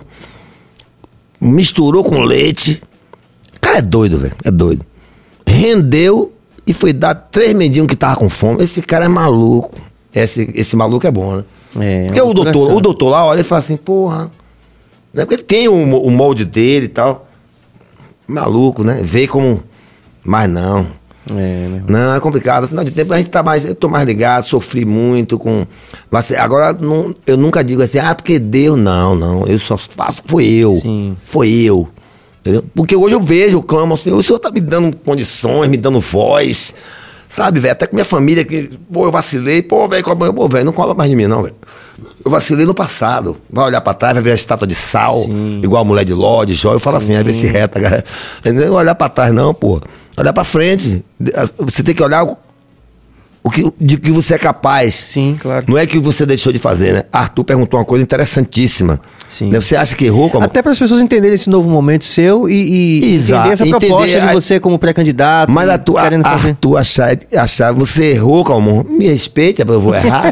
misturou com leite. O cara é doido, velho. É doido. Rendeu e foi dar três mendinhos que tava com fome. Esse cara é maluco. Esse, esse maluco é bom, né? É, Porque é o uma doutor, loucura o doutor lá olha e fala assim, porra. Né? Porque ele tem o, o molde dele e tal. Maluco, né? Vê como. Mas não. É, né? Não, é complicado. Afinal de tempo, a gente tá mais. Eu tô mais ligado, sofri muito com. vaci- Agora, não, eu nunca digo assim, ah, porque Deus. Não, não. Eu só faço. Foi eu. Sim. Foi eu. Entendeu? Porque hoje eu vejo, eu clamo assim, o senhor tá me dando condições, me dando voz. Sabe, velho? Até com minha família, que, pô, eu vacilei, pô, velho, cobra- pô, velho, não cobra mais de mim, não, velho. Eu vacilei no passado. Vai olhar pra trás, vai ver a estátua de sal, Sim. igual a mulher de Ló, de Jó. Eu falo assim, às vezes se reta, cara. Não olhar pra trás, não, pô. Olhar pra frente. Você tem que olhar o, o que, de que você é capaz. Sim, claro. Não é que você deixou de fazer, né? Arthur perguntou uma coisa interessantíssima. Sim. Né? Você acha que errou? Como... Até para as pessoas entenderem esse novo momento seu e, e Exato, entender essa entender proposta de a- você como pré-candidato. Mas a tua, querendo fazer. Arthur achar, achar, você errou, Calmon. Me respeite, eu vou errar.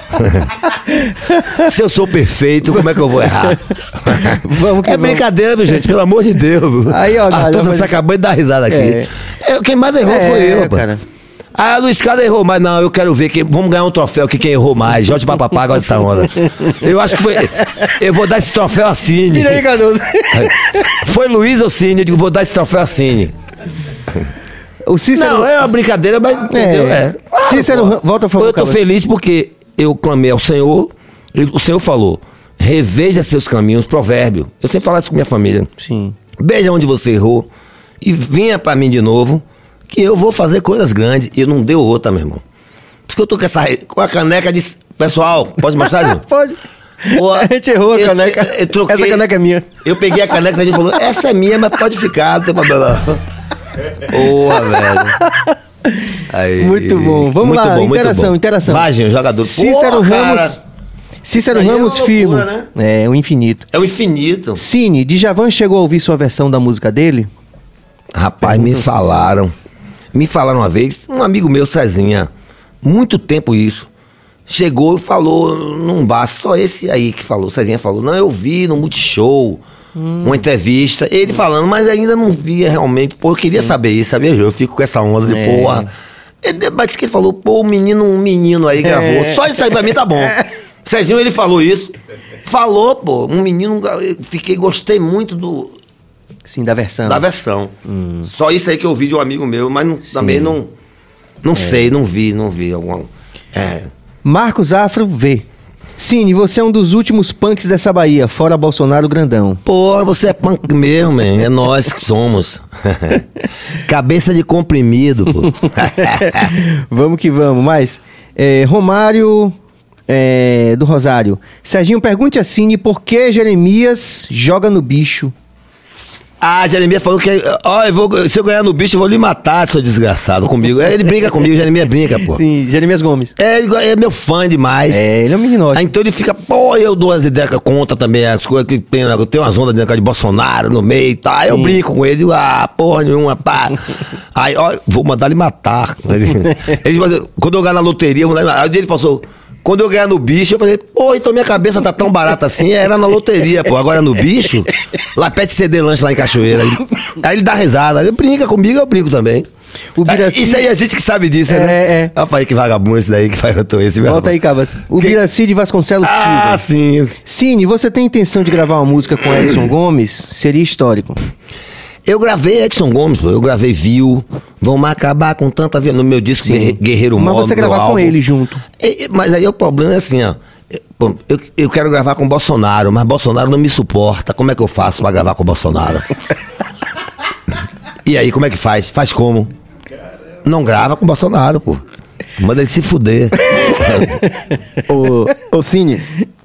Se eu sou perfeito, como é que eu vou errar? Vamos que é vamos. brincadeira, viu, gente? Pelo amor de Deus. Aí, ó, Arthur, galera, você mas- acabou de dar risada aqui. É. É, quem mais errou É, foi eu, pô. cara. Ah, Luiz Cada errou, mas não, eu quero ver quem. Vamos ganhar um troféu aqui, quem errou mais. Jorge Papapá gosta dessa onda. Eu acho que foi. Eu vou dar esse troféu a Cine. Vira aí, Cardoso. Foi Luiz ou Cine? Eu digo, vou dar esse troféu a Cine. O Cícero. Não, é uma brincadeira, mas. Entendeu? É. Cícero, pô. volta a favor. Eu tô Carlos. feliz porque eu clamei ao Senhor, e o Senhor falou: reveja seus caminhos, provérbio. Eu sempre falo isso com minha família. Sim. Veja onde você errou e vinha pra mim de novo, que eu vou fazer coisas grandes. E não deu outra, meu irmão. Por isso que eu tô com essa. Com a caneca de. Pessoal, pode mostrar, Ju? Pode. Pô, A gente errou a eu- caneca. eu- eu troquei- Essa caneca é minha. Eu peguei a caneca e a gente falou: essa é minha, mas pode ficar, não tem problema. Porra, velho. Aí. Muito bom. Vamos Muito lá, bom, muito interação, bom. interação. Vai, gente, jogador. Cícero Porra, Ramos. cara. Cícero Isso aí é Ramos uma Firmo. loucura, É, o infinito. É o infinito. Cine, Djavan chegou a ouvir sua versão da música dele? Rapaz, me Pergunta falaram. Me falaram uma vez, um amigo meu, Cezinha, muito tempo isso, chegou e falou num bar, só esse aí que falou, Cezinha falou, não, eu vi no Multishow, Hum. uma entrevista, ele falando, mas ainda não via realmente, pô, eu queria saber isso, sabia, Jô? Eu fico com essa onda de, É. porra. Ele, mas disse que ele falou, pô, um menino, um menino aí gravou, só isso aí pra mim tá bom. Cezinho, ele falou isso, falou, pô, um menino, eu fiquei, gostei muito do... Sim, da versão. Da versão. Só isso aí que eu ouvi de um amigo meu, mas não- também não. Não sei, não vi, não vi algum. É. Marcos Afro V. Cine, você é um dos últimos punks dessa Bahia, fora Bolsonaro grandão. Pô, você é punk mesmo, man. É nós que somos. Cabeça de comprimido, pô. Vamos que vamos, mas... É, Romário é, do Rosário. Serginho, pergunte a Cine por que Jeremias joga no bicho. Ah, Jeremias falou que ó, eu vou, se eu ganhar no bicho, eu vou lhe matar, seu desgraçado, comigo. Ele brinca comigo, Jeremias brinca, pô. Sim, Jeremias Gomes. É, ele é meu fã demais. É, ele é um menino. Aí, então ele fica, pô, eu dou as ideias contra também, as coisas que tem, eu tenho umas ondas de Bolsonaro no meio e tal. Aí eu brinco com ele, digo, ah, porra nenhuma, pá. Aí, ó, vou mandar ele matar. Ele, ele, quando eu ganhar na loteria, eu vou mandar, aí ele passou. Quando eu ganhar no bicho, eu falei, pô, então minha cabeça tá tão barata assim, era na loteria, pô. Agora no bicho, lá pede C D lanche lá em Cachoeira. Aí, aí ele dá risada, ele brinca comigo, eu brinco também. O Biraci... Isso aí a gente que sabe disso, é, né? É, é. Rapaz, que vagabundo esse daí que vai esse Volta aí, Cabas. O que... Biraci de Vasconcelos Ah, Silva. sim. Cine, você tem intenção de gravar uma música com Edson Gomes? Seria histórico. Eu gravei Edson Gomes, pô. Eu gravei Viu. Vamos acabar com tanta vida no meu disco Sim. Guerreiro Mó. Mas você gravar com álbum. ele junto. E, mas aí o problema é assim, ó. Eu, eu quero gravar com o Bolsonaro, mas Bolsonaro não me suporta. Como é que eu faço pra gravar com o Bolsonaro? E aí, como é que faz? Faz como? Não grava com o Bolsonaro, pô. Manda ele se fuder. Ô, ô Cine,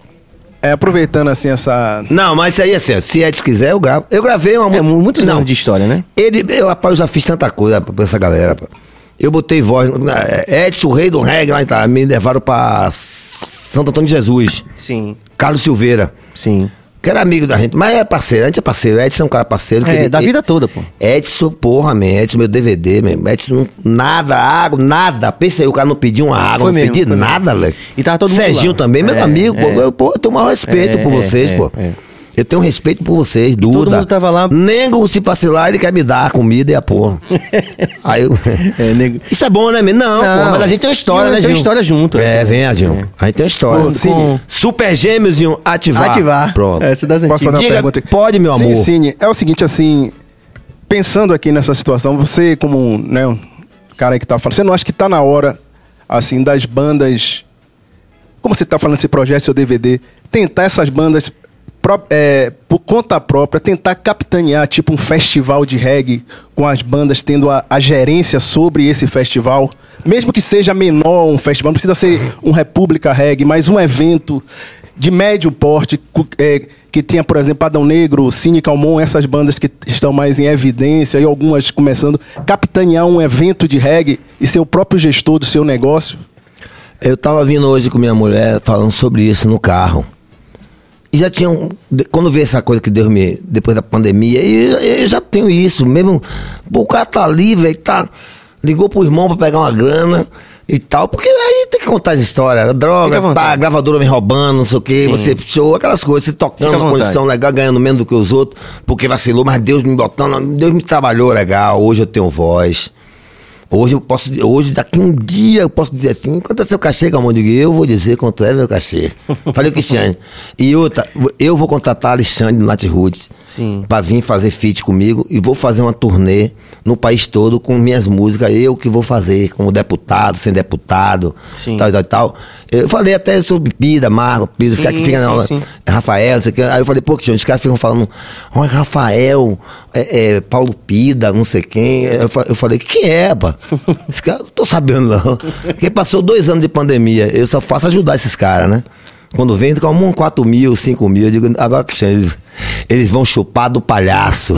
é, aproveitando assim essa... Não, mas isso aí assim, se Edson quiser, eu gravo. Eu gravei uma... É, muitos não, anos de história, né? Ele, eu, rapaz, eu já fiz tanta coisa pra essa galera, pô. Eu botei voz... Edson, o rei do reggae, lá, tá, me levaram pra Santo Antônio de Jesus. Sim. Carlos Silveira. Sim. Que era amigo da gente, mas é parceiro, a gente é parceiro. Edson é um cara parceiro. Que É, ele, da vida toda, pô. Edson, porra, man, Edson, meu D V D, man. Edson, nada, água, nada. Pensa aí, o cara não pediu uma água, Foi não mesmo, pediu foi nada, velho. E tava todo mundo Serginho lá. também, meu É, amigo, é. pô. Eu, pô, eu tenho o maior respeito É, por vocês, é, pô. é. Eu tenho respeito por vocês, Duda. todo mundo tava lá. Nego, se vacilar, ele quer me dar a comida e a porra. Aí eu... É, nego... Isso é bom, né, man? Não, Não. pô, mas a gente tem uma história, Não, né, tem Gil? uma história junto. É, vem, Gil. A gente tem uma história. Ô, Cine. Super Gêmeos e um ativar. Ativar. Pronto. Essa das Posso antigas. fazer uma Diga, pergunta aqui? pode, meu amor. Sim, Cine, é o seguinte, assim, pensando aqui nessa situação, você como, né, um cara que tá falando, você não acha que tá na hora, assim, das bandas, como você tá falando esse projeto, seu D V D, tentar essas bandas, pró- é, por conta própria, tentar capitanear, tipo, um festival de reggae, com as bandas tendo a, a gerência sobre esse festival, mesmo que seja menor um festival, não precisa ser um República Reggae, mas um evento de médio porte, cu- é, que tenha, por exemplo, Adão Negro, Cine Calmon, essas bandas que estão mais em evidência, e algumas começando, capitanear um evento de reggae e ser o próprio gestor do seu negócio? Eu tava vindo hoje com minha mulher falando sobre isso no carro. E já tinha um, de- quando veio essa coisa que Deus me... Depois da pandemia, eu, eu já tenho isso mesmo. Pô, o cara tá ali, velho, tá... Ligou pro irmão pra pegar uma grana e tal. Porque aí tem que contar as histórias. Fica à Droga, vontade. pá, a gravadora me roubando, não sei o quê. Sim. Você show, aquelas coisas. Você Fica tocando à uma vontade. condição legal, ganhando menos do que os outros. Porque vacilou, mas Deus me botando... Deus me trabalhou legal. Hoje eu tenho voz. Hoje eu posso, hoje daqui um dia eu posso dizer assim, quanto é seu cachê, Calmon? Eu digo, eu vou dizer quanto é meu cachê. Falei o Cristiane. E outra, eu vou contratar Alexandre do Nat Roots Sim. pra vir fazer feat comigo e vou fazer uma turnê no país todo com minhas músicas, eu que vou fazer, como deputado, sem deputado, Sim. tal, tal, tal. Eu falei até sobre Pida, Marco, Pida, os Sim, caras que ficam sim, na sim. Rafael, não sei o que. Aí eu falei, pô, Cristiane, os caras ficam falando, olha, Rafael, é, é, Paulo Pida, não sei quem. Eu, fa- eu falei, quem é, pá? Esse cara, não tô sabendo não. Porque passou dois anos de pandemia, eu só faço ajudar esses caras, né? Quando vem, como um quatro mil, cinco mil, eu digo, agora, Cristiano, eles, eles vão chupar do palhaço.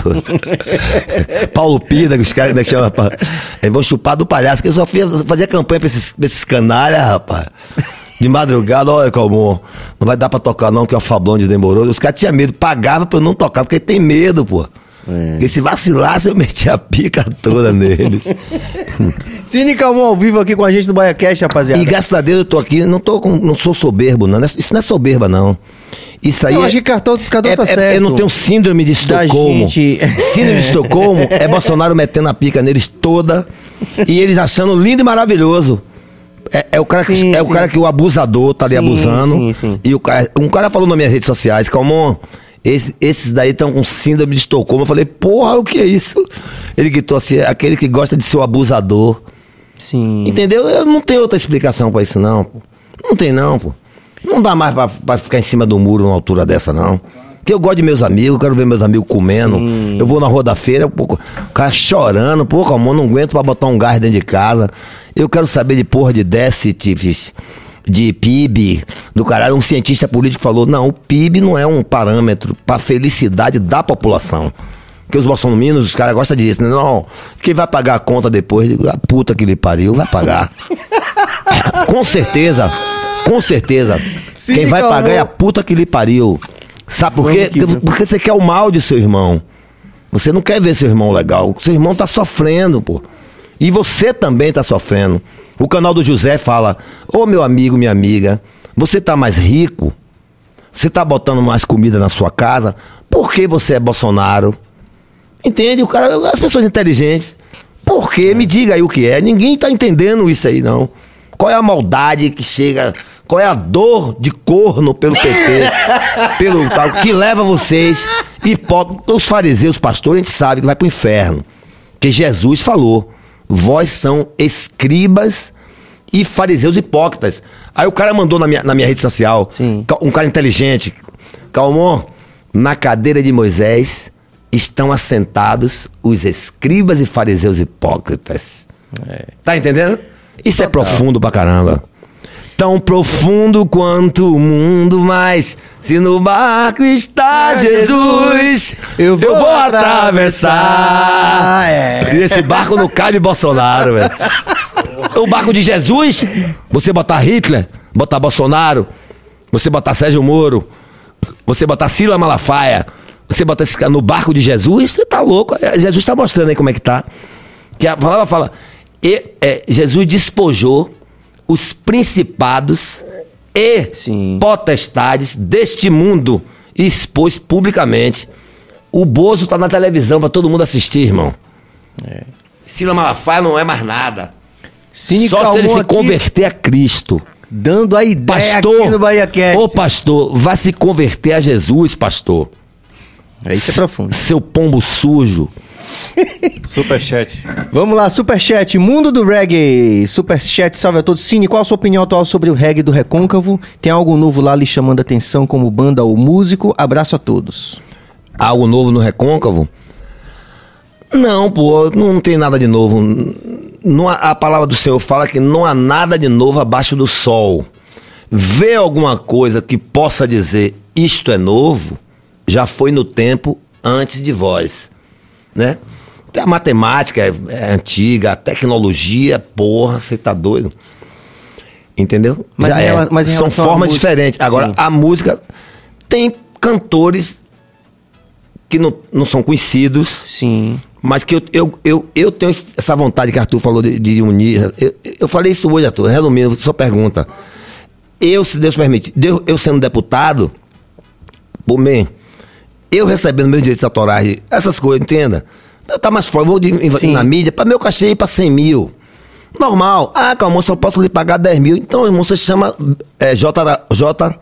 Paulo Pida, que os caras, como é que chama, rapaz? Eles vão chupar do palhaço, que eu só fiz, fazia campanha pra esses, pra esses canalhas, rapaz. De madrugada, olha, Calmon, não vai dar pra tocar não, que é o Fablão de demorou. Os caras tinham medo, pagavam pra eu não tocar, porque tem medo, pô. É. Porque se vacilasse, eu metia a pica toda neles. Cine Calmon ao vivo aqui com a gente do BaiaCast, rapaziada. E graças a Deus eu tô aqui, não, tô com, não sou soberbo, não. Isso não é soberba, não. Isso aí Eu é, acho que cartão dos cartão é, tá é- certo. eu não tenho síndrome de Da Estocolmo. gente- Síndrome de Estocolmo é Bolsonaro metendo a pica neles toda e eles achando lindo e maravilhoso. É, é o cara que, Sim, é o sim. cara que o abusador tá ali Sim, abusando. sim, sim. E o cara, um cara falou nas minhas redes sociais, Calmon, esse, esses daí estão com síndrome de Estocolmo. Eu falei, porra, o que é isso? Ele gritou assim, aquele que gosta de ser o abusador. Sim. Entendeu? Eu não tenho outra explicação pra isso, não, pô. Não tem, não, pô. Não dá mais pra, pra ficar em cima do muro numa altura dessa, não. Porque eu gosto de meus amigos, eu quero ver meus amigos comendo. Sim. Eu vou na rua da feira, pô, o cara chorando, pô, amor, não aguento pra botar um gás dentro de casa. Eu quero saber de porra de déficit, de P I B, do caralho. Um cientista político falou, não, o P I B não é um parâmetro pra felicidade da população. Porque os bolsominions, os caras gostam disso, né? Não, quem vai pagar a conta depois, a puta que lhe pariu, vai pagar. Com certeza, com certeza. Sim, quem vai pagar é a puta que lhe pariu. Sabe por quê? Porque você quer o mal de seu irmão. Você não quer ver seu irmão legal. Seu irmão tá sofrendo, pô. E você também tá sofrendo. O canal do José fala, ô meu amigo, minha amiga, você tá mais rico? Você tá botando mais comida na sua casa? Por que você é Bolsonaro? Entende? O cara, as pessoas inteligentes. Por quê? Me diga aí o que é. Ninguém tá entendendo isso aí, não. Qual é a maldade que chega... Qual é a dor de corno pelo P T, pelo tal, que leva vocês, hipócritas, os fariseus, os pastores, a gente sabe que vai pro inferno. Porque Jesus falou, vós são escribas e fariseus hipócritas. Aí o cara mandou na minha, na minha rede social, Sim. um cara inteligente, Calmon, na cadeira de Moisés estão assentados os escribas e fariseus hipócritas. É. Tá entendendo? Isso Total. É profundo pra caramba. Tão profundo quanto o mundo, mas se no barco está Jesus, eu vou, eu vou atravessar. É. E esse barco não cabe Bolsonaro, velho. O barco de Jesus, você botar Hitler, botar Bolsonaro, você botar Sérgio Moro, você botar Sila Malafaia, você botar esse cara no barco de Jesus, você tá louco. Jesus está mostrando aí como é que tá. Que a palavra fala, e, é, Jesus despojou os principados e Sim. potestades deste mundo e expôs publicamente. O Bozo tá na televisão pra todo mundo assistir, irmão. É. Sila Malafaia não é mais nada. Cine Só se ele se converter a Cristo. Dando a ideia pastor, aqui no BahiaCast. Ô pastor, vai se converter a Jesus, pastor. É isso, é profundo. Seu pombo sujo. Superchat. Vamos lá, superchat, Mundo do Reggae. Superchat, salve a todos. Cine, qual a sua opinião atual sobre o reggae do Recôncavo? Tem algo novo lá lhe chamando a atenção como banda ou músico? Abraço a todos. Algo novo no Recôncavo? Não, pô, não tem nada de novo. Não há, a palavra do Senhor fala que não há nada de novo abaixo do sol. Vê alguma coisa que possa dizer isto é novo, já foi no tempo antes de vós. Né? A matemática é, é antiga, a tecnologia, porra, você tá doido. Entendeu? Mas Já em, é. mas em São formas diferentes. Agora, Sim. a música tem cantores que não, não são conhecidos. Sim. Mas que eu, eu, eu, eu tenho essa vontade que Arthur falou de, de unir. Eu, eu falei isso hoje, Arthur, resumindo, só pergunta. Eu, se Deus permitir, Deus, eu sendo deputado, pô, man, eu recebendo meus direitos autorais, essas coisas, entenda? Eu tá mais forte, vou de, na mídia, para meu cachê ir para cem mil. Normal. Ah, calma, só posso lhe pagar dez mil. Então, irmão, você chama é, J. J.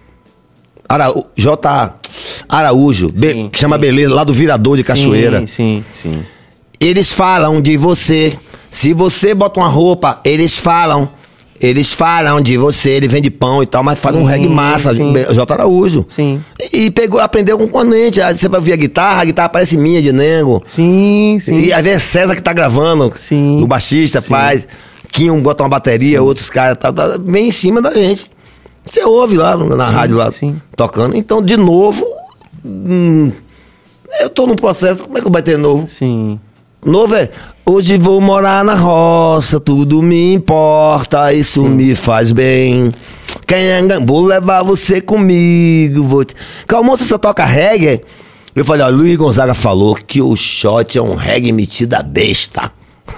Ara, J. Araújo, sim, Be, que chama Beleza, lá do Virador de Cachoeira. Sim, sim, sim. Eles falam de você. Se você bota uma roupa, eles falam. Eles falam de você, ele vende pão e tal, mas faz sim, um reggae massa, sim. J. Araújo. Sim. E pegou, aprendeu com o componente. Aí você vai ouvir a guitarra, a guitarra parece minha de Nego. Sim, sim. E às vezes é César que tá gravando, sim. o baixista sim. faz. Kim bota uma bateria, sim. outros caras, tá, tá bem em cima da gente. Você ouve lá na sim, rádio lá, sim. tocando. Então, de novo, hum, eu tô num processo, como é que vai ter novo? Sim. Novo é, hoje vou morar na roça, tudo me importa, isso sim. me faz bem. Quem é, vou levar você comigo. Vou te... Calma, você só toca reggae? Eu falei, ó, Luiz Gonzaga falou que o shot é um reggae metido a besta.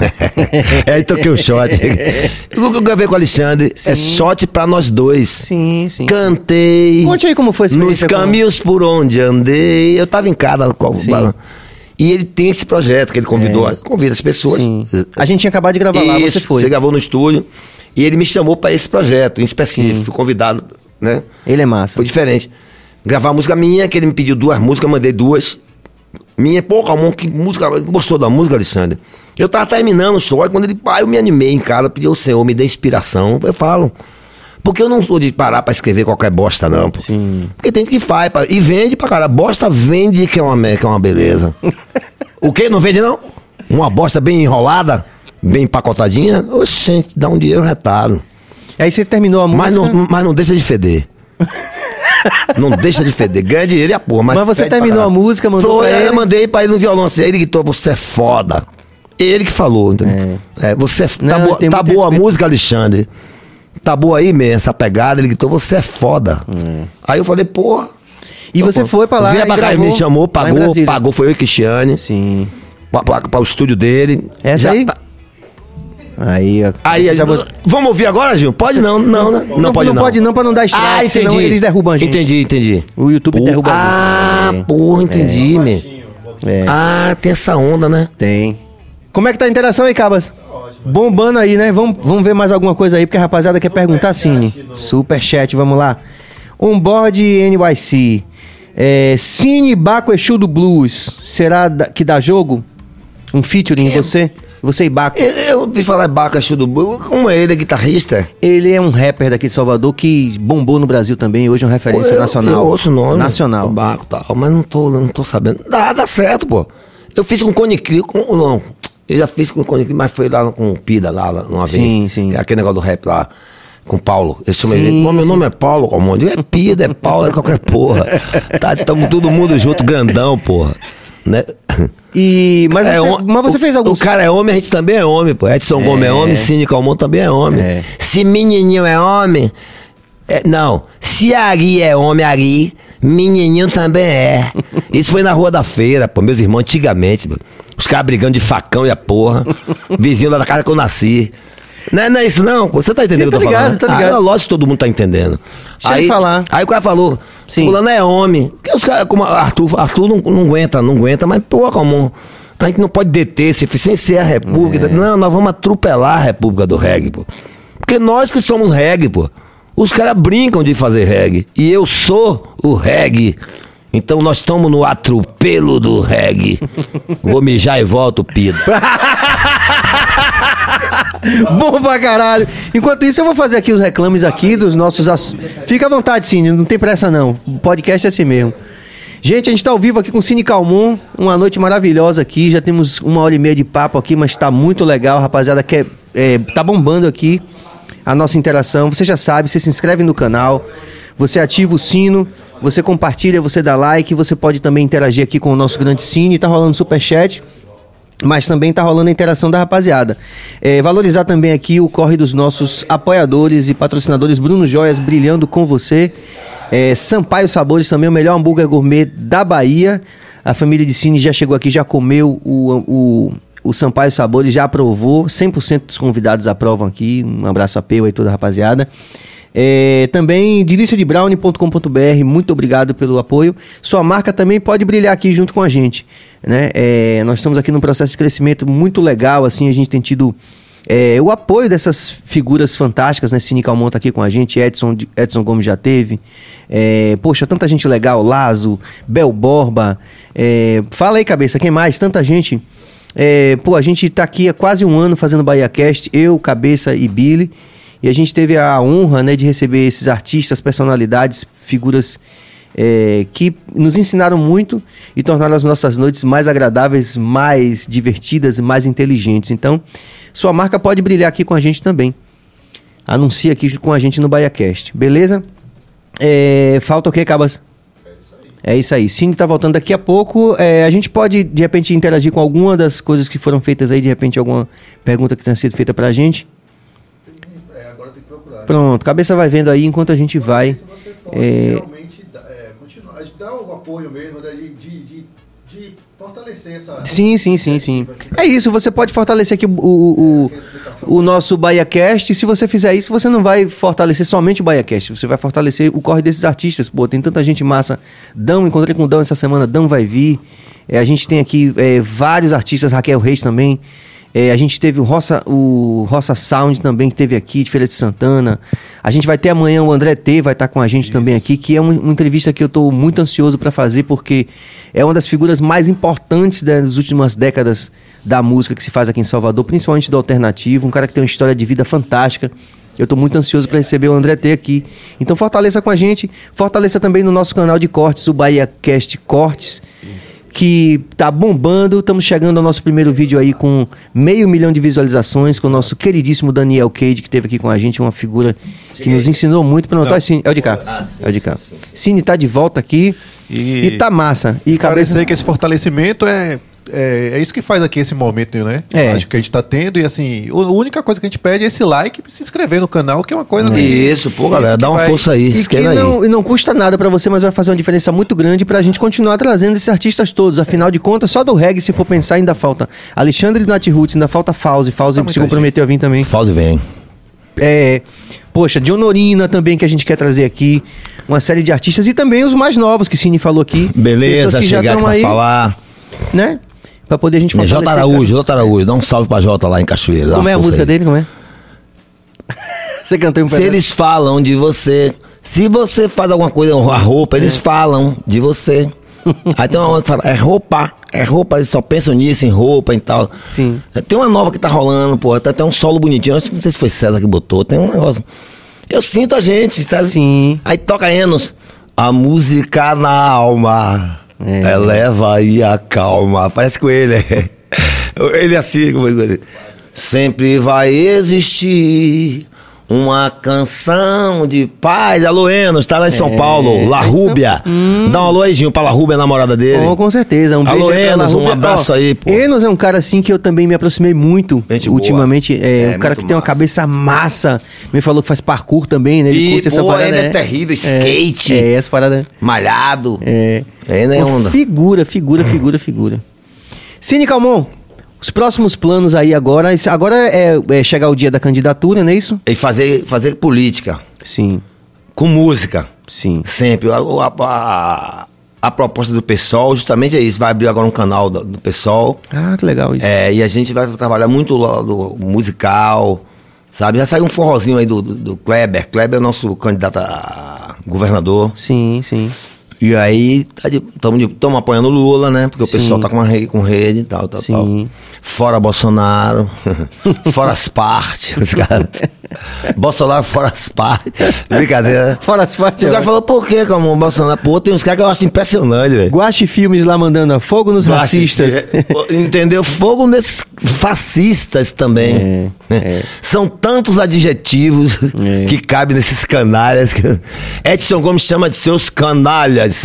É, aí toquei o shot. O que eu gravei com o Alexandre sim. é shot pra nós dois. Sim, sim. Cantei. Conte aí como foi esse nos caminhos com... por onde andei. Eu tava em casa com o e ele tem esse projeto que ele convidou, é. convida as pessoas. Sim. A gente tinha acabado de gravar Isso, lá, você foi. Você gravou no estúdio e ele me chamou pra esse projeto em específico. Sim. Fui convidado, né? Ele é massa. Foi diferente. Gravar a música minha, que ele me pediu duas músicas, eu mandei duas. Minha, pô, Calmon, que música, gostou da música, Alexandre? Eu tava terminando o show, aí quando ele, ah, eu me animei em casa, pedi ao Senhor, me dê inspiração. Eu falo, Porque eu não sou de parar pra escrever qualquer bosta, não, pô. Sim. Porque tem que faz, pá. E vende pra caralho. Bosta vende, que é uma, que é uma beleza. O quê? Não vende, não? Uma bosta bem enrolada, bem empacotadinha. Oxente, dá um dinheiro retado. Aí você terminou a música... Mas não, mas não deixa de feder. Não deixa de feder. Ganha dinheiro e a porra. Mas, mas você terminou a música, mandou falou, pra é, ele? Eu mandei pra ele no violão assim. Aí ele gritou, você é foda. Ele que falou, entendeu? É. É, você é, Não, tá boa, tá boa a respeito. música, Alexandre. Tá boa aí mesmo, essa pegada. Ele gritou, você é foda. Hum. Aí eu falei, porra. E você pô, foi pra lá Veio e pra cá, me chamou, pagou, pagou, foi eu e Cristiane. Sim. Pra, pra, pra o estúdio dele. Essa já aí? Tá... Aí, ó. Aí, aí bot... Vamos ouvir agora, Gil? Pode não, não, né? Não, não pode não. Não pode não, pra não dar strike, ah, entendi. senão eles derrubam a gente. Entendi, entendi. O YouTube Pô, derruba ah, a gente. Ah, porra, entendi, é. meu. É. Ah, tem essa onda, né? Tem. Como é que tá a interação aí, Cabas? Ótimo. Bombando aí, né? Vamos, vamos ver mais alguma coisa aí, porque a rapaziada quer perguntar, Cine. Superchat, vamos lá. Onboard N Y C. É, Cine Baco Exu do Blues. Será da, que dá jogo? Um featuring em é. você? Você e Baco. Eu, eu ouvi falar Baco Exu do Blues. Como é ele, é guitarrista? Ele é um rapper daqui de Salvador que bombou no Brasil também. Hoje é uma referência eu, nacional. Eu ouço o nome. Nacional. Baco e tal, mas não tô, não tô sabendo. Dá, dá certo, pô. Eu fiz com Cone Crew, com não. Eu já fiz com o Cone Crew, mas foi lá com o Pida, lá, lá uma sim, vez. Sim, sim. Aquele negócio do rap lá, com o Paulo. Eu chamo ele, meu sim. nome é Paulo, Comando. É Pida, é Paulo, é qualquer porra. Tá, tamo todo mundo junto, grandão, porra. Né? E, mas, é, você, on, mas você o, fez alguns... O cara é homem, a gente também é homem, pô. Edson é. Gomes é homem, Cine Calmon também é homem. É. Se menininho é homem... É, não, se Ari é homem, Ari, menininho também é. Isso foi na Rua da Feira, pô, meus irmãos antigamente, pô. Os caras brigando de facão e a porra. Vizinho lá da casa que eu nasci. Não é, não é isso não, pô. Você tá entendendo o que eu tô ligado, falando? Tá ligado, ah, lógico que todo mundo tá entendendo. Deixa aí, eu falar. Aí o cara falou, sim. Fulano é homem. Porque os caras, como Arthur, Arthur não, não aguenta, não aguenta, mas pô, como... A gente não pode deter, sem ser a República. É. Não, nós vamos atropelar a República do Reggae, pô. Porque nós que somos reggae, pô. Os caras brincam de fazer reggae. E eu sou o reggae. Então nós estamos no atropelo do reggae. Vou mijar e volto, Pido. Bom pra caralho. Enquanto isso, eu vou fazer aqui os reclames aqui dos nossos... Ass... Fica à vontade, Cine. Não tem pressa, não. O podcast é assim mesmo. Gente, a gente tá ao vivo aqui com o Cine Calmon. Uma noite maravilhosa aqui. Já temos uma hora e meia de papo aqui, mas tá muito legal. Rapaziada, quer, é, tá bombando aqui a nossa interação. Você já sabe, você se inscreve no canal, você ativa o sino, você compartilha, você dá like, você pode também interagir aqui com o nosso grande Cine. Tá rolando superchat, mas também tá rolando a interação da rapaziada. É, valorizar também aqui o corre dos nossos apoiadores e patrocinadores. Bruno Joias, brilhando com você. É, Sampaio Sabores, também o melhor hambúrguer gourmet da Bahia. A família de Cine já chegou aqui, já comeu o... o O Sampaio Sabores, já aprovou, cem por cento dos convidados aprovam aqui. Um abraço a Peu aí, toda a rapaziada. É, também delícia de brownie ponto com ponto b r, muito obrigado pelo apoio. Sua marca também pode brilhar aqui junto com a gente, né? É, nós estamos aqui num processo de crescimento muito legal, assim, a gente tem tido é, o apoio dessas figuras fantásticas, né? Cine Calmon tá aqui com a gente, Edson, Edson Gomes já teve, é, poxa, tanta gente legal, Lazo, Bel Borba, é, fala aí, cabeça, quem mais? Tanta gente. É, pô, a gente tá aqui há quase um ano fazendo BahiaCast, eu, Cabeça e Billy, e a gente teve a honra, né, de receber esses artistas, personalidades, figuras é, que nos ensinaram muito e tornaram as nossas noites mais agradáveis, mais divertidas, mais inteligentes. Então, sua marca pode brilhar aqui com a gente também. Anuncia aqui com a gente no BahiaCast, beleza? É, falta o que, Cabas? É isso aí. Cine tá voltando daqui a pouco. É, a gente pode, de repente, interagir com alguma das coisas que foram feitas aí, de repente, alguma pergunta que tenha sido feita pra gente. É, agora tem que procurar. Pronto, cabeça vai vendo aí enquanto a gente vai. Se você pode é... realmente é, continuar, dar o apoio mesmo, né, de, de, de, de fortalecer essa... Sim, sim, sim, sim. É isso, você pode fortalecer aqui o, o, o, o nosso BahiaCast, e se você fizer isso, você não vai fortalecer somente o BahiaCast, você vai fortalecer o corre desses artistas. Pô, tem tanta gente massa. Dão, encontrei com o Dão essa semana, Dão vai vir. É, a gente tem aqui é, vários artistas, Raquel Reis também. É, a gente teve o Roça, o Roça Sound também, que teve aqui, de Feira de Santana. A gente vai ter amanhã o André T, vai estar com a gente Isso. também aqui, que é uma, uma entrevista que eu estou muito ansioso para fazer, porque é uma das figuras mais importantes das últimas décadas da música que se faz aqui em Salvador, principalmente do alternativo. Um cara que tem uma história de vida fantástica, Eu tô muito ansioso para receber o André T aqui. Então fortaleça com a gente, fortaleça também no nosso canal de cortes, o Bahia Cast Cortes, Isso. que tá bombando. Estamos chegando ao nosso primeiro vídeo aí com meio milhão de visualizações, com o nosso queridíssimo Daniel Cade, que esteve aqui com a gente, uma figura que nos ensinou muito. Pronto, olha, Cine, é o de cá. Ah, sim, é o de cá. Sim, sim, sim. Cine tá de volta aqui e, e tá massa. E esclarecer cabeça... que esse fortalecimento é... É, é isso que faz aqui esse momento, né? É. Acho que a gente tá tendo e assim, a única coisa que a gente pede é esse like e se inscrever no canal, que é uma coisa... É. Isso, pô, galera, dá uma vai... força aí, e que não, e não custa nada pra você, mas vai fazer uma diferença muito grande pra gente continuar trazendo esses artistas todos. Afinal de contas, só do reggae, se for pensar, ainda falta Alexandre Nat Roots, ainda falta Fauzi. Fauzi se comprometeu a vir também. Fauzi vem. É... Poxa, John Norina também, que a gente quer trazer aqui. Uma série de artistas e também os mais novos, que o Cine falou aqui. Beleza, que chegar aqui pra aí, falar. Né? Pra poder a gente falar. Jota Araújo, Jota Araújo, dá um salve pra Jota lá em Cachoeira. Como é a música aí. dele, como é? Você cantou um pedaço? Se eles falam de você, se você faz alguma coisa, a roupa, eles é. falam de você. Aí tem uma outra que fala, é roupa, é roupa, eles só pensam nisso, em roupa e tal. Sim. Tem uma nova que tá rolando, pô, tem até um solo bonitinho, acho que não sei se foi César que botou, tem um negócio. Eu sinto a gente, sabe? Sim. Aí toca Enos, a música na alma. É. Eleva e acalma. Parece com ele. É. Ele assim, como ele. Sempre vai existir uma canção de paz. Alô, Enos, tá lá em São é. Paulo. La Rúbia. Hum. Dá um alô aí, Ginho, pra La Rúbia, namorada dele. Oh, com certeza. Um alô, beijo Enos, um abraço oh, aí, pô. Enos é um cara assim que eu também me aproximei muito. Gente ultimamente. Boa. É, é um cara que massa. Tem uma cabeça massa. Me falou que faz parkour também, né? Ele e, curte essa pô, parada. Ele é, é terrível, skate. É, é essa parada. Malhado. É. É, né, onda? Figura, figura, figura, figura. Cine Calmon, os próximos planos aí agora. Agora é, é chegar o dia da candidatura, não é isso? E fazer, fazer política. Sim. Com música. Sim. Sempre. A, a, a, a proposta do PSOL justamente é isso. Vai abrir agora um canal do, do PSOL. Ah, que legal isso. É, e a gente vai trabalhar muito do musical, sabe? Já saiu um forrozinho aí do, do, do Kleber. Kleber é nosso candidato a governador. Sim, sim. E aí, estamos apoiando o Lula, né? Porque Sim. o pessoal tá com, uma rede, com rede e tal, tal, Sim. tal. Fora Bolsonaro, fora as partes. Os caras... Bolsonaro fora as partes. Brincadeira. Fora as partes. O cara falou, por que, como o Bolsonaro? Pô, tem uns caras que eu acho impressionante, velho. Guache Filmes lá mandando fogo nos Guache, racistas. É, entendeu? Fogo nesses fascistas também. É, é. São tantos adjetivos é. que cabem nesses canalhas. Que... Edson Gomes chama de seus canalhas.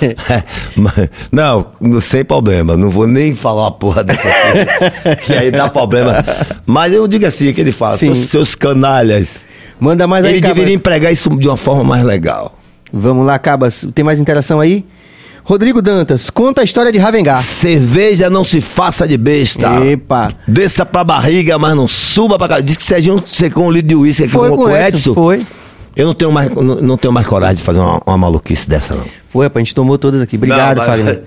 Não, sem problema. Não vou nem falar a porra dessa coisa. Que aí dá problema. Mas eu digo assim, que ele fala, seus canalhas. Manda mais aí, Ele Cabas. deveria empregar isso de uma forma mais legal. Vamos lá, Cabas. Tem mais interação aí? Rodrigo Dantas, conta a história de Ravengar. Cerveja não se faça de besta. Epa. Desça pra barriga, mas não suba pra cá. Diz que Serginho secou um litro de uísque aqui foi com o Edson. Foi. Eu não tenho mais, não, não tenho mais coragem de fazer uma, uma maluquice dessa, não. Foi, rapaz, a gente tomou todas aqui. Obrigado, não, mas... Fábio.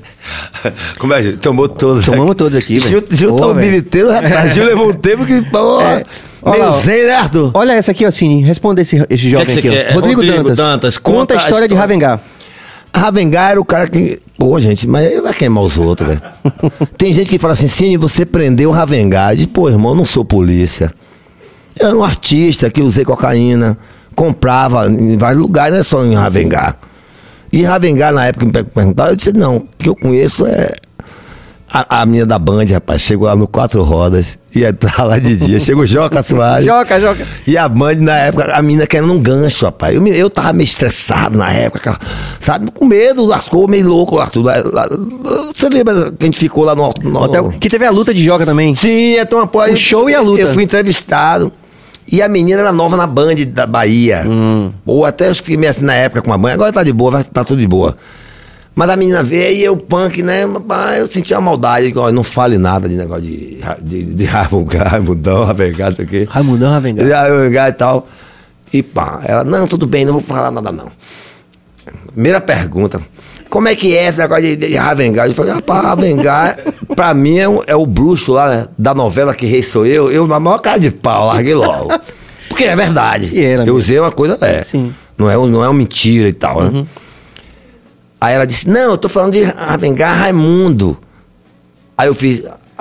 Como é, gente? Tomou todas. Tomamos todas aqui, velho. Gil tá um bilheteiro, rapaz. Gil levou um tempo que... Pô, é. Meu Zé, né, Arthur? Olha essa aqui, ó, Cine. Responda esse, esse jovem que que aqui, ó. Rodrigo, Rodrigo Dantas. Dantas. Conta, conta a história, a história de Ravengar. Ravengar era o cara que... Pô, gente, mas ele vai queimar os outros, velho. Tem gente que fala assim, Cine, você prendeu o Ravengar. Eu digo, pô, irmão, eu não sou polícia. Eu era um artista que usei cocaína, comprava em vários lugares, não é só em Ravengar. E Ravengar, na época, me perguntaram, eu disse, não, o que eu conheço é... A, a minha da Band, rapaz, chegou lá no Quatro Rodas, ia entrar lá de dia. Chegou o Joca Soares. Joca, Joca. E a Band, na época, a menina querendo um gancho, rapaz. Eu, eu tava meio estressado na época, aquela, sabe, com medo, lascou, meio louco lá, tudo. Lá, lá, você lembra que a gente ficou lá no... no Hotel, que teve a luta de Joca também. Sim, então após... O show e a luta. Eu fui entrevistado. E a menina era nova na Band da Bahia. Hum. Ou até eu fiquei meio assim na época com a Band. Agora tá de boa, vai tá tudo de boa. Mas a menina veio e eu, punk, né? Eu senti a maldade. Eu, não fale nada de negócio de, de, de Raimundão, Ravengar, isso aqui. Raimundão, Ravengar. Ravengar e tal. E pá, ela, não, tudo bem, não vou falar nada não. Primeira pergunta. Como é que é esse negócio de, de Ravengar? Eu falei, rapaz, Ravengar, pra mim é, um, é o bruxo lá, né, da novela Que Rei Sou Eu. Eu, na maior cara de pau, larguei logo. Porque é verdade. E era, eu usei uma coisa, é. Sim. Não é, não é uma mentira e tal, né? Uhum. Aí ela disse, não, eu tô falando de Ravengar Raimundo. Aí eu fiz,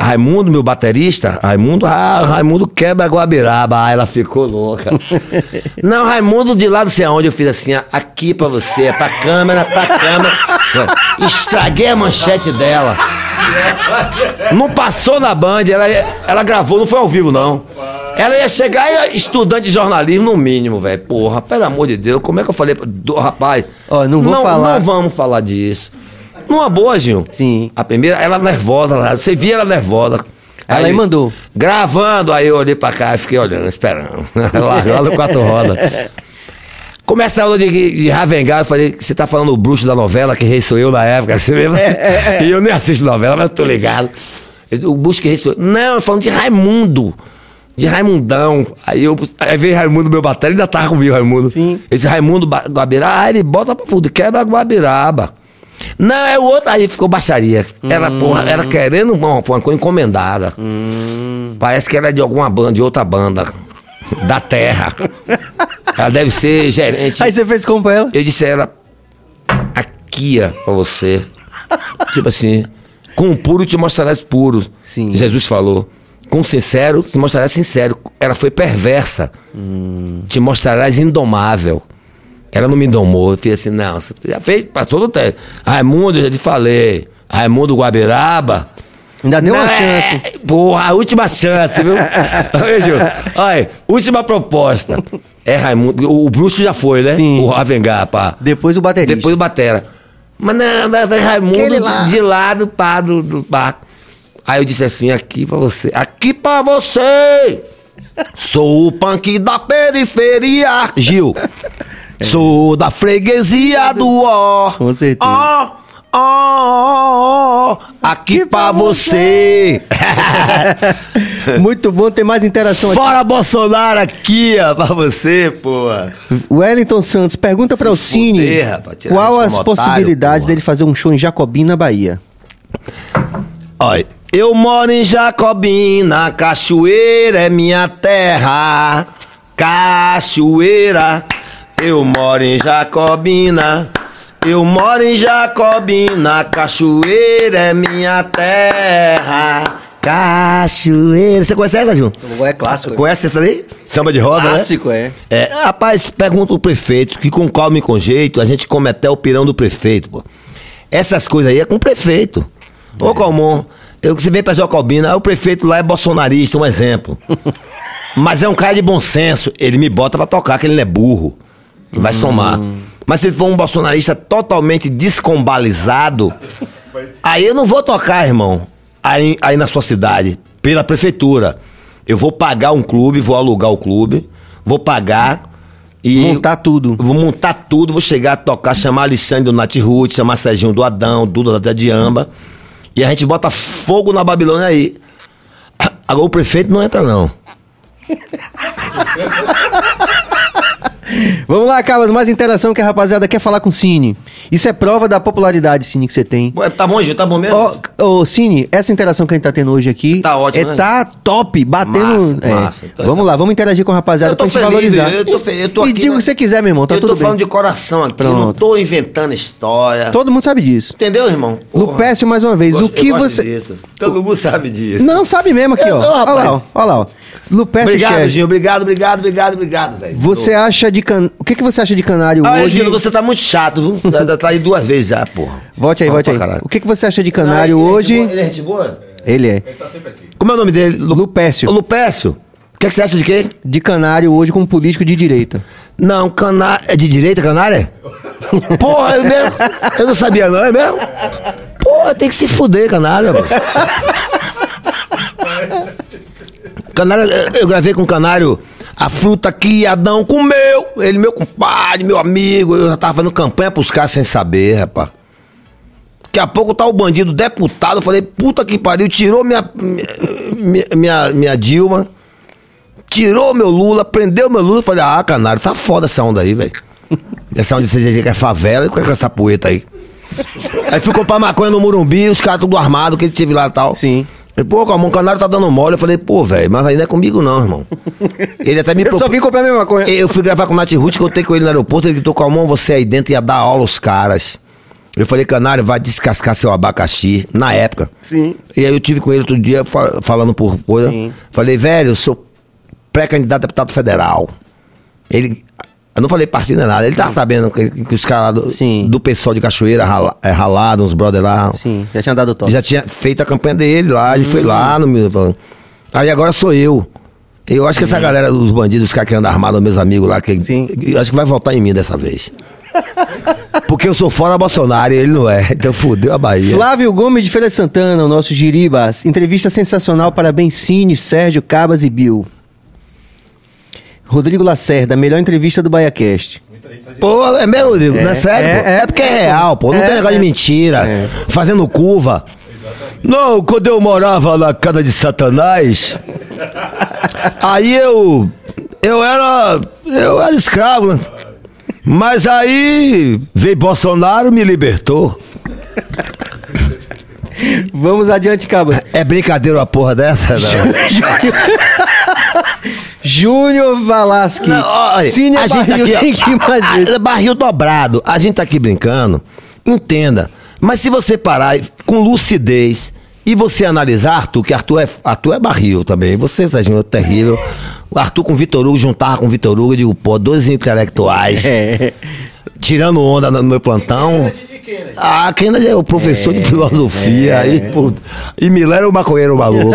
Raimundo, meu baterista, Raimundo, ah, Raimundo quebra Guabiraba. Ah, ela ficou louca. Não, Raimundo de lá, não sei aonde, eu fiz assim, ó, aqui pra você, é pra câmera, pra câmera. Estraguei a manchete dela. Não passou na Band, ela, ela gravou, não foi ao vivo, não. Ela ia chegar e estudante de jornalismo, no mínimo, velho. Porra, pelo amor de Deus, como é que eu falei? Do, rapaz, ó, não vou não, falar. Não vamos falar disso. Numa boa, Gil. Sim. A primeira, ela nervosa, você via ela nervosa. Ela aí mandou. Gravando, aí eu olhei pra cá e fiquei olhando, esperando. Lá no quatro rodas. Começa a aula de, de Ravengar, eu falei, você tá falando o bruxo da novela, que rei sou eu na época, você lembra? É, é, é. E eu nem assisto novela, mas eu tô ligado. O bruxo que rei sou eu. Não, eu falando de Raimundo. De Raimundão. Aí eu aí veio Raimundo, meu batalha, ainda tava comigo, Raimundo. Sim. Esse Raimundo Guabiraba, ah, ele bota pra fundo, quebra Guabiraba. Não, é o outro, aí ficou baixaria. Era, hum. porra, era querendo uma, uma coisa encomendada. Hum. Parece que era de alguma banda, de outra banda. Da terra. Ela deve ser gerente. Aí você fez como pra ela? Eu disse a ela, aqui é pra você. Tipo assim, com o puro te mostrarás puro. Sim. Jesus falou. Com o sincero te mostrarás sincero. Ela foi perversa. Hum. Te mostrarás indomável. Ela não me domou. Eu fiz assim, não, você já fez pra todo o tempo. Raimundo, eu já te falei. Raimundo Guabiraba. Ainda deu uma não, chance. É, porra, a última chance, viu? Olha, última proposta. É Raimundo. O bruxo já foi, né? Sim. O Ravengar, pá. Depois o baterista. Depois o batera. Mas não, mas é Raimundo lá. De lado, pá, do, do barco. Aí eu disse assim, aqui pra você. Aqui pra você. Sou o punk da periferia. Gil. Sou da freguesia do ó. Com certeza. Ó, ó, ó, aqui pra você. Muito bom, tem mais interação aqui. Fora Bolsonaro aqui, ó, pra você, porra. Wellington Santos pergunta pra Alcine qual as possibilidades dele fazer um show em Jacobina, Bahia. Olha, eu moro em Jacobina, Cachoeira é minha terra. Cachoeira. Eu moro em Jacobina, eu moro em Jacobina, Cachoeira é minha terra. Cachoeira. Você conhece essa, Ju? É clássico. Conhece essa aí? Samba de roda, clássico, né? é. É. Rapaz, pergunta o prefeito, que com calma e com jeito, a gente come até o pirão do prefeito, pô. Essas coisas aí é com o prefeito. É. Ô, Calmon, eu, você vem pra Jacobina, o prefeito lá é bolsonarista, um exemplo. Mas é um cara de bom senso, ele me bota pra tocar, que ele não é burro. Vai somar. Hum. Mas se for um bolsonarista totalmente descombalizado, aí eu não vou tocar, irmão, aí, aí na sua cidade, pela prefeitura. Eu vou pagar um clube, vou alugar o clube, vou pagar e... Montar tudo. Vou montar tudo, vou chegar a tocar, chamar Alexandre do Nat Roots, chamar Serginho do Adão, Duda da Diamba, e a gente bota fogo na Babilônia aí. Agora o prefeito não entra, não. Vamos lá, Carlos, mais interação que a rapaziada quer falar com o Cine. Isso é prova da popularidade, Cine, que você tem. Ué, tá bom, Gil, tá bom mesmo? Ô, ô, Cine, essa interação que a gente tá tendo hoje aqui... Tá ótimo, é, né? Tá top, batendo... Massa, é. massa. Então, vamos lá, vamos interagir com a rapaziada pra gente feliz, valorizar. Eu tô feliz, eu tô e aqui, diga né? o que você quiser, meu irmão, tá eu tudo bem. Eu tô falando de coração aqui, Pronto. Eu não tô inventando história. Todo mundo sabe disso. Entendeu, irmão? Lupécio, mais uma vez, Gosto, o que você... Disso. Todo mundo sabe disso. Não, sabe mesmo aqui, eu ó. Não, olha lá, ó. Olha lá, ó. Lupécio Obrigado, Chef. Gil, obrigado, obrigado, obrigado, obrigado, velho. Você acha de can... O que, que você acha de Canário ah, hoje? Gil, você tá muito chato, viu? Já tá aí duas vezes já, porra. Volte aí, volte aí. Caralho. O que, que você acha de Canário não, ele hoje? É ele é gente boa? Ele é. Ele tá sempre aqui. Como é o nome dele? Lu... Lupécio. O Lupécio. O que, é que você acha de quê? De Canário hoje como político de direita. Não, Canário... É de direita, Canário? Porra, é mesmo? Eu não sabia não, é mesmo? Porra, tem que se fuder, Canário, mano. Canário, eu gravei com o Canário a fruta que Adão comeu. Ele, meu compadre, meu amigo. Eu já tava fazendo campanha pros caras sem saber, rapaz. Daqui a pouco tá o bandido deputado. Eu falei, puta que pariu, tirou minha, minha, minha, minha Dilma, tirou meu Lula, prendeu meu Lula. Eu falei, ah, Canário, tá foda essa onda aí, velho. Essa onda de você dizer que é favela, com essa poeta aí. Aí fui comprar maconha no Morumbi, os caras tudo armado, que ele teve lá e tal. Sim. Falei, pô, calma, o Canário tá dando mole. Eu falei, pô, velho, mas ainda é comigo não, irmão. Ele até me Eu propô... só vim comprar a mesma maconha. Eu fui gravar com o Nat Roots, que eu tenho com ele no aeroporto. Ele gritou, Calmon, você aí dentro ia dar aula aos caras. Eu falei, Canário, vai descascar seu abacaxi, na época. Sim. E aí eu tive com ele outro dia, fa- falando por coisa. Sim. Falei, velho, eu sou pré-candidato a deputado federal. Ele... Eu não falei partido nem nada. Ele tava sabendo que, que os caras do, Sim. do pessoal de Cachoeira rala, é, ralado, uns brother lá. Sim, já tinha dado toque. Já tinha feito a campanha dele lá, ele foi lá no meu. Aí agora sou eu. Eu acho que essa galera dos bandidos, os caras que andam armados, meus amigos lá, que, Sim. eu acho que vai votar em mim dessa vez. Porque eu sou fora Bolsonaro e ele não é. Então fudeu a Bahia. Flávio Gomes de Feira de Santana, o nosso Giribas. Entrevista sensacional para Bencini, Sérgio, Cabas e Bill. Rodrigo Lacerda, melhor entrevista do BaiaCast. Pô, é mesmo, Rodrigo? É, não é sério? é, pô? é, É, porque é real, pô. Não é, tem negócio é. de mentira. É. Fazendo curva. Não, quando eu morava na casa de Satanás, aí eu. Eu era. Eu era escravo, né? Mas aí veio Bolsonaro e me libertou. Vamos adiante, Cabas. É brincadeira uma porra dessa? Não. Júnior Valasque. Não, olha, Cine a gente tá Barril, aqui, ó, tem que ir mais a- vezes. a- barril dobrado. A gente tá aqui brincando, entenda. Mas se você parar e- com lucidez e você analisar, Arthur, que Arthur é, Arthur é barril também. Você, Serginho, é terrível. O Arthur com o Vitor Hugo, juntar com o Vitor Hugo, eu digo, pô, dois intelectuais. É. Tirando onda no meu plantão. Ah, Kennedy é o professor de filosofia. Aí, pô, e Milé era o maconheiro maluco.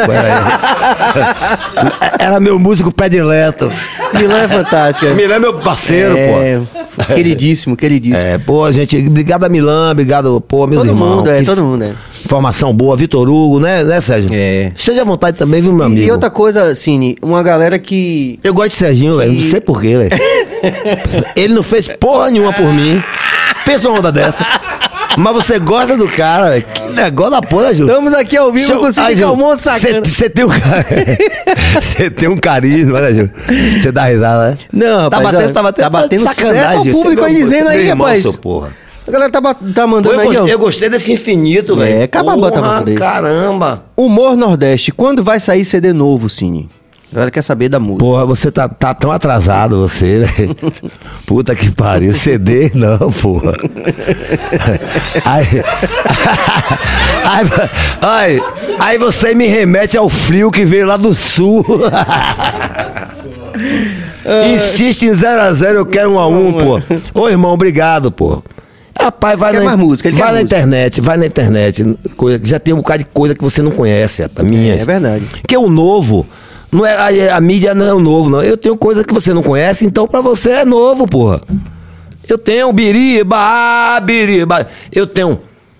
Era, era meu músico predileto. Milão é fantástico. é. Milé é meu parceiro, É, pô. queridíssimo, queridíssimo. É, pô, gente, obrigado a Milan, obrigado, pô, meus todo irmãos. mundo, é, Que todo mundo, é. Formação boa, Vitor Hugo, né, né, Sérgio? É. Seja à vontade também, viu, meu amigo? E outra coisa, Cine, uma galera que... Eu gosto de Serginho, velho, não sei porquê, velho. Ele não fez porra nenhuma por mim. Pensa uma onda dessa. Mas você gosta do cara, velho. Que negócio da porra, Ju. Estamos aqui ao vivo com o Cine Calmon sacando. Você tem um Você tem um carisma, né, Ju? Você dá risada, né? Não, tá rapaz, batendo, ó, tá batendo, tá batendo sacanagem. certo ao Você público é aí meu- dizendo você é aí, meu irmão, rapaz. seu porra. A galera tá, ba- tá Pô, mandando eu, aí, ó. gostei, eu gostei desse infinito, velho. É, acaba a bota Porra, pra poder. caramba. Humor Nordeste, quando vai sair C D novo, Cine? A galera quer saber da música. Porra, você tá, tá tão atrasado, você, velho. Puta que pariu. C D, não, porra. Aí, aí, aí, aí você me remete ao frio que veio lá do sul. Insiste em zero a zero, eu quero um a um, pô. Ô, irmão, obrigado, pô. Rapaz, vai Quer na, mais música, ele vai quer na música. internet, vai na internet. Coisa, já tem um bocado de coisa que você não conhece, rapaz, minhas. É verdade. Porque o novo, não é, a, a mídia não é o novo, não. Eu tenho coisa que você não conhece, então pra você é novo, porra. Eu tenho biriba, ah, biriba. Eu tenho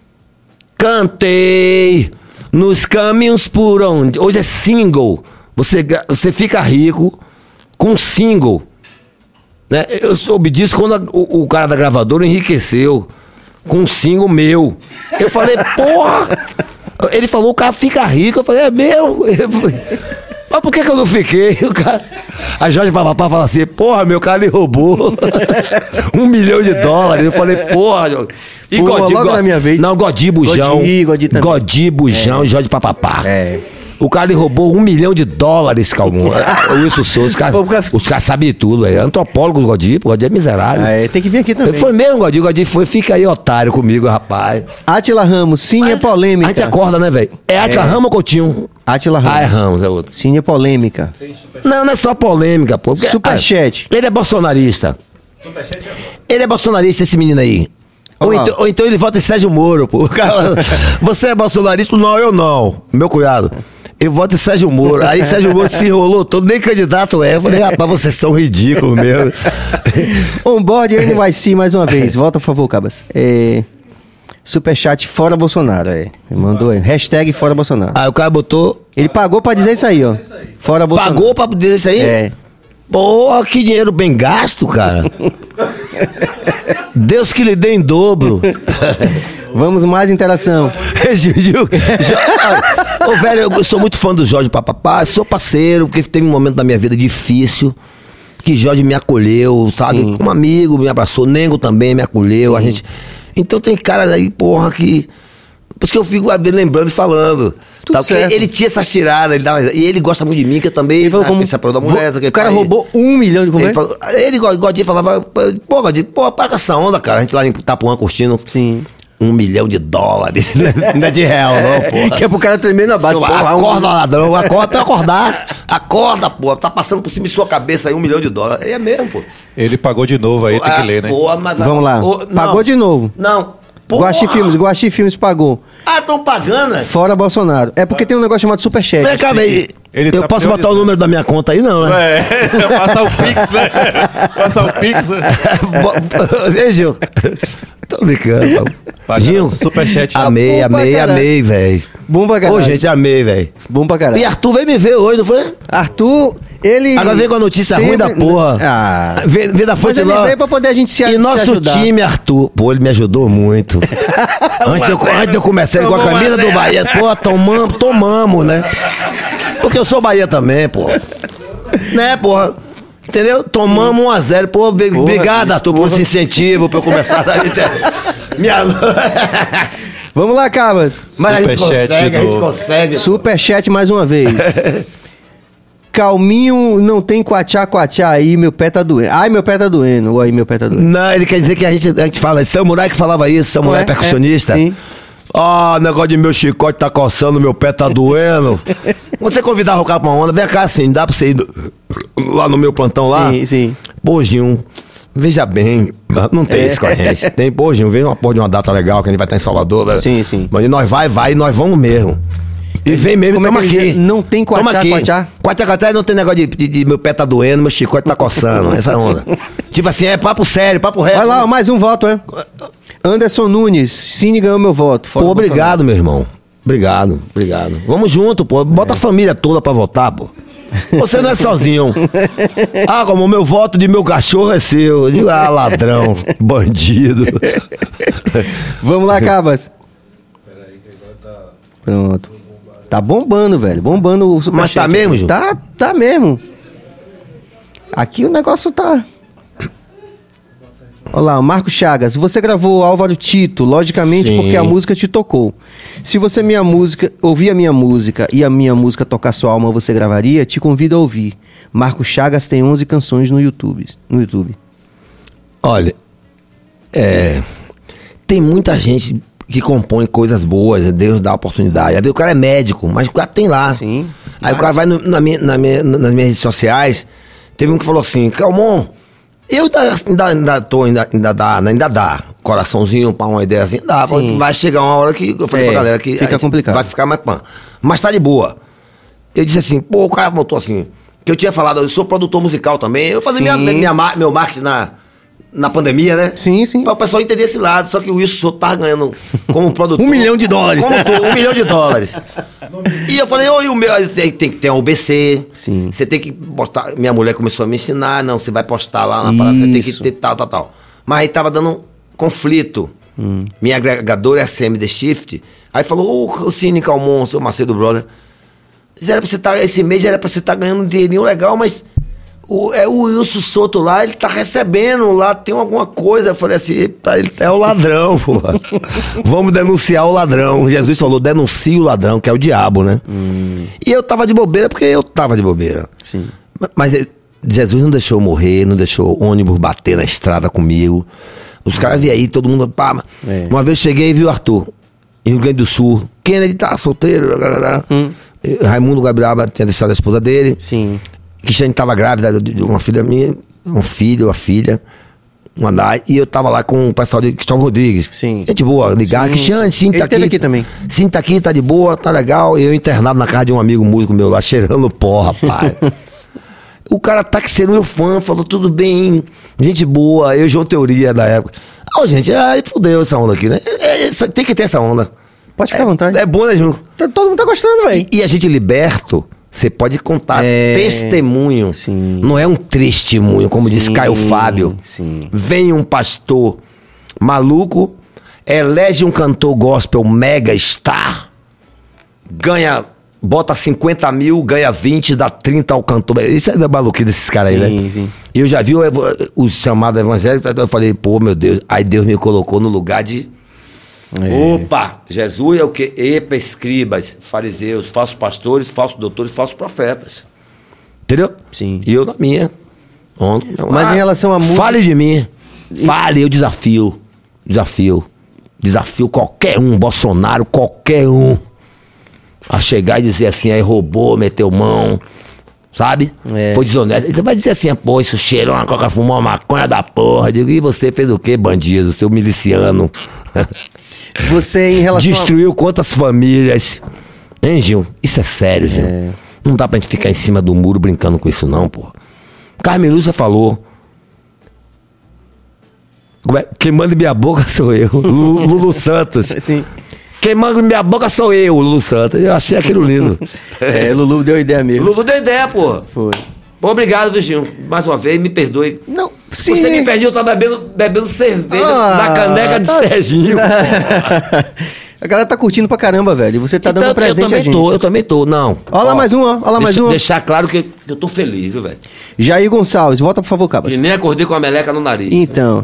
cantei nos caminhos por onde. Hoje é single. Você, ga- você fica rico com single. Né? Eu soube disso quando a- o, o cara da gravadora enriqueceu com um single meu. Eu falei, porra! Ele falou, o cara fica rico. Eu falei, é meu? Eu falei, mas por que, que eu não fiquei? O cara... A Jorge Papapá fala assim, porra, meu cara me roubou um milhão de dólares. Eu falei, porra, Jorge. E Pô, Godi, logo Go- na minha vez. Não, Godi Bujão. Godi, Godi também. Godi Bujão e Jorge Papapá. É. O cara lhe roubou um milhão de dólares, Calmon. O Wilson Souza, os caras Pô, porque- os caras sabem de tudo, é antropólogo do Godi, pô, o Godi é miserável. Ah, é, tem que vir aqui também. Foi mesmo, Godi, o Godi foi, fica aí otário comigo, rapaz. Atila Ramos, Cine é polêmica. A gente acorda, né, velho? É Atila Ramos ou Coutinho? Atila Ramos. Ah, é Ramos, é outro. Cine é polêmica. Não, não é só polêmica, pô. Porque- Superchat. Ah, ele é bolsonarista. Ele é bolsonarista, esse menino aí. Ou Olha lá. então, ou então ele vota em Sérgio Moro, pô. O cara, você é bolsonarista? Não, eu não. Meu cunhado. Eu voto em Sérgio Moro. Aí Sérgio Moro se enrolou todo, nem candidato é. Eu falei, rapaz, vocês são ridículos mesmo. Onboard N Y C mais uma vez. Volta, por favor, Cabas. É... Superchat fora Bolsonaro, é. Mandou aí. Hashtag fora Bolsonaro. Aí o cara botou. Ele pagou pra dizer isso aí, ó. Fora Bolsonaro. Pagou pra dizer isso aí? É. Porra, que dinheiro bem gasto, cara. Deus que lhe dê em dobro. Vamos mais interação. Gil, Gil, Jo- Ô, velho, eu sou muito fã do Jorge Papapá, sou parceiro, porque teve um momento da minha vida difícil, que Jorge me acolheu, sabe? Sim. Como amigo, me abraçou, Nengo também me acolheu, a gente... Então tem caras aí, porra, que... Por isso que eu fico lembrando e falando. Tudo Tá, porque certo. ele tinha essa tirada, ele dava, e ele gosta muito de mim, que eu também... Ele falou ah, como- essa porra da mulher, Vo- que o cara pai- roubou um milhão de Ele, conversa? falou, ele Godinho falava, pô, Godinho, pô, para com essa onda, cara. A gente lá em Itapuã curtindo. Sim. um milhão de dólares. Não é de real, não, porra. Que é pro cara tremer na base. Porra, Porra, um- acorda, ladrão, acorda até acordar. Acorda, pô. Tá passando por cima de sua cabeça aí um milhão de dólares. É mesmo, pô. Ele pagou de novo aí, tem que ler, né? Pô, mas- Vamos lá. Ô, não. Pagou de novo. Não. Porra. Guaxi Filmes, Guaxi Filmes pagou. Ah, estão pagando, né? Fora Bolsonaro. É porque tem um negócio chamado Superchat. Vem cá, velho. Ele Eu tá posso botar o priorizando. número da minha conta aí, não, né? É, passar o Pix, né? Passar o Pix. Né? Ei, Gil. Tô brincando, pô. Pagando Gil, superchat. amei, Tá bom pra amei, caralho. amei, velho. Bom pra caralho. Ô, gente, amei, velho. Bom pra caralho. E Arthur veio me ver hoje, não foi? Arthur, ele... Agora vem com a notícia ruim da porra. Ah... Vê, vê da Mas fonte ele lá. veio pra poder a gente se E se nosso ajudar. time, Arthur, pô, ele me ajudou muito. antes, de eu, antes de eu começar com a camisa do Bahia, pô, tomamos, tomamos, né? Porque eu sou Bahia também, pô. Né, porra? Entendeu? Tomamos um a zero, pô. Obrigado, Arthur, por esse incentivo pra eu começar a dar internet. Minha... Vamos lá, Cabas. Mas a gente Superchat consegue, de a gente novo. consegue. Superchat mais uma vez. Calminho, não tem quachá, quachá aí, meu pé tá doendo. Ai, meu pé tá doendo. Ou aí, meu pé tá doendo. Não, ele quer dizer que a gente, a gente fala, samurai que falava isso, samurai É, percussionista. é, sim. Ah, negócio de meu chicote tá coçando, meu pé tá doendo. Você convidava o cara pra uma onda, vem cá assim, dá pra você ir do- lá no meu plantão lá? Sim, sim. Pô, Gil, veja bem, não tem É. isso com a gente. Tem, pô, Gil, vem uma porra de uma data legal que a gente vai estar em Salvador. né? Sim, sim. Mas nós vai, vai, e nós vamos mesmo. E vem mesmo, Como é tamo que ele aqui. diz? Não tem Tamo quachá, aqui. quachá? Quachá, quachá, não tem negócio de, de- de meu pé tá doendo, meu chicote tá coçando, essa onda. Tipo assim, é papo sério, papo reto. Vai lá, ó, mais um voto, é. Anderson Nunes, Cine ganhou meu voto. Fora Pô, do obrigado, meu irmão. Obrigado, obrigado. Vamos junto, pô. Bota a família toda pra votar, pô. Você não é sozinho. Ah, como o meu voto de meu cachorro é seu. Eu digo, ah, ladrão, bandido. Bolsonaro. Vamos lá, Cabas. Pronto. Tá bombando, velho. Bombando o superchat. Mas tá mesmo, Ju? Tá, tá mesmo. Aqui o negócio tá... Olha lá, Marco Chagas, você gravou Álvaro Tito, logicamente Sim. porque a música te tocou. Se você minha música, ouvir a minha música e a minha música tocar sua alma, você gravaria? Te convido a ouvir. Marco Chagas tem onze canções no YouTube. No YouTube. Olha, é, tem muita gente que compõe coisas boas, Deus dá oportunidade. Às vezes o cara é médico, mas o cara tem lá. Sim. Aí o cara vai no- na minha, na minha- nas minhas redes sociais, teve um que falou assim, Calmon, eu ainda, ainda, ainda tô, ainda, ainda dá, né, ainda dá. Coraçãozinho pra uma ideia assim, dá. Sim. Vai chegar uma hora que eu falei É, pra galera que fica a gente complicado. vai ficar mais pã. Mas tá de boa. Eu disse assim, pô, o cara botou assim, que eu tinha falado, eu sou produtor musical também, eu fazia minha, Sim. minha, mar- meu marketing na, na pandemia, né? Sim, sim. Pra o pessoal entender esse lado, só que o Wilson Souto tá ganhando como produtor. Um milhão de dólares. Como tu, um milhão de dólares. E eu falei, oi, o meu, aí tem, tem que ter um O B C. Sim. Você tem que postar. Minha mulher começou a me ensinar, não, você vai postar lá na parada, você tem que Isso. ter tal, tal, tal. Mas aí tava dando um conflito. Hum. Minha agregadora é a C M The Shift. Aí falou, ô, o Cine Calmon, seu Macedo Brother. Era pra você tá, esse mês era pra você estar ganhando um dinheirinho legal, mas o, é o Wilson Souto lá, ele tá recebendo lá, tem alguma coisa. Eu falei assim, eita, ele é o ladrão, pô. Vamos denunciar o ladrão. Jesus falou, denuncie o ladrão, que é o diabo, né? E eu tava de bobeira, porque eu tava de bobeira. Sim. Mas ele- Jesus não deixou eu morrer, não deixou ônibus bater na estrada comigo. Os caras vieram aí, todo mundo. Pá, É. Uma vez eu cheguei e vi o Arthur, em Rio Grande do Sul. Kennedy tá solteiro. Blá, blá, blá. E Raimundo Gabriaba tinha deixado a esposa dele. Sim. Cristiane estava grávida de uma filha minha, um filho, uma filha. Uma da, e eu tava lá com o pessoal de Cristóvão Rodrigues. Sim. Gente boa, ligar. Sim. Cristiane, sim, Ele tá teve aqui. aqui também. Sim, tá aqui, tá de boa, tá legal. Eu internado na casa de um amigo músico meu lá, cheirando pó, rapaz. O cara tá que ser meu fã, falou tudo bem, gente boa, eu João Teoria da época. Ah, gente, aí fudeu essa onda aqui, né? É, é, tem que ter essa onda. Pode ficar à vontade. É bom, né, João? Tá- todo mundo tá gostando, velho. E, e a gente liberto, você pode contar É, testemunho. sim. Não é um testemunho, como disse Sim, Caio Fábio. sim. Vem um pastor maluco, elege um cantor gospel mega star, ganha, bota cinquenta mil, ganha vinte, dá trinta ao cantor. Isso é da maluquice desses caras aí, Sim, né? sim. E eu já vi o, evo- o chamado evangélico, eu falei, pô, meu Deus. Aí Deus me colocou no lugar de... Opa, Jesus é o quê? Epa, escribas, fariseus, falsos pastores, falsos doutores, falsos profetas. Entendeu? Sim. E eu na minha. Ontem, Mas em relação à música- Fale de mim. Fale, eu desafio. Desafio. Desafio qualquer um, Bolsonaro, qualquer um, a chegar e dizer assim, aí roubou, meteu mão, sabe? É. Foi desonesto. Você vai dizer assim, pô, isso cheirou uma coca, fumou uma maconha da porra. Eu digo, e você fez o quê, bandido, seu miliciano? Você, em relação Destruiu quantas famílias? Hein, Gil? Isso é sério, Gil. É. Não dá pra gente ficar em cima do muro brincando com isso, não, pô. Carmen Lúcia falou. Como é? Quem manda em minha boca sou eu. Lu- Lulu Santos. a... Sim. Quem manda em minha boca sou eu, Lulu Santos. Eu achei aquilo lindo. É, Lulu deu ideia mesmo. Lulu deu ideia, pô. Foi. Pô, obrigado, Virgínio. Mais uma vez, me perdoe. Não, sim. Você me perdeu, eu tava bebendo, bebendo cerveja Ah, na caneca de tá- Serginho. A galera tá curtindo pra caramba, velho. E você tá dando Então, um presente eu a também gente. tô, eu também tô. Não. Olha lá mais um, ó. Olha lá mais deixa, um. ó. Deixar claro que eu tô feliz, viu, velho? Jair Gonçalves, volta por favor, Cabas. E nem acordei com a meleca no nariz. Então.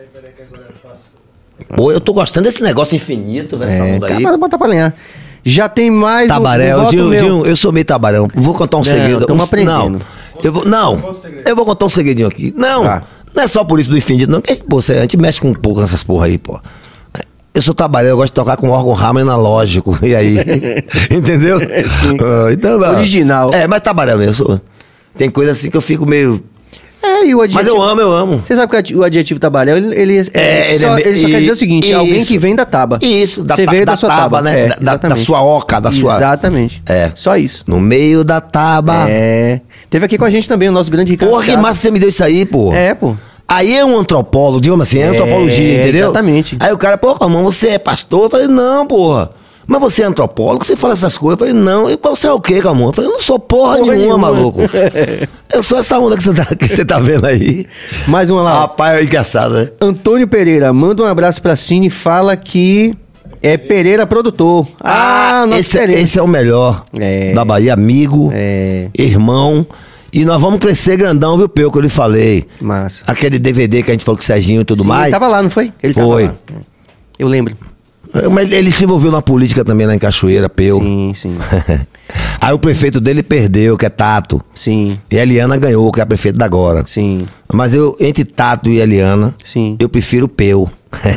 Pô, eu tô gostando desse negócio infinito, velho. essa É, onda aí. cara, bota pra lenhar. Já tem mais Tabaré, um, um voto Gil, meu. Gil, eu sou meio tabarão. Vou contar um segredo. tamo Um- aprendendo. Não, eu vou, não, eu vou contar um segredinho aqui. Não, Tá. não é só por isso do infinito, não. Que, pô, você- a gente mexe com um pouco nessas porra aí, pô. Eu sou tabaré, eu gosto de tocar com órgão ramo analógico. E aí? Entendeu? Sim. Ah, então, não. Original. É, mas tabaré mesmo. eu sou- Tem coisa assim que eu fico meio. É, e o adjetivo... Mas eu amo, eu amo. Você sabe que o adjetivo tabalé, ele, ele, é, É, ele só, é- ele só quer dizer o seguinte, é alguém isso. que vem da taba. Isso, da, Você ta- veio da, da sua taba, taba, né? É, Da- da, da exatamente. sua oca, da sua. Exatamente. É. Só isso. No meio da taba. É. Teve aqui com a gente também o nosso grande Ricardo Porra, que Chaves. massa você me deu isso aí, pô. É, pô. Aí é um antropólogo, digamos assim, é, É, antropologia, entendeu? exatamente. Aí o cara, pô, Camão, você é pastor? Eu falei, não, porra. Mas você é antropólogo? Você fala essas coisas? Eu falei, não. E você é o quê, Camão? Eu falei, não sou porra, Porra nenhuma, nenhuma. maluco. Eu sou essa onda que você tá, que você tá vendo aí. Mais uma lá. Rapaz, é engraçado, né? Antônio Pereira, manda um abraço pra Cine e fala que é Pereira produtor. Ah, nosso esse, Pereira. esse é o melhor É. da Bahia, amigo, É. irmão. E nós vamos crescer grandão, viu, Peu, que eu lhe falei. Massa. Aquele D V D que a gente falou com o Serginho e tudo Sim, mais. Ele tava lá, não foi? Ele Foi. Tava lá. Eu lembro. Mas ele se envolveu na política também lá em Cachoeira, Peu. Sim, sim. Aí o prefeito dele perdeu, que é Tato. Sim, E a Eliana ganhou, que é a prefeita da agora. sim. Mas eu, entre Tato e Eliana, Sim. eu prefiro o Peu.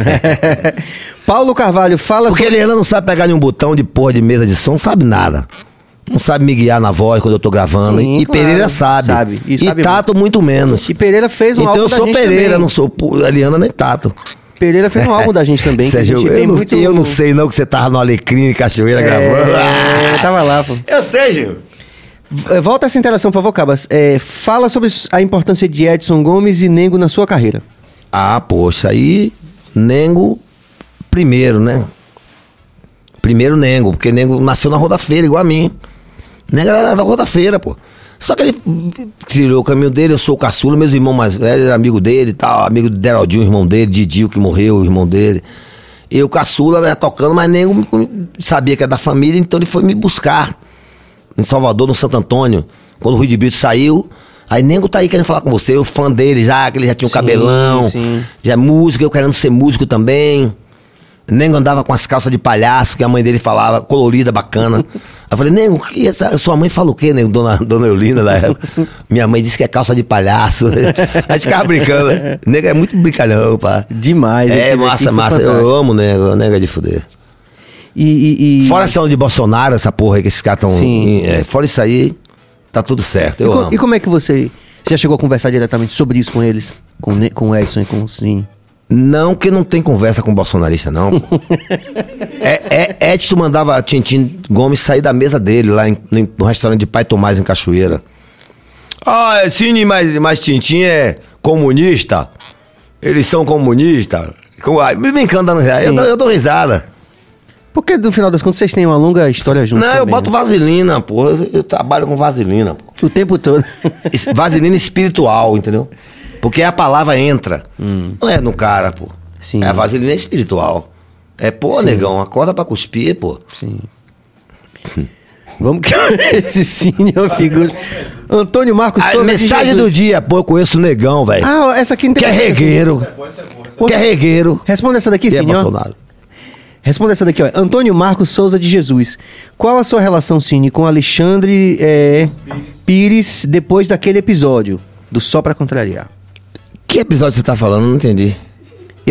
Paulo Carvalho, fala Porque a sobre... Eliana não sabe pegar nenhum botão de porra de mesa de som, não sabe nada. Não sabe me guiar na voz quando eu tô gravando. Sim, e claro. Pereira sabe. Sabe, e E, sabe Tato muito menos. E Pereira fez um Então álbum eu da sou gente Pereira, também. não sou pu- Eliana nem Tato. Pereira fez um álbum da gente também. que a Sérgio, gente eu, tem não, muito... eu não sei não que você tava no Alecrim em Cachoeira gravando. É, Ah! tava lá, pô. Eu sei, Gil. V- Volta essa interação, por favor, Cabas. É, fala sobre a importância de Edson Gomes e Nengo na sua carreira. Ah, poxa, aí Nengo primeiro, né? Primeiro Nengo, porque Nengo nasceu na Roda Feira, igual a mim. Nengo era da Roda Feira, pô. Só que ele tirou o caminho dele, eu sou o caçula, meus irmãos mais velhos, era amigo dele e tal, amigo do Deraldinho, o irmão dele, Didio, que morreu, o irmão dele. Eu, caçula, ia tocando, mas Nengo sabia que era da família, então ele foi me buscar em Salvador, no Santo Antônio, quando o Rui de Brito saiu. Aí Nengo tá aí querendo falar com você, eu fã dele já, que ele já tinha um Sim, cabelão, sim. já é músico, eu querendo ser músico também. Nengo andava com as calças de palhaço, que a mãe dele falava, colorida, bacana. Eu falei, Nengo, que essa, sua mãe fala o quê, Nengo? Dona, Dona Eulina, na época. Minha mãe disse que é calça de palhaço. A gente ficava brincando, né? Nengo é muito brincalhão, pá. Demais. ele É, teve aqui, massa, foi massa. fantástico. Eu amo Nengo, Nengo é de fuder. E, e, e... Fora essa onda de Bolsonaro, essa porra aí que esses caras estão. Sim. É, fora isso aí, tá tudo certo. E, Eu co- amo. e como é que você... Você já chegou a conversar diretamente sobre isso com eles? Com, o Ne- com o Edson e com o Cine? Não que não tem conversa com bolsonarista, não. pô. é, é, Edson mandava Tintin Gomes sair da mesa dele lá em- no, no restaurante de Pai Tomás em Cachoeira. Ah, é Cine, mas, mas Tintin é comunista. Eles são comunistas. Com, ah, me brincando dando risada. Eu, Sim. dou- eu dou risada. Porque, no final das contas, vocês têm uma longa história juntos Não, eu também, boto né? vaselina, pô. Eu, eu trabalho com vaselina, pô. O tempo todo. Es- Vaselina espiritual, entendeu? Porque a palavra entra. Não é no cara, pô. Sim. É a vaselina espiritual. É, pô, Sim. negão, acorda pra cuspir, pô. Sim. Vamos que esse Cine é uma figura. Antônio Marcos A Souza de mensagem Jesus. do dia, pô, eu conheço o negão, velho. Ah, essa aqui não tem... Que é regueiro. Que é regueiro. Responda essa daqui, E é Cine, ó. Bolsonaro. Responda essa daqui, ó. Antônio Marcos Souza de Jesus. Qual a sua relação, Cine, com Alexandre é, Pires depois daquele episódio do Só Pra Contrariar? Que episódio você tá falando? Não entendi.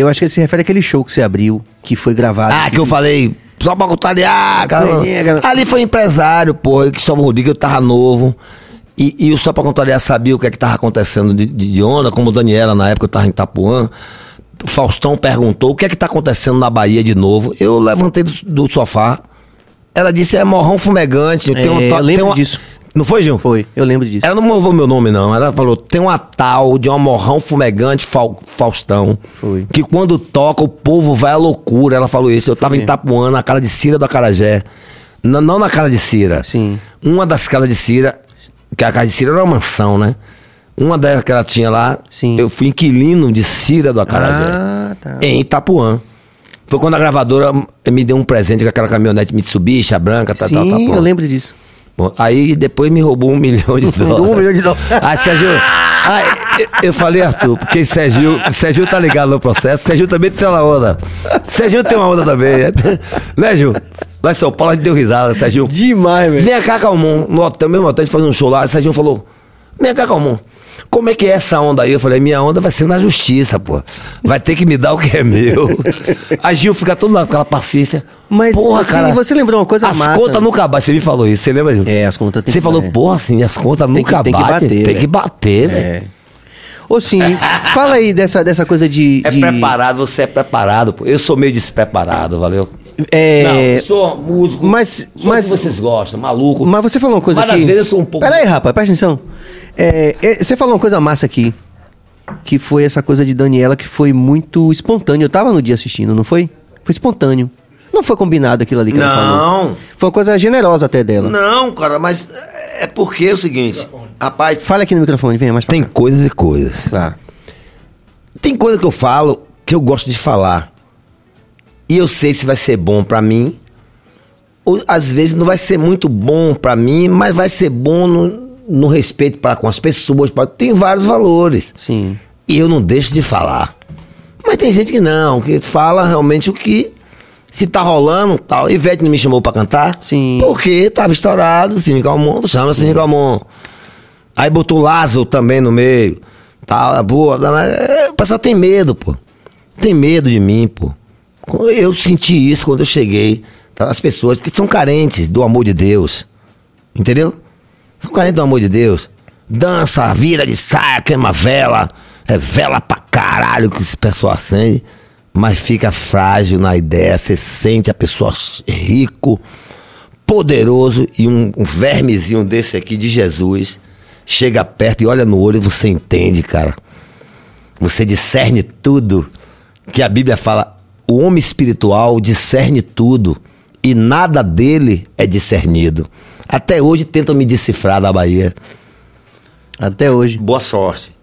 Eu acho que ele se refere àquele show que você abriu, que foi gravado. Ah, que eu falei, só pra contrariar, cara. Ali foi empresário, pô, que só vou dizer que eu tava novo. E, e o Só Pra Contrariar sabia o que é que tava acontecendo de, de, de onda, como Daniela, na época eu tava em Itapuã. O Faustão perguntou o que é que tá acontecendo na Bahia de novo. Eu levantei do, do sofá. Ela disse, é morrão fumegante. É, tem um, eu lembro tem uma... disso. Não foi, Gil? Foi, eu lembro disso. Ela não movou meu nome, não. Ela falou, tem uma tal de um morrão fumegante Fa- Faustão. Foi. Que quando toca, o povo vai à loucura. Ela falou isso. Eu tava em Itapuã, na casa de Cira do Acarajé. N- não na casa de Cira. Sim. Uma das casas de Cira, que a casa de Cira era uma mansão, né? Uma delas que ela tinha lá, Sim. eu fui inquilino de Cira do Acarajé. Ah, tá. Em Itapuã. Foi quando a gravadora me deu um presente com aquela caminhonete Mitsubishi, a branca, tal, Sim, tal, tal. eu pronto. lembro disso. Bom, aí depois me roubou um milhão de dólares. Um milhão de dólares. Aí, Sérgio, aí, eu, eu falei, Arthur, porque Sérgio, Sérgio tá ligado no processo, Sérgio também tem uma onda. Sérgio tem uma onda também. Né, Gil? Lá em São Paulo a gente deu risada, Sérgio. Demais, velho. Vem cá, Calmon, no hotel, mesmo hotel, a gente fazendo um show lá, Sérgio falou, vem cá, Calmon, como é que é essa onda aí? Eu falei, minha onda vai ser na justiça, pô. Vai ter que me dar o que é meu. A Gil fica todo lá com aquela paciência. Mas porra, assim, cara, você lembrou uma coisa as massa. contas nunca batem. Você me falou isso, você lembra, Gil? É, as contas tem Você que falou, bater. porra, assim, as contas Tem que- nunca tem que batem. bater, Tem velho. que bater, velho. É. Ô, sim, fala aí dessa, dessa coisa de... É de- preparado, você é preparado, pô. Eu sou meio despreparado, valeu? É... Não, eu sou músico. Mas- sou mas- o que vocês gostam, maluco. Mas você falou uma coisa Mas aqui... às vezes eu sou um pouco- Pera aí, rapaz, presta atenção. É, é, você falou uma coisa massa aqui, que foi essa coisa de Daniela, que foi muito espontâneo. Eu tava no dia assistindo, não foi? Foi espontâneo. Não foi combinado aquilo ali que ela falou. Não. Foi uma coisa generosa até dela. Não, cara, mas é porque é o seguinte, rapaz, Fala aqui no microfone, venha mais pra tem cá. coisas e coisas. Tá. Tem coisa que eu falo que eu gosto de falar. E eu sei se vai ser bom pra mim. Ou às vezes não vai ser muito bom pra mim, mas vai ser bom no, no respeito para com as pessoas. Pra, tem vários valores. Sim. E eu não deixo de falar. Mas tem gente que não, que fala realmente o que se tá rolando, tal. Ivete não me chamou pra cantar. Sim. Porque tava estourado, Cine Calmon, chama Cine Calmon. Aí botou Lázaro também no meio. Tal, boa. O pessoal tem medo, pô. Tem medo de mim, pô. Eu senti isso quando eu cheguei. Tá? As pessoas, porque são carentes do amor de Deus. Entendeu? São carentes do amor de Deus. Dança, vira de saia, queima vela. É vela pra caralho que esse pessoal acende. Mas fica frágil na ideia. Você sente a pessoa rico, poderoso. E um, um vermezinho desse aqui de Jesus chega perto e olha no olho e você entende, cara. Você discerne tudo. Que a Bíblia fala, o homem espiritual discerne tudo. E nada dele é discernido. Até hoje tentam me decifrar da Bahia. Até hoje. Boa sorte.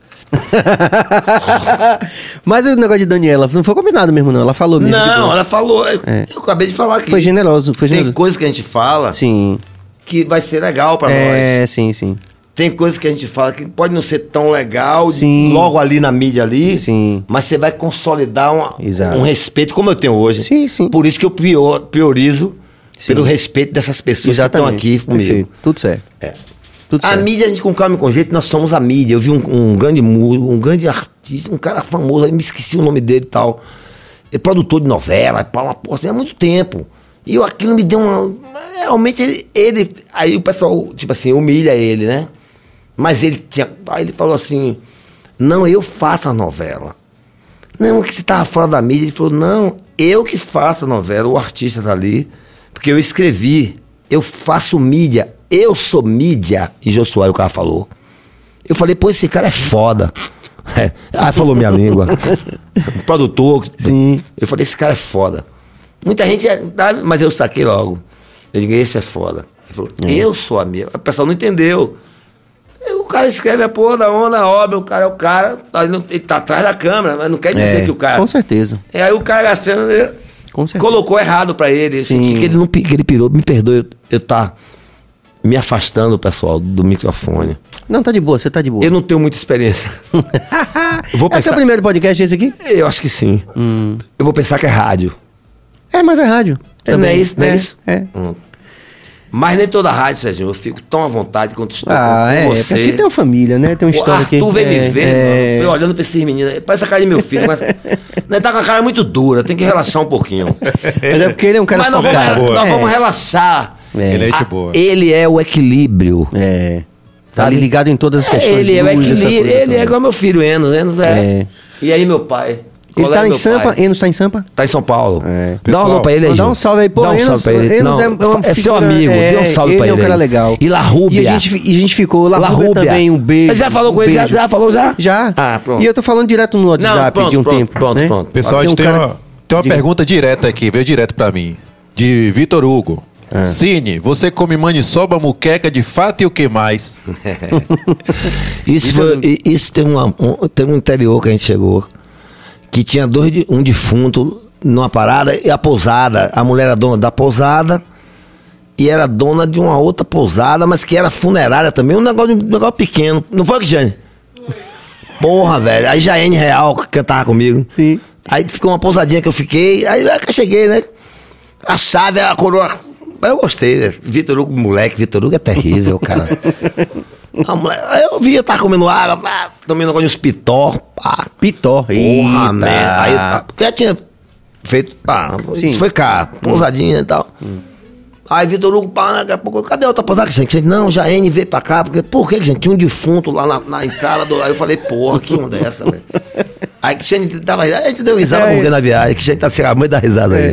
Mas o negócio de Daniela não foi combinado mesmo, não. Ela falou mesmo. Não, tipo, ela falou. Eu, eu acabei de falar aqui. Foi generoso, foi Tem generoso. coisas que a gente fala Sim. que vai ser legal pra É, nós. sim, sim. Tem coisas que a gente fala que pode não ser tão legal, Sim. logo ali na mídia ali, Sim. mas você vai consolidar uma- Exato. um respeito como eu tenho hoje. Sim, sim. Por isso que eu prior- priorizo Sim. pelo respeito dessas pessoas que estão aqui comigo. Perfeito. Tudo certo. É. Tudo A certo. mídia, a gente com calma e com jeito, nós somos a mídia. Eu vi um, um grande músico, um grande artista, um cara famoso, aí me esqueci o nome dele e tal. Ele é produtor de novela, pá, uma porra, assim, há muito tempo. E eu, aquilo me deu uma... Realmente ele, ele... Aí o pessoal, tipo assim, humilha ele, né? Mas ele tinha... Aí ele falou assim, não, eu faço a novela. Não, que você tava fora da mídia. Ele falou, não, eu que faço a novela, o artista tá ali. Porque eu escrevi, eu faço mídia, eu sou mídia. E Jô Soares, o cara falou. Eu falei, pô, esse cara é foda. É. Aí falou minha língua. O produtor. Sim. Eu falei, esse cara é foda. Muita gente, mas eu saquei logo. Eu digo, esse é foda. Ele falou, É. eu sou a mídia. O pessoal não entendeu. O cara escreve a porra da onda, óbvio, o cara é o cara, ele, ele tá atrás da câmera, mas não quer dizer É, que o cara... com certeza. E aí o cara gastando, ele Com certeza. colocou errado pra ele. Eu Sim. senti que ele, não, pi- que ele pirou, me perdoe, eu, eu tá me afastando, pessoal, do microfone. Não, tá de boa, você tá de boa. Eu não tenho muita experiência. Eu vou É seu pensar, primeiro podcast esse aqui? eu acho que sim. Hum. Eu vou pensar que é rádio. É, mas é rádio. É, não é isso, não é é, isso? É. Hum. Mas nem toda a rádio, Serginho, eu fico tão à vontade quando estou Ah, com é. você. Aqui tem uma família, né? Tem uma O história aqui. Arthur vem é, me ver, é... mano, eu olhando pra esses meninos. Parece a cara de meu filho, mas. Né, tá com a cara muito dura, tem que relaxar um pouquinho. Mas é porque ele é um cara Mas nós vamos, focado. nós É. vamos relaxar. É. Ele é gente Ah, boa. Ele é o equilíbrio. É. Tá Sabe? ali ligado em todas as É, questões. ele é o luz, essa equilíbrio. coisa Ele é toda. igual meu filho, Enos. Enos é. É. E aí, meu pai? Ele Colega tá em do meu Sampa, pai. Enos tá em Sampa? Tá em São Paulo. É. Dá um Pessoal, alô pra ele aí, Dá Gil. um salve aí, pô. Dá um Enos, salve pra ele. Enos Não, é, uma é seu figura- amigo, é, dê um salve ele pra é um ele. cara aí. legal. E La Rúbia. E a gente, e a gente ficou, La, La Rúbia Rúbia. também, um beijo. Já falou um com ele? Já, beijo. já falou já? Já. Ah, pronto. E eu tô falando direto no WhatsApp Não, pronto, de um pronto, tempo. pronto, né? pronto. Pessoal, a gente um tem, cara- uma, tem uma Diga. pergunta direta aqui, veio direto pra mim. De Vitor Hugo. Ah. Cine, você come maniçoba, muqueca de fato e o que mais? Isso, foi, i- isso tem, uma, um, tem um interior que a gente chegou, que tinha dois, de- um defunto numa parada e a pousada. A mulher era dona da pousada e era dona de uma outra pousada, mas que era funerária também. Um negócio, um negócio pequeno. Não foi, Cristiane? Porra, velho. Aí Jaene Real cantava comigo. Sim. Aí ficou uma pousadinha que eu fiquei. Aí eu cheguei, né? A chave era a coroa. Mas eu gostei, né? Vitor Hugo, moleque, Vitor Hugo é terrível, cara. A mulher, aí eu vi, eu tava comendo água, pá, tomei um negócio de uns pitó, pá. Pitó. Porra, Eita. man. Aí, tá, porque eu tinha feito, pá, Sim. isso foi cá, pousadinha e tal. Aí Vitor Hugo, pá, daqui a pouco, cadê a outra pousada? Gente, não, Jaene veio pra cá, porque, por que, gente? Tinha um defunto lá na, na entrada do. Aí eu falei, porra, que onda é essa, velho? Aí que Cristiane tava, a gente deu risada É. porque na viagem, que Cristiane tá chegando muito da risada aí.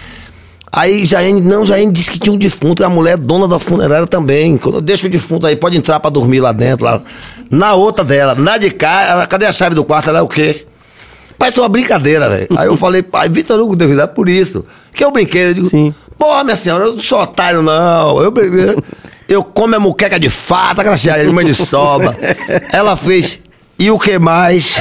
Aí Jaene, não, Jaene disse que tinha um defunto, e a mulher dona da funerária também. Quando eu deixo o defunto aí, pode entrar pra dormir lá dentro, lá. Na outra dela, na de cá, ela, cadê a chave do quarto? Ela é o quê? Parece uma brincadeira, velho. Aí eu falei, pai, Vitor Hugo deu risada por isso. Que eu brinquei, eu digo, Sim. porra, minha senhora, eu não sou otário, não. Eu, brinquei, eu como a muqueca de fato, aquela cheia de mãe de soba. Ela fez, e o que mais?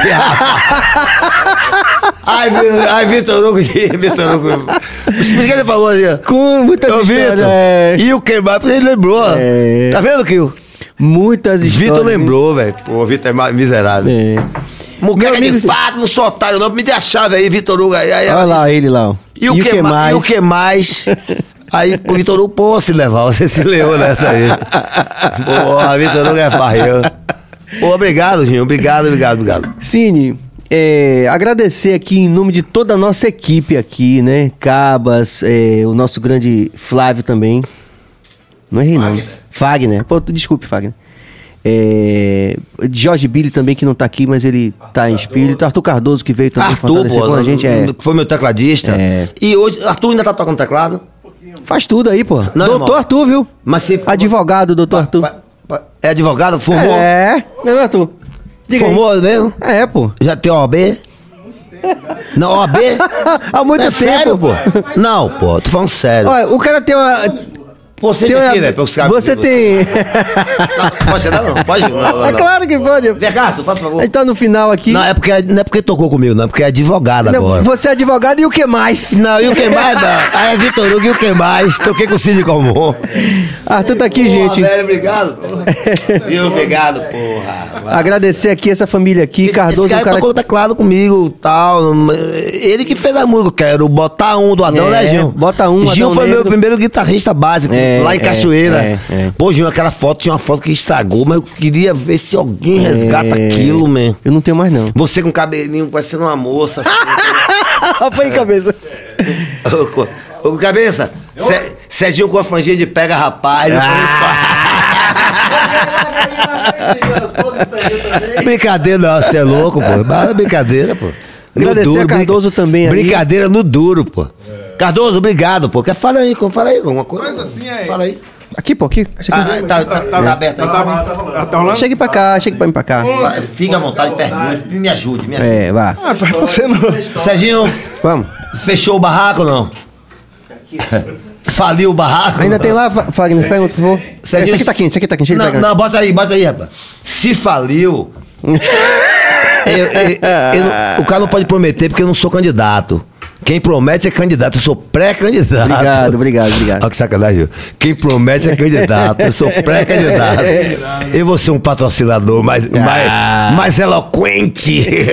Ai, Vi- ai, Vitor Hugo, Vitor Hugo. Por isso que ele falou assim, ó. Com muitas Ô, histórias. Vitor, é. e o que mais? Porque ele lembrou. É. Tá vendo que o Muitas histórias. Vitor lembrou, velho. Pô, o Vitor é ma- miserável. É. Muqueca Meu amigo, de fato, não sou otário, não. Me dê a chave aí, Vitor Hugo. Aí, aí Olha ela lá disse, ele lá. ó. E o, que, mais? E o que mais? Aí o Vitor Hugo, pô, se levar, você se leu nessa aí. Porra, Vitor Hugo é farreu. Pô, obrigado, Ginho. Obrigado, obrigado, obrigado. Cine, é, agradecer aqui em nome de toda a nossa equipe aqui, né? Cabas, é, o nosso grande Flávio também. Não errei, não. Fagner. Pô, tu- desculpe, Fagner. É, Jorge Billy também, que não tá aqui, mas ele tá em espírito. Arthur Cardoso, que veio também Arthur, fortalecer pô, com a gente. É, que foi meu tecladista. É. E hoje, Arthur ainda tá tocando teclado? faz tudo aí, pô. Não, doutor irmão. Arthur, viu? Mas se... Advogado, doutor Arthur. Pa- pa- É advogado? Formou? É, né, Arthur? Diga aí. Formou mesmo? É, pô. Já tem O A B? Não, O A B? Há muito é tempo. sério, pô? Não, pô, tô falando sério. Olha, o cara tem uma. Pô, você tem aqui, uma- velho, pra os caras- você tem. Não, pode sentar não? Pode? Não, não, É não. claro que pode. Vem cá, Arthur, faz favor. A gente tá no final aqui. Não, é porque, não é porque tocou comigo, não, é porque é advogado Não, agora. você é advogado e o que mais? Não, e o que mais, não? Aí é Vitor Hugo, e o que mais? Toquei com o Cine Comum. Arthur tá aqui, Porra, gente. velho, obrigado, porra. Viu, obrigado, porra. Agradecer aqui essa família aqui, Esse, Cardoso, esse cara, um cara. tocou teclado comigo tal. Ele que fez a música, quero botar um do Adão, É, né, Gil? bota um, Gil Adão foi meu Negro. primeiro guitarrista básico, É, lá em é, Cachoeira. é, é. Pô, Gil, aquela foto, tinha uma foto que estragou, mas eu queria ver se alguém resgata É, aquilo, man. Eu não tenho mais, não. Você com cabelinho parecendo uma moça, assim. Foi em cabeça. Ô, co- Ô, cabeça, Sé- Serginho com a franjinha de pega rapaz. eu falei, brincadeira, não, você é louco, pô. Mas é brincadeira, pô. No Agradecer a brin- Cardoso também aí. Brincadeira no duro, pô. Cardoso, obrigado, pô. Quer fala aí, fala aí alguma coisa. Mas assim é- Fala aí. Aqui, pô, aqui. Esse aqui. Ah, tá, tá, tá aberto aí. Tá, tá rolando? Chega pra cá, chega pra mim pra cá. Fala, Fica à vontade, pergunte. Me ajude, me ajude. É, vá. Ah, pra você não. Serginho, Vamos. fechou o barraco ou não? Faliu o barraco? Ainda tem lá, Fa- Fagner, pergunta, por favor. Serginho, Esse aqui tá quente, esse aqui tá quente. Ele Não, pega. não, bota aí, bota aí, rapaz. Se faliu. eu- eu- eu não- o cara não pode prometer porque eu não sou candidato. Quem promete é candidato, eu sou pré-candidato. Obrigado, obrigado, obrigado. Olha que sacanagem. Quem promete é candidato, eu sou pré-candidato. Eu vou ser um patrocinador mais, mais, mais eloquente.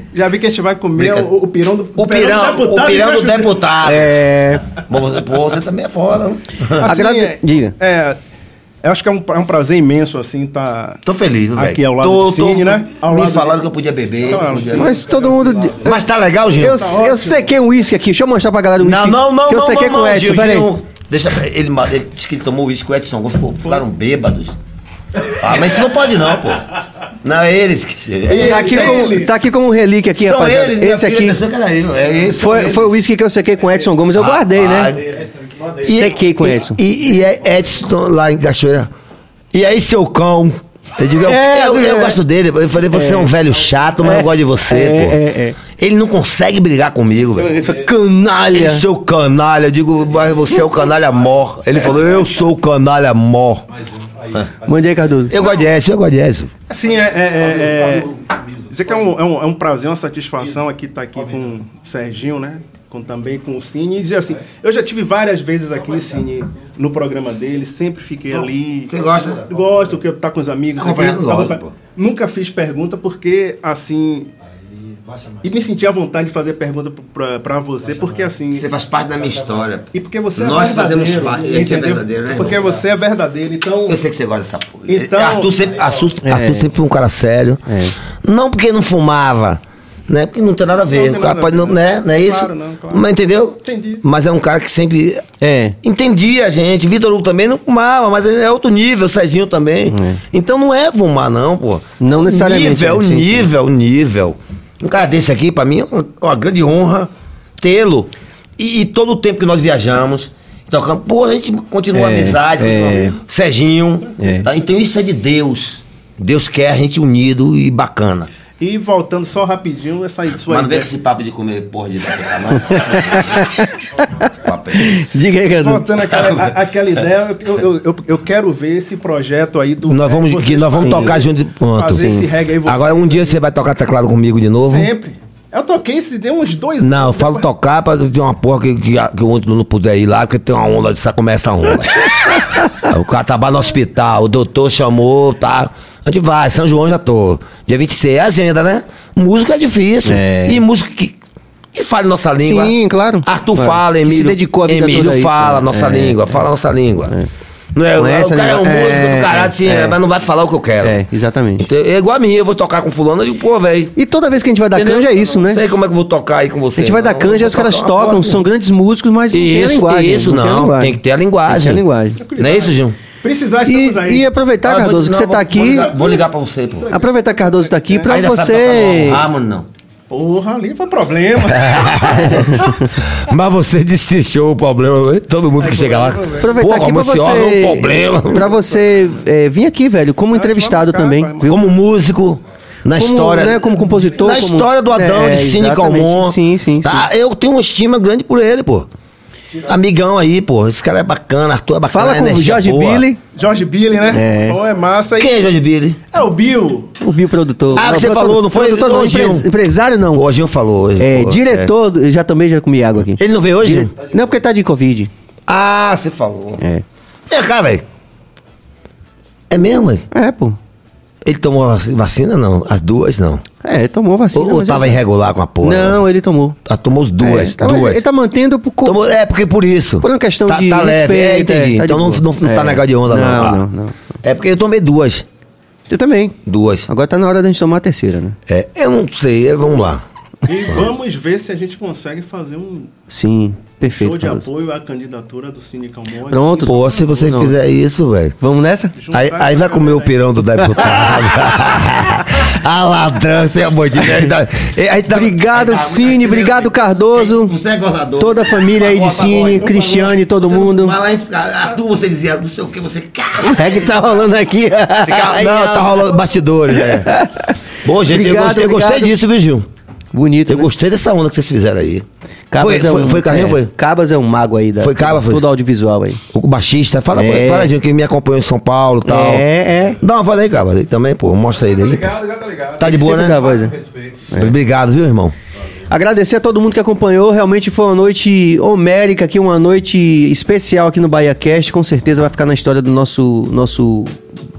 Já vi que a gente vai comer Brinca- o, o pirão do O pirão, o pirão do deputado. É. Bom, você, pô, você também é foda. Né? Assim, Agrade- é- Diga. É, eu acho que é um, é um prazer imenso, assim, tá... Tô feliz, velho. Aqui ao lado tô, do Cine, né? Ao Me lado falaram de- que eu podia beber. Não, que eu podia- sim. Mas todo mundo. Mas tá legal, Gil? Eu, Tá eu ótimo. sequei um uísque aqui. Deixa eu mostrar pra galera o Não, uísque. não, não, que eu não, sequei não, com o não, Edson, Gil, peraí. Gil. Deixa, ele, ele disse que ele tomou uísque com o Edson Gomes, ficou- ficaram bêbados. Ah, mas isso não pode não, pô. Não, é eles que... É Tá aqui, eles, como, eles. tá aqui como relíquia aqui, São rapaziada. eles, minha Esse filha aqui pensou que era eu. É esse, foi, são foi o eles. uísque que eu sequei com o Edson Gomes. Eu guardei, né? E- Sequei com e- Edson. E, e é Edson lá em Cachoeira. E aí, seu cão? Eu digo, eu, É, eu, eu é. gosto dele. Eu falei, você é, um velho chato, mas eu gosto de você, É, pô. é, é. Ele não consegue brigar comigo, velho. Ele falou, canalha. Ele, seu canalha. Eu digo, mas você é o canalha mor. Ele falou, eu sou o canalha mor. Mandei aí, Cardoso. Eu gosto de Edson, eu gosto de Edson. Assim, é... é, é, é dizer que é um, é, um, é um prazer, uma satisfação aqui estar aqui com o Serginho, né? Com, também com o Cine. E dizer assim, eu já tive várias vezes aqui, Cine, no programa dele. Sempre fiquei ali. Você gosta? Gosto, porque eu tá com os amigos. Acompanhando, aqui, lógico, tava- pô. Nunca fiz pergunta porque, assim... E me senti à vontade de fazer pergunta pra, pra você, porque assim... Você faz parte da minha história. E porque você Nós é fazemos verdadeiro. parte. A gente é entendeu? verdadeiro, né? Porque você é verdadeiro, então... Eu sei que você gosta dessa porra. Então- Arthur sempre, Arthur, É. Arthur sempre foi um cara sério. É. Não porque não fumava, né? Porque não tem nada a ver. Não tem O cara nada a pode ver. não, né? Não é isso? Claro, não, claro. Mas entendeu? Entendi. Mas é um cara que sempre É. entendia a gente. Vitor Hugo também não fumava, mas é outro nível. O Serginho também. Então não é fumar, não, pô. Não necessariamente, Nível, é, sim, nível, nível. Um cara desse aqui, pra mim, é uma, uma grande honra tê-lo. E, e todo o tempo que nós viajamos, tocando, pô, a gente continua É, a amizade. é. Serginho. É. Tá? Então isso é de Deus. Deus quer a gente unido e bacana. E voltando só rapidinho, essa aí, sua Mas não vem ideia. com esse papo de comer porra de deputado, não. Papo é esse. Diga aí, Cardoso. Voltando àquela, à- àquela ideia, eu, eu, eu, eu quero ver esse projeto aí do... Nós vamos, vocês que nós vamos fazendo- tocar junto. de- Pronto. Fazer esse reggae aí, você- Agora um dia você vai tocar teclado comigo de novo. Sempre. Eu toquei esse tem uns dois Não, eu anos. falo Depois- tocar pra ter uma porra que, que, que o outro não puder ir lá, porque tem uma onda, de começa a onda. O cara trabalha no hospital, o doutor chamou, tá? A gente vai, São João já tô. Dia vinte e seis é agenda, né? Música é difícil. É. E música que, que fala nossa língua. Sim, claro. Arthur Claro. fala, Que se Emílio. dedicou a vida Emílio toda a isso, fala né? nossa É. língua, fala nossa língua. Não é, Conhece o cara é um a língua? músico É, do caralho, assim, é. mas não vai falar o que eu quero. É, exatamente. Então, é igual a mim, eu vou tocar com fulano, eu digo, pô, velho. E toda vez que a gente vai dar canja é isso, né? Sei como é que eu vou tocar aí com você. A gente vai dar Não, canja, eu os vou caras tocar uma tocam, porra. são grandes músicos, mas não tem a Isso, linguagem. isso tem a não. linguagem. Tem que ter a linguagem. Tem que ter a linguagem. Não é isso, Gil? Precisar, E, estamos aí. e aproveitar, Ah, vou- Cardoso, que não, você vou- tá Vou aqui. ligar, vou ligar pra você, pô. Aproveitar que Cardoso tá aqui pra Ainda sabe você. tocar no Ramon, não. Porra, ali foi problema. Mas você destrinchou o problema, todo mundo que chega lá. Aproveitar aqui pra como esse homem é você. um problema. Pra você é, vir aqui, velho, como entrevistado vamos cá, também. vai, Viu? Como músico, na Como, história. né, como compositor, Na como- história do Adão, É, de Cine exatamente. Calmon. Sim, sim, Tá? Eu tenho uma estima grande por ele, pô. Amigão aí, pô. Esse cara é bacana, Arthur é bacana. Fala com o energia Jorge boa. Billy, Jorge Billy, né? É. Pô, é massa. E... Quem é Jorge Billy? É o Bill. o Bill produtor. Ah, que você produtor- falou, não foi? Produtor não, Ô, Gil. empre- empresário não. O Gil falou hoje. É, pô. diretor, do- já também já comi água aqui. É. Ele não veio hoje? Dire- Não, porque tá de Covid. Ah, você falou. É. Vem cá, velho. É mesmo, velho? É, pô. Ele tomou a vac- vacina, não? As duas, não. É, tomou vacina. Ou, ou mas tava ele- irregular com a porra? Não, ele tomou. Ah, tomou as duas, É, então duas. Ele tá mantendo por... co- Tomou- é, porque por isso. Por uma questão tá, de Tá leve, é, respeito, entendi. é, tá de então não, boa. não, não tá É. negado de onda, não. Não, Ah. não, não. É porque eu tomei duas. Eu também. Duas. Agora tá na hora da gente tomar a terceira, né? É, eu não sei, é, vamos lá. E vamos ver se a gente consegue fazer um Sim, perfeito. show de Cardoso. apoio à candidatura do Cine Calmon. Pronto. Pô, se você Não. fizer isso, velho. Vamos nessa? Aí, aí vai comer o pirão do deputado. Ah, ladrão, você é bandido. A gente dá- a gente dá- Obrigado, Cine. Obrigado, Cardoso. Você é gozador. Toda a família aí de Cine, Cristiane, todo Você não- mundo. Mas lá, a gente- Arthur, você dizia, não sei o que, você. É que tá rolando aqui. Fica- não, tá rolando bastidores, né? Bom, gente, eu Obrigado, gostei, eu gostei obrigado. disso, viu, Gil? Bonito, Eu né? gostei dessa onda que vocês fizeram aí. Cabas foi, é foi, um- foi Carlinhos, é, foi? Cabas é um mago aí. Da, Foi Cabas, foi? Todo audiovisual aí. O baixista. Fala, É. fala, Gil, que me acompanhou em São Paulo e tal. É, é. Dá uma voz aí, Cabas, aí também, pô. Mostra ele aí. Ligado, já tá ligado. Tá de boa, Sempre né? dá voz, né? Obrigado, viu, irmão? Agradecer a todo mundo que acompanhou. Realmente foi uma noite homérica aqui, uma noite especial aqui no Bahia Cast. Com certeza vai ficar na história do nosso, nosso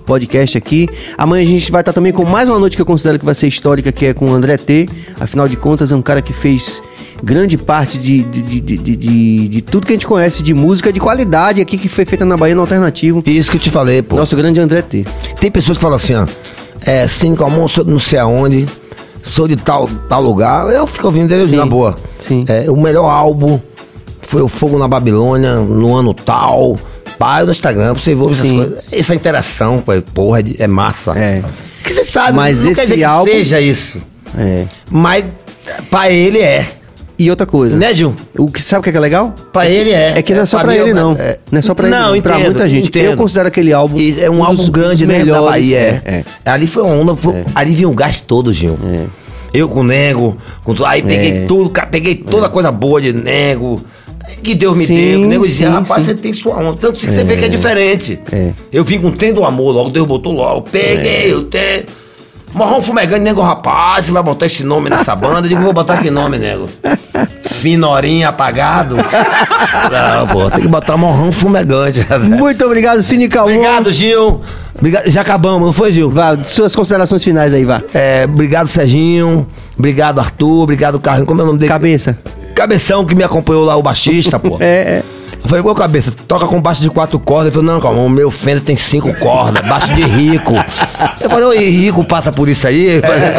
podcast aqui. Amanhã a gente vai estar também com mais uma noite que eu considero que vai ser histórica, que é com o André T. Afinal de contas, é um cara que fez grande parte de, de, de, de, de, de, de tudo que a gente conhece de música de qualidade aqui, que foi feita na Bahia no Alternativo. Isso que eu te falei, pô. Nosso grande André T. Tem pessoas que falam assim, ó, é, cinco almoços, não sei aonde, sou de tal, tal lugar. Eu fico ouvindo dele Sim. na boa. Sim. É, o melhor álbum foi o Fogo na Babilônia, no ano tal. Pai no Instagram, você ouve essas Sim. coisas. Essa interação, pô, porra, é, de- é massa. É. Porque você sabe, Mas não esse quer dizer que álbum- seja isso. É. Mas pra ele é. E outra coisa. Né, Gil? O que, sabe o que é legal? Pra ele é. É que não é só pra mim, ele, é- não. é- Não é só pra ele, Não, não. Pra entendo, muita gente. entendo. Eu considero aquele álbum E é um um álbum dos- grande, dos né, da melhores. Bahia. É. É, é. Ali foi uma onda, foi- ali vinha o gás todo, Gil. É. Eu com o Nego, com tu- aí peguei É. tudo, cara, peguei toda a coisa boa de Nego. Que Deus me Sim, deu, que o Nego sim, dizia, rapaz, sim. você tem sua onda. Tanto que você vê que é diferente. É. Eu vim com Tendo Amor, logo Deus botou logo. Peguei, eu tenho. Morrão Fumegante, Nego, rapaz, você vai botar esse nome nessa banda? Eu digo, vou botar que nome, Nego? Finorinho apagado? Não, pô, tem que botar Morrão Fumegante. Muito obrigado, Cine Calmon. Obrigado, Gil. Obrigado. Já acabamos, não foi, Gil? Vá, suas considerações finais aí, vá. É, obrigado, Serginho. Obrigado, Arthur. Obrigado, Carlinhos. Como é o nome dele? Cabeça. Cabeção, que me acompanhou lá, o baixista, pô. É, é. Eu falei, pô, Cabeça, toca com baixo de quatro cordas. Ele falou, não, calma, o meu Fender tem cinco cordas, baixo de rico. Eu falei, ô, e rico passa por isso aí? Eu falei,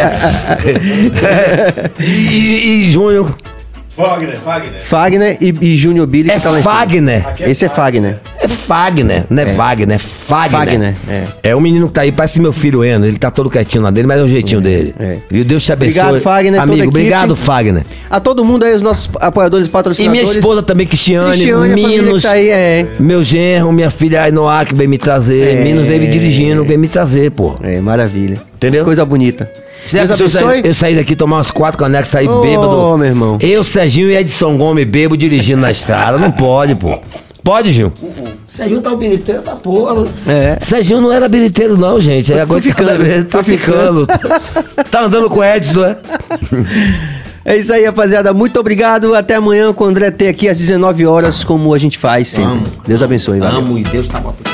é. E, e Júnior, Fagner, Fagner. Fagner e, e Júnior Billy. é que tá lá em cima. Fagner. Esse é Fagner. É Fagner, não é, Wagner, é Fagner. Fagner, é. É o menino que tá aí, parece meu filho Eno. Ele tá todo quietinho lá dele, mas é o jeitinho dele. é. E Deus te abençoe. Obrigado, Fagner, toda a Amigo, equipe. obrigado, Fagner. A todo mundo aí, os nossos apoiadores e E patrocinadores. minha esposa também, Cristiane, Cristiane, a família Minos, que tá aí, é. meu genro, minha filha Ainoá, que veio me trazer. É. Minos veio me dirigindo, veio me trazer, pô. É, maravilha. Entendeu? Coisa bonita. Se Deus eu, abençoe. sair, eu sair daqui, tomar umas quatro canecas, sair Ô, bêbado. meu irmão. Eu, Serginho e Edson Gomes bebo dirigindo na estrada. Não pode, pô. Pode, Gil? Serginho tá um bilheteiro da porra. É. Serginho não era bilheteiro, não, gente. É Tá ficando, Tá tá ficando. Tá andando com o Edson, né? É isso aí, rapaziada. Muito obrigado. Até amanhã com o André T aqui às dezenove horas, como a gente faz sempre. Amo. Deus abençoe. Valeu. Amo e Deus tá botando.